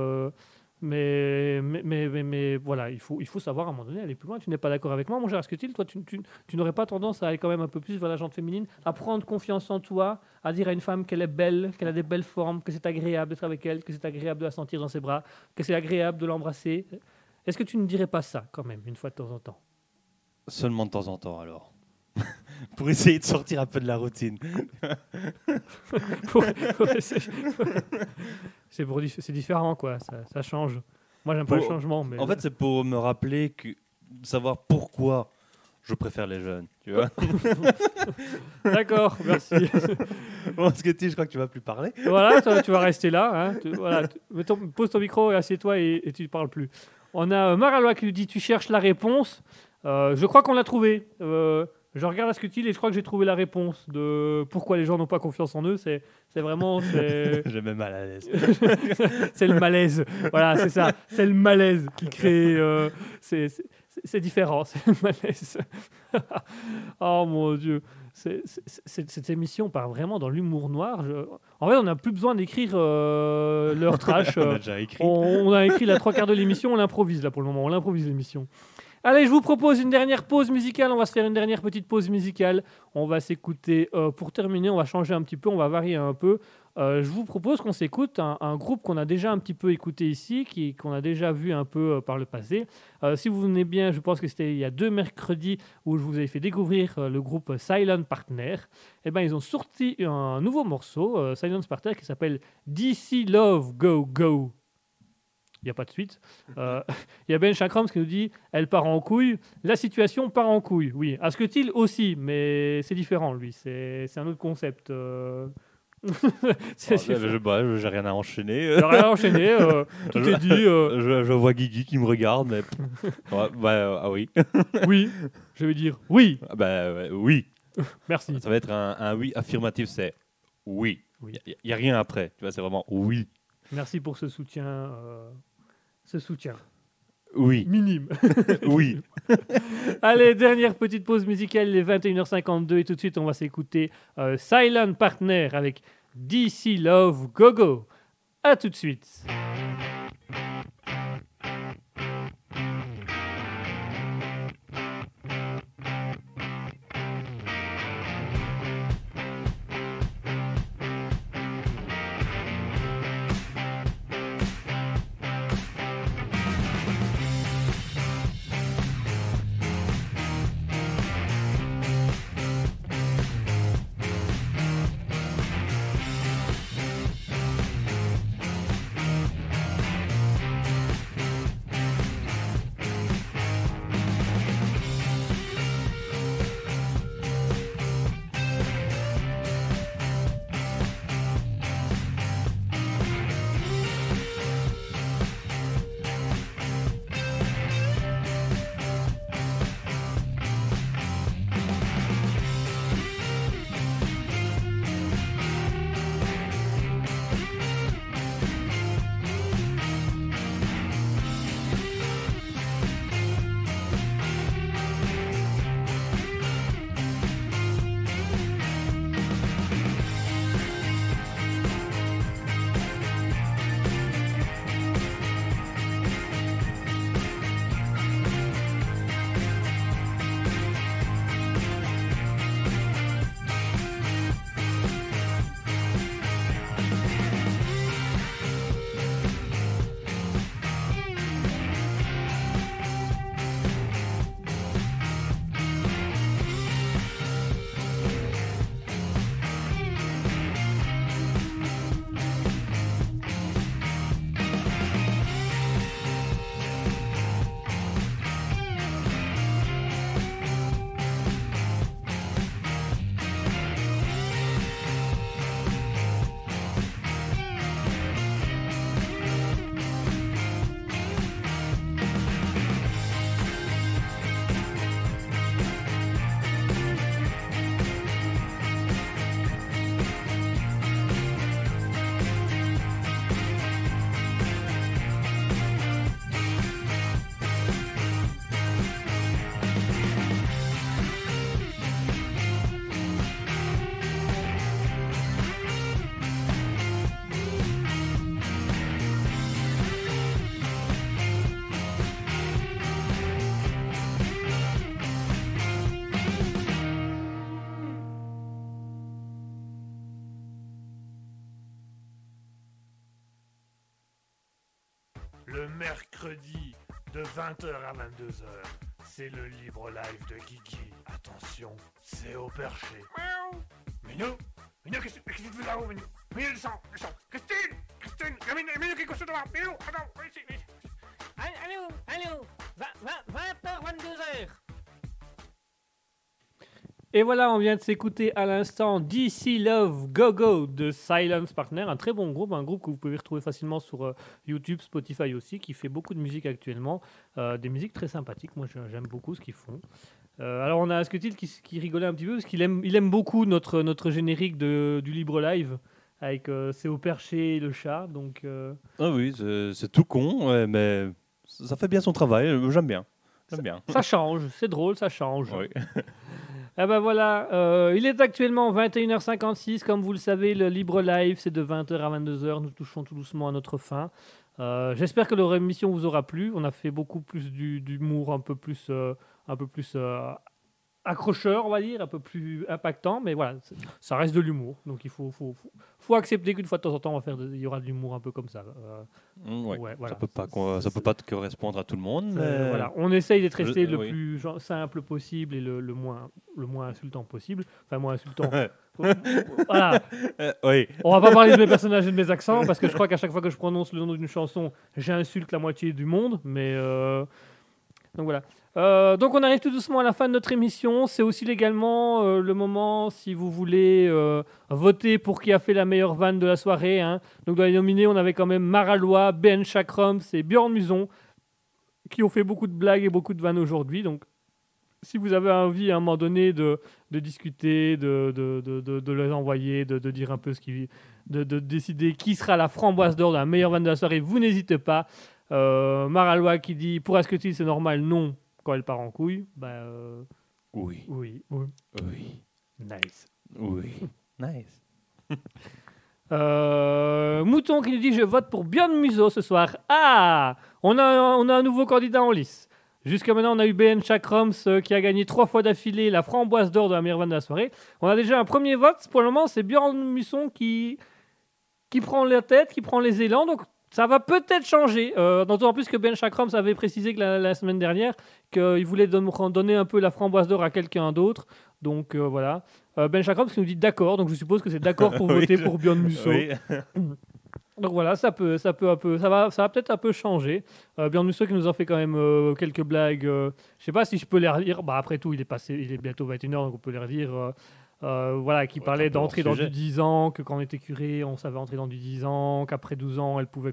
voilà, il faut savoir à un moment donné aller plus loin. Tu n'es pas d'accord avec moi, mon cher Asketil? Toi, tu n'aurais pas tendance à aller quand même un peu plus vers la gente féminine, à prendre confiance en toi, à dire à une femme qu'elle est belle, qu'elle a des belles formes, que c'est agréable d'être avec elle, que c'est agréable de la sentir dans ses bras, que c'est agréable de l'embrasser. Est-ce que tu ne dirais pas ça, quand même, une fois de temps en temps? Seulement de temps en temps, alors. Pour essayer de sortir un peu de la routine. C'est différent, quoi. Ça change. Moi, j'aime pas le changement. Mais En fait, c'est pour me rappeler savoir pourquoi je préfère les jeunes. Tu vois. D'accord, merci. Bon, Sketty, je crois que tu vas plus parler. Voilà, toi, tu vas rester là. Hein. Pose ton micro et assieds-toi et tu ne parles plus. On a Maralois qui nous dit: tu cherches la réponse. Je crois qu'on l'a trouvée. Je regarde Asketil et je crois que j'ai trouvé la réponse de pourquoi les gens n'ont pas confiance en eux. C'est vraiment... J'ai même mal à l'aise. C'est le malaise. Voilà, c'est ça. C'est le malaise qui crée... c'est différent. C'est le malaise. Oh mon Dieu. Cette émission part vraiment dans l'humour noir. En fait, on n'a plus besoin d'écrire leur trash. On a déjà écrit. On a écrit la 3/4 de l'émission. On l'improvise là pour le moment. On l'improvise l'émission. Allez, je vous propose une dernière pause musicale. On va se faire une dernière petite pause musicale. On va s'écouter, pour terminer, on va changer un petit peu, on va varier un peu. Je vous propose qu'on s'écoute un groupe qu'on a déjà un petit peu écouté ici, qu'on a déjà vu un peu par le passé. Si vous vous souvenez bien, je pense que c'était il y a 2 mercredis où je vous avais fait découvrir le groupe Silent Partner. Eh ben, ils ont sorti un nouveau morceau, Silent Partner, qui s'appelle DC Love Go Go. Il n'y a pas de suite. Il y a Ben Chakrams qui nous dit « Elle part en couille, la situation part en couille ». Oui, Asketil aussi, mais c'est différent, lui. C'est un autre concept. J'ai rien à enchaîner. J'ai rien à enchaîner, tout est dit. Je vois Guigui qui me regarde, mais... ah oui. Oui, je vais dire oui. Oui. Merci. Ça va être un oui affirmatif, c'est oui. Il n'y a rien après. Tu vois, c'est vraiment oui. Merci pour ce soutien. Oui. Minime. Oui. Allez, dernière petite pause musicale, il est 21h52 et tout de suite on va s'écouter Silent Partner avec DC Love Go Go. À tout de suite. de 20h à 22h, c'est le libre live de Guigui. Attention, c'est au perché. Minou, qu'est-ce que tu fais là-haut, Minou? Minou, descends. Christine, il y a Minou qui est couché devant. Minou, attends, viens ici, viens ici. Allô 20h, 22h. Et voilà, on vient de s'écouter à l'instant DC Love Go Go de Silence Partner, un très bon groupe, un groupe que vous pouvez retrouver facilement sur YouTube, Spotify aussi, qui fait beaucoup de musique actuellement, des musiques très sympathiques. Moi, j'aime beaucoup ce qu'ils font. Alors, on a Asketil qui rigolait un petit peu parce qu'il aime beaucoup notre générique du Libre Live avec C'est au perché et le chat. Donc, Ah oui, c'est tout con, ouais, mais ça fait bien son travail. J'aime bien. ça change, c'est drôle, ça change. Oui. Ah ben voilà, il est actuellement 21h56, comme vous le savez, le Libre Live, c'est de 20h à 22h, nous touchons tout doucement à notre fin. J'espère que leur émission vous aura plu, on a fait beaucoup plus d'humour, un peu plus accrocheur, on va dire, un peu plus impactant, mais voilà, ça reste de l'humour, donc il faut accepter qu'une fois de temps en temps, il y aura de l'humour un peu comme ça. Ouais. Ouais, voilà. Ça peut pas correspondre à tout le monde, mais Voilà, on essaye d'être resté le oui. plus simple possible et le moins insultant possible. Enfin, moins insultant. Ouais. Voilà. Oui. On va pas parler de mes personnages et de mes accents parce que je crois qu'à chaque fois que je prononce le nom d'une chanson, j'insulte la moitié du monde. Mais donc voilà. Donc on arrive tout doucement à la fin de notre émission. C'est aussi légalement le moment, si vous voulez voter pour qui a fait la meilleure vanne de la soirée. Hein. Donc dans les nominés, on avait quand même Maralois, Ben Chakrams et Bjorn Muson qui ont fait beaucoup de blagues et beaucoup de vannes aujourd'hui. Donc si vous avez envie à un moment donné de discuter, de les envoyer, de dire un peu de décider qui sera la framboise d'or de la meilleure vanne de la soirée, vous n'hésitez pas. Maralois qui dit pour Asketil c'est normal, non, quand elle part en couille. Oui. Oui. Nice. Oui. Nice. Mouton qui nous dit je vote pour Bjorn Museau ce soir. Ah, on a un nouveau candidat en lice. Jusqu'à maintenant, on a eu BN Chakrams qui a gagné 3 fois d'affilée la framboise d'or de la meilleure vanne de la soirée. On a déjà un premier vote. Pour le moment, c'est Bjorn Muson qui prend la tête, qui prend les élans. Donc, ça va peut-être changer. D'autant plus que Ben Chakrams avait précisé que la semaine dernière qu'il voulait donner un peu la framboise d'or à quelqu'un d'autre. Donc, voilà. Ben Chakrams qui nous dit d'accord. Donc, je suppose que c'est d'accord pour Oui, voter pour Bjorn Muson. Oui. Donc voilà, ça va peut-être un peu changer. Bjorn Musso qui nous en fait quand même quelques blagues. Je sais pas si je peux les relire. Bah après tout, il est bientôt 21h, donc on peut les relire. Voilà, qui parlait t'as un peu d'entrer dans hors du sujet. 10 ans, que quand on était curé, on savait entrer dans du 10 ans, qu'après 12 ans, elle pouvait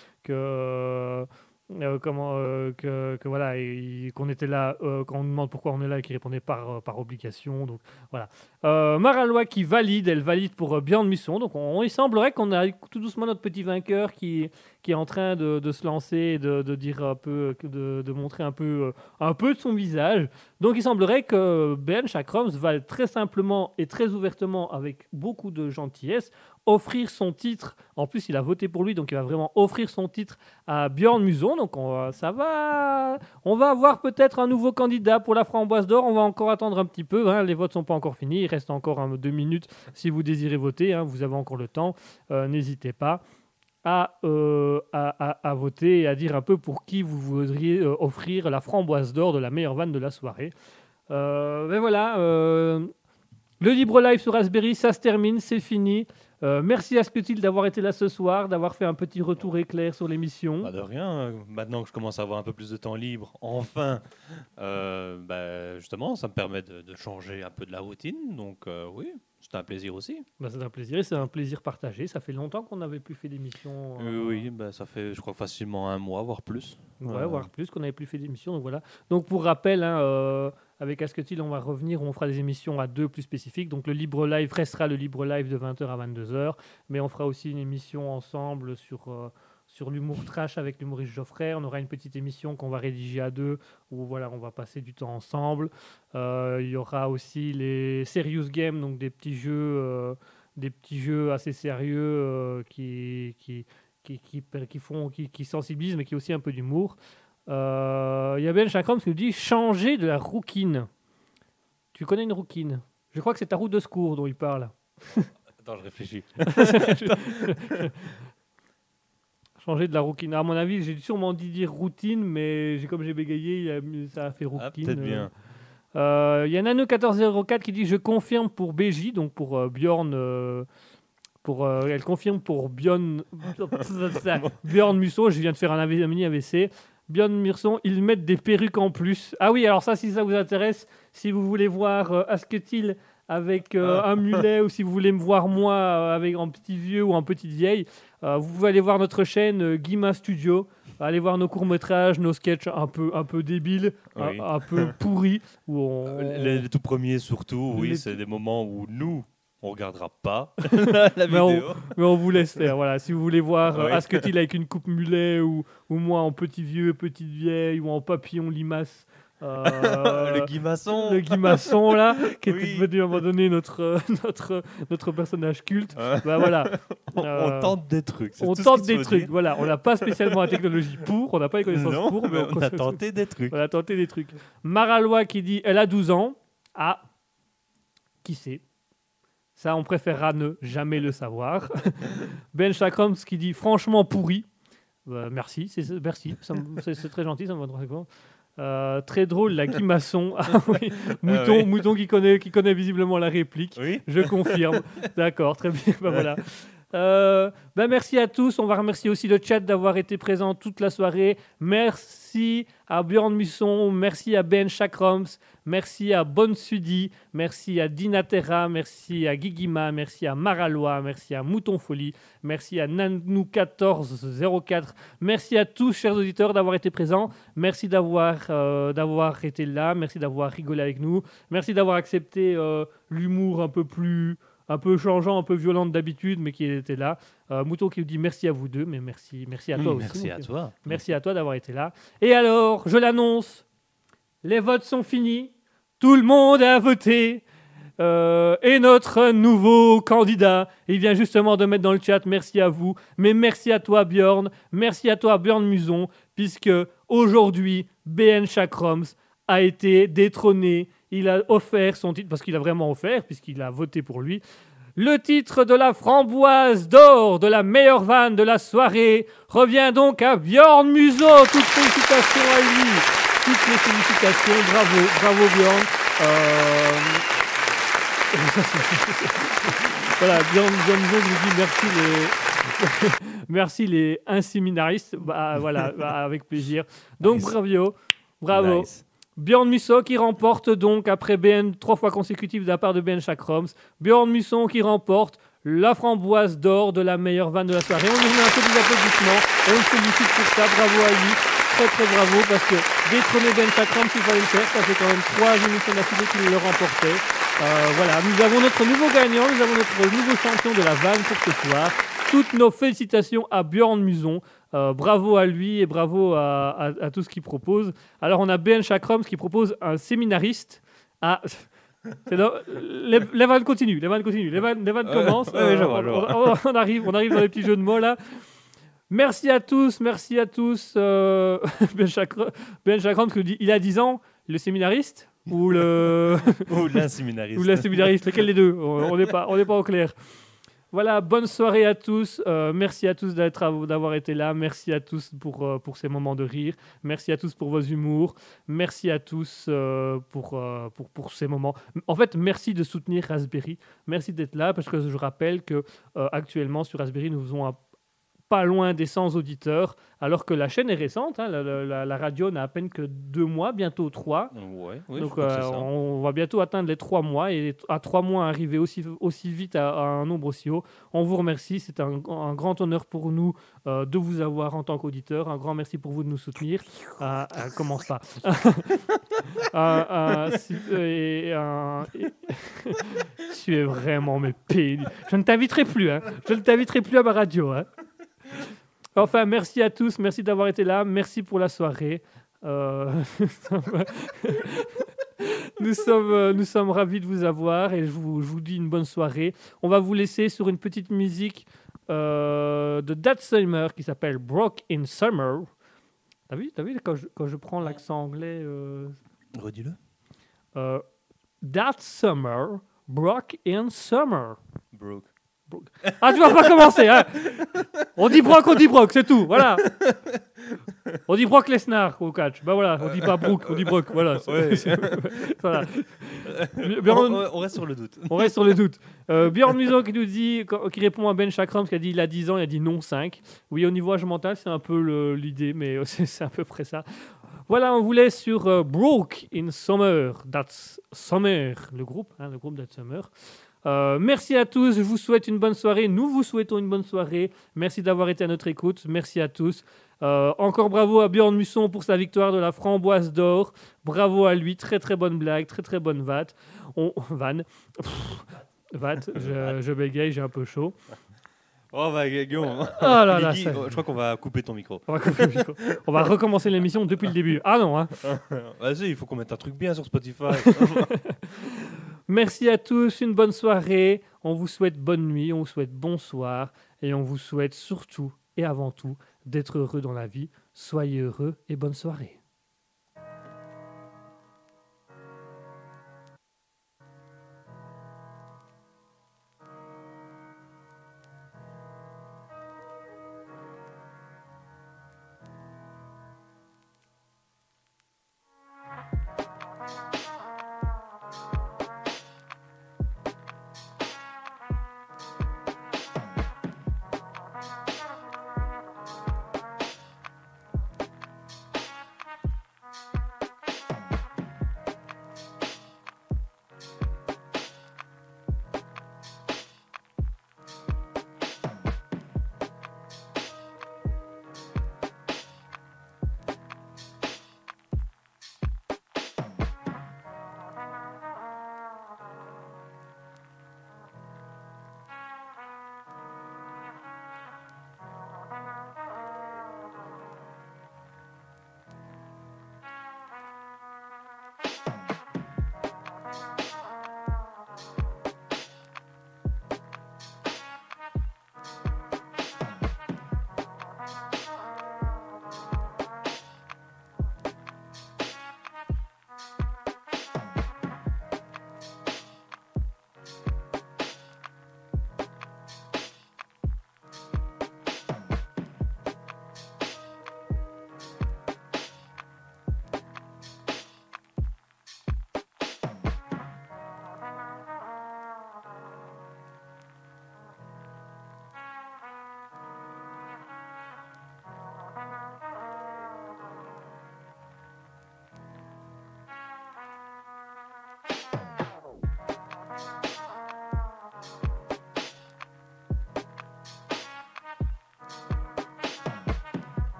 que voilà, qu'on était là, quand on nous demande pourquoi on est là et qu'il répondait par obligation. Donc voilà. Maralois qui elle valide pour Bjorn Muson. Donc il semblerait qu'on a tout doucement notre petit vainqueur qui est en train de se lancer et de dire un peu, de montrer un peu de son visage. Donc il semblerait que Ben Chakrams va très simplement et très ouvertement, avec beaucoup de gentillesse, offrir son titre. En plus, il a voté pour lui, donc il va vraiment offrir son titre à Bjorn Muson. Donc on va avoir peut-être un nouveau candidat pour la framboise d'or. On va encore attendre un petit peu. Hein. Les votes sont pas encore finis. Il reste encore 2 minutes si vous désirez voter. Hein. Vous avez encore le temps. N'hésitez pas à voter et à dire un peu pour qui vous voudriez offrir la framboise d'or de la meilleure vanne de la soirée. Mais voilà. Le Libre Live sur Raspberry, ça se termine, c'est fini. Merci à Asketil d'avoir été là ce soir, d'avoir fait un petit retour éclair sur l'émission. Pas de rien. Maintenant que je commence à avoir un peu plus de temps libre, enfin, justement, ça me permet de changer un peu de la routine. Donc oui, c'était un plaisir aussi. C'est un plaisir et c'est un plaisir partagé. Ça fait longtemps qu'on n'avait plus fait d'émission. Oui, ça fait, je crois, facilement 1 mois, voire plus. Ouais, voire plus, qu'on n'avait plus fait d'émission. Donc voilà. Donc pour rappel, avec Asketil, on va revenir, on fera des émissions à 2 plus spécifiques. Donc le Libre Live restera le Libre Live de 20h à 22h, mais on fera aussi une émission ensemble sur l'humour trash avec l'humoriste Geoffrey. On aura une petite émission qu'on va rédiger à 2, où voilà, on va passer du temps ensemble. Il y aura aussi les Serious Games, donc des petits jeux assez sérieux qui sensibilisent, mais qui ont aussi un peu d'humour. Il y a Ben Chakrams qui nous dit changer de la rouquine. Tu connais une rouquine? Je crois que c'est ta roue de secours dont il parle. Attends, je réfléchis. Changer de la routine. À mon avis, j'ai sûrement dit dire routine, mais comme j'ai bégayé, ça a fait routine. Ah, peut-être bien. Il y a Nano1404 qui dit je confirme pour BJ, donc pour Bjorn. Elle confirme pour Bjorn Musso. Je viens de faire un mini AVC. Bjorn Musso, ils mettent des perruques en plus. Ah oui, alors ça, si ça vous intéresse, si vous voulez voir Asketil avec un mulet ou si vous voulez me voir moi avec un petit vieux ou un petite vieille, vous pouvez aller voir notre chaîne Guima Studio. Allez voir nos courts-métrages, nos sketchs un peu débiles, Oui. un peu pourris. Où Les tout premiers surtout, oui, Les c'est des moments où nous, on regardera pas Mais la vidéo. mais on vous laisse faire. Voilà. Si vous voulez voir Oui. Asketil avec une coupe mulet ou moi en petit vieux, petite vieille ou en papillon limace. Le Guy Masson. Le Guy Masson, là, qui Oui. était devenu à un moment donné notre personnage culte. Bah voilà. On tente des trucs. c'est On tout ce tente qu'il des faut truc. dire. Voilà. On n'a pas spécialement la technologie pour, on n'a pas les connaissances Non, pour, mais on a tenté des trucs. on a tenté des trucs. Maralois qui dit elle a 12 ans. Ah, qui sait? Ça, on préférera ne jamais le savoir. Ben Chakrams qui dit franchement pourri. Merci, merci, c'est très gentil, ça me va très bien. Très drôle, la Guy Masson. Ah oui, oui. Mouton qui connaît visiblement la réplique. Oui. Je confirme. D'accord, très bien. Ben voilà. Merci à tous. On va remercier aussi le chat d'avoir été présent toute la soirée. Merci à Bjorn Musson, merci à Ben Chakrams, merci à Bon Sudi, merci à Dinatera, merci à Gigima, merci à Maralois, merci à Mouton Folie, merci à Nanou1404. Merci à tous, chers auditeurs, d'avoir été présents. Merci d'avoir été là. Merci d'avoir rigolé avec nous. Merci d'avoir accepté l'humour un peu changeant, un peu violent d'habitude, mais qui était là. Mouton qui nous dit merci à vous deux, mais merci à toi aussi. Merci à toi. Merci à toi d'avoir été là. Et alors, je l'annonce, les votes sont finis. Tout le monde a voté. Et notre nouveau candidat, il vient justement de mettre dans le chat, merci à vous, mais merci à toi Bjorn, merci à toi Bjorn Muson, puisque aujourd'hui, BN Chakrams a été détrôné. Il a offert son titre, parce qu'il a vraiment offert, puisqu'il a voté pour lui, le titre de la framboise d'or de la meilleure vanne de la soirée revient donc à Bjorn Muson. Toutes félicitations à lui. Toutes les félicitations. Bravo Bjorn. Voilà, Bjorn Muson nous dit merci les inséminaristes. Voilà, avec plaisir. Donc Nice. bravo. Nice. Bjorn Musso qui remporte donc après BN 3 fois consécutives de la part de BN Chakrams. Bjorn Musso qui remporte la framboise d'or de la meilleure vanne de la soirée. On lui met un peu des applaudissements. On le félicite pour ça. Bravo à lui. Très bravo parce que détrôner BN Chakrams, il fallait le faire. Ça fait quand même 3 émissions d'affilée qu'il le remportait. Voilà, nous avons notre nouveau gagnant. Nous avons notre nouveau champion de la vanne pour ce soir. Toutes nos félicitations à Bjorn Muson. Bravo à lui et bravo à tout ce qu'il propose. Alors, on a BN Chakrams qui propose un séminariste. Les vannes continuent. Les vannes commencent. je vois. On arrive dans les petits jeux de mots là. Merci à tous. Ben Chakrams qui dit il a 10 ans, le séminariste ou le Ou l'inséminariste. ou la séminariste, lequel des deux? On n'est pas au clair. Voilà, bonne soirée à tous. Merci à tous d'avoir été là. Merci à tous pour ces moments de rire. Merci à tous pour vos humours. Merci à tous pour ces moments. En fait, merci de soutenir Raspberry. Merci d'être là parce que je rappelle que actuellement sur Raspberry, nous faisons pas loin des 100 auditeurs, alors que la chaîne est récente. Hein, la radio n'a à peine que 2 mois, bientôt 3. Ouais, oui, Donc je crois que c'est ça. on va bientôt atteindre les 3 mois et à 3 mois arriver aussi vite à un nombre aussi haut. On vous remercie, c'est un grand honneur pour nous de vous avoir en tant qu'auditeur. Un grand merci pour vous de nous soutenir. Commence pas. Tu es vraiment pénible. Je ne t'inviterai plus. Hein. Je ne t'inviterai plus à ma radio. Hein. Enfin, merci à tous. Merci d'avoir été là. Merci pour la soirée. Nous sommes ravis de vous avoir et je vous dis une bonne soirée. On va vous laisser sur une petite musique de That Summer qui s'appelle Broke in Summer. T'as vu quand je prends l'accent anglais Redis-le. That Summer, Broke in Summer. Broke. Ah, tu vas pas commencer, hein. On dit Brock, c'est tout, voilà. On dit Brock Lesnar au catch. Bah voilà, on dit pas Brook, on dit Brock, voilà. Voilà. On reste sur le doute. On reste sur les doutes. Björn Muso qui nous dit, qui répond à Ben Chakram, qui a dit il a 10 ans, il a dit non 5. Oui, au niveau âge mental, c'est un peu l'idée, mais c'est à peu près ça. Voilà, on vous laisse sur Broke in Summer. That's Summer, le groupe That's Summer. Merci à tous, je vous souhaite une bonne soirée. Nous vous souhaitons une bonne soirée. Merci d'avoir été à notre écoute. Merci à tous. Encore bravo à Björn Musson pour sa victoire de la framboise d'or. Bravo à lui, très très bonne blague, très très bonne vanne. Je bégaye, j'ai un peu chaud. Oh bah Guillaume, Oh là là, Guigui, je crois qu'on va couper ton micro. On va couper le micro. On va recommencer l'émission depuis le début. Ah non, hein. Vas-y, il faut qu'on mette un truc bien sur Spotify. Merci à tous, une bonne soirée. On vous souhaite bonne nuit, on vous souhaite bonsoir. Et on vous souhaite surtout et avant tout d'être heureux dans la vie. Soyez heureux et bonne soirée.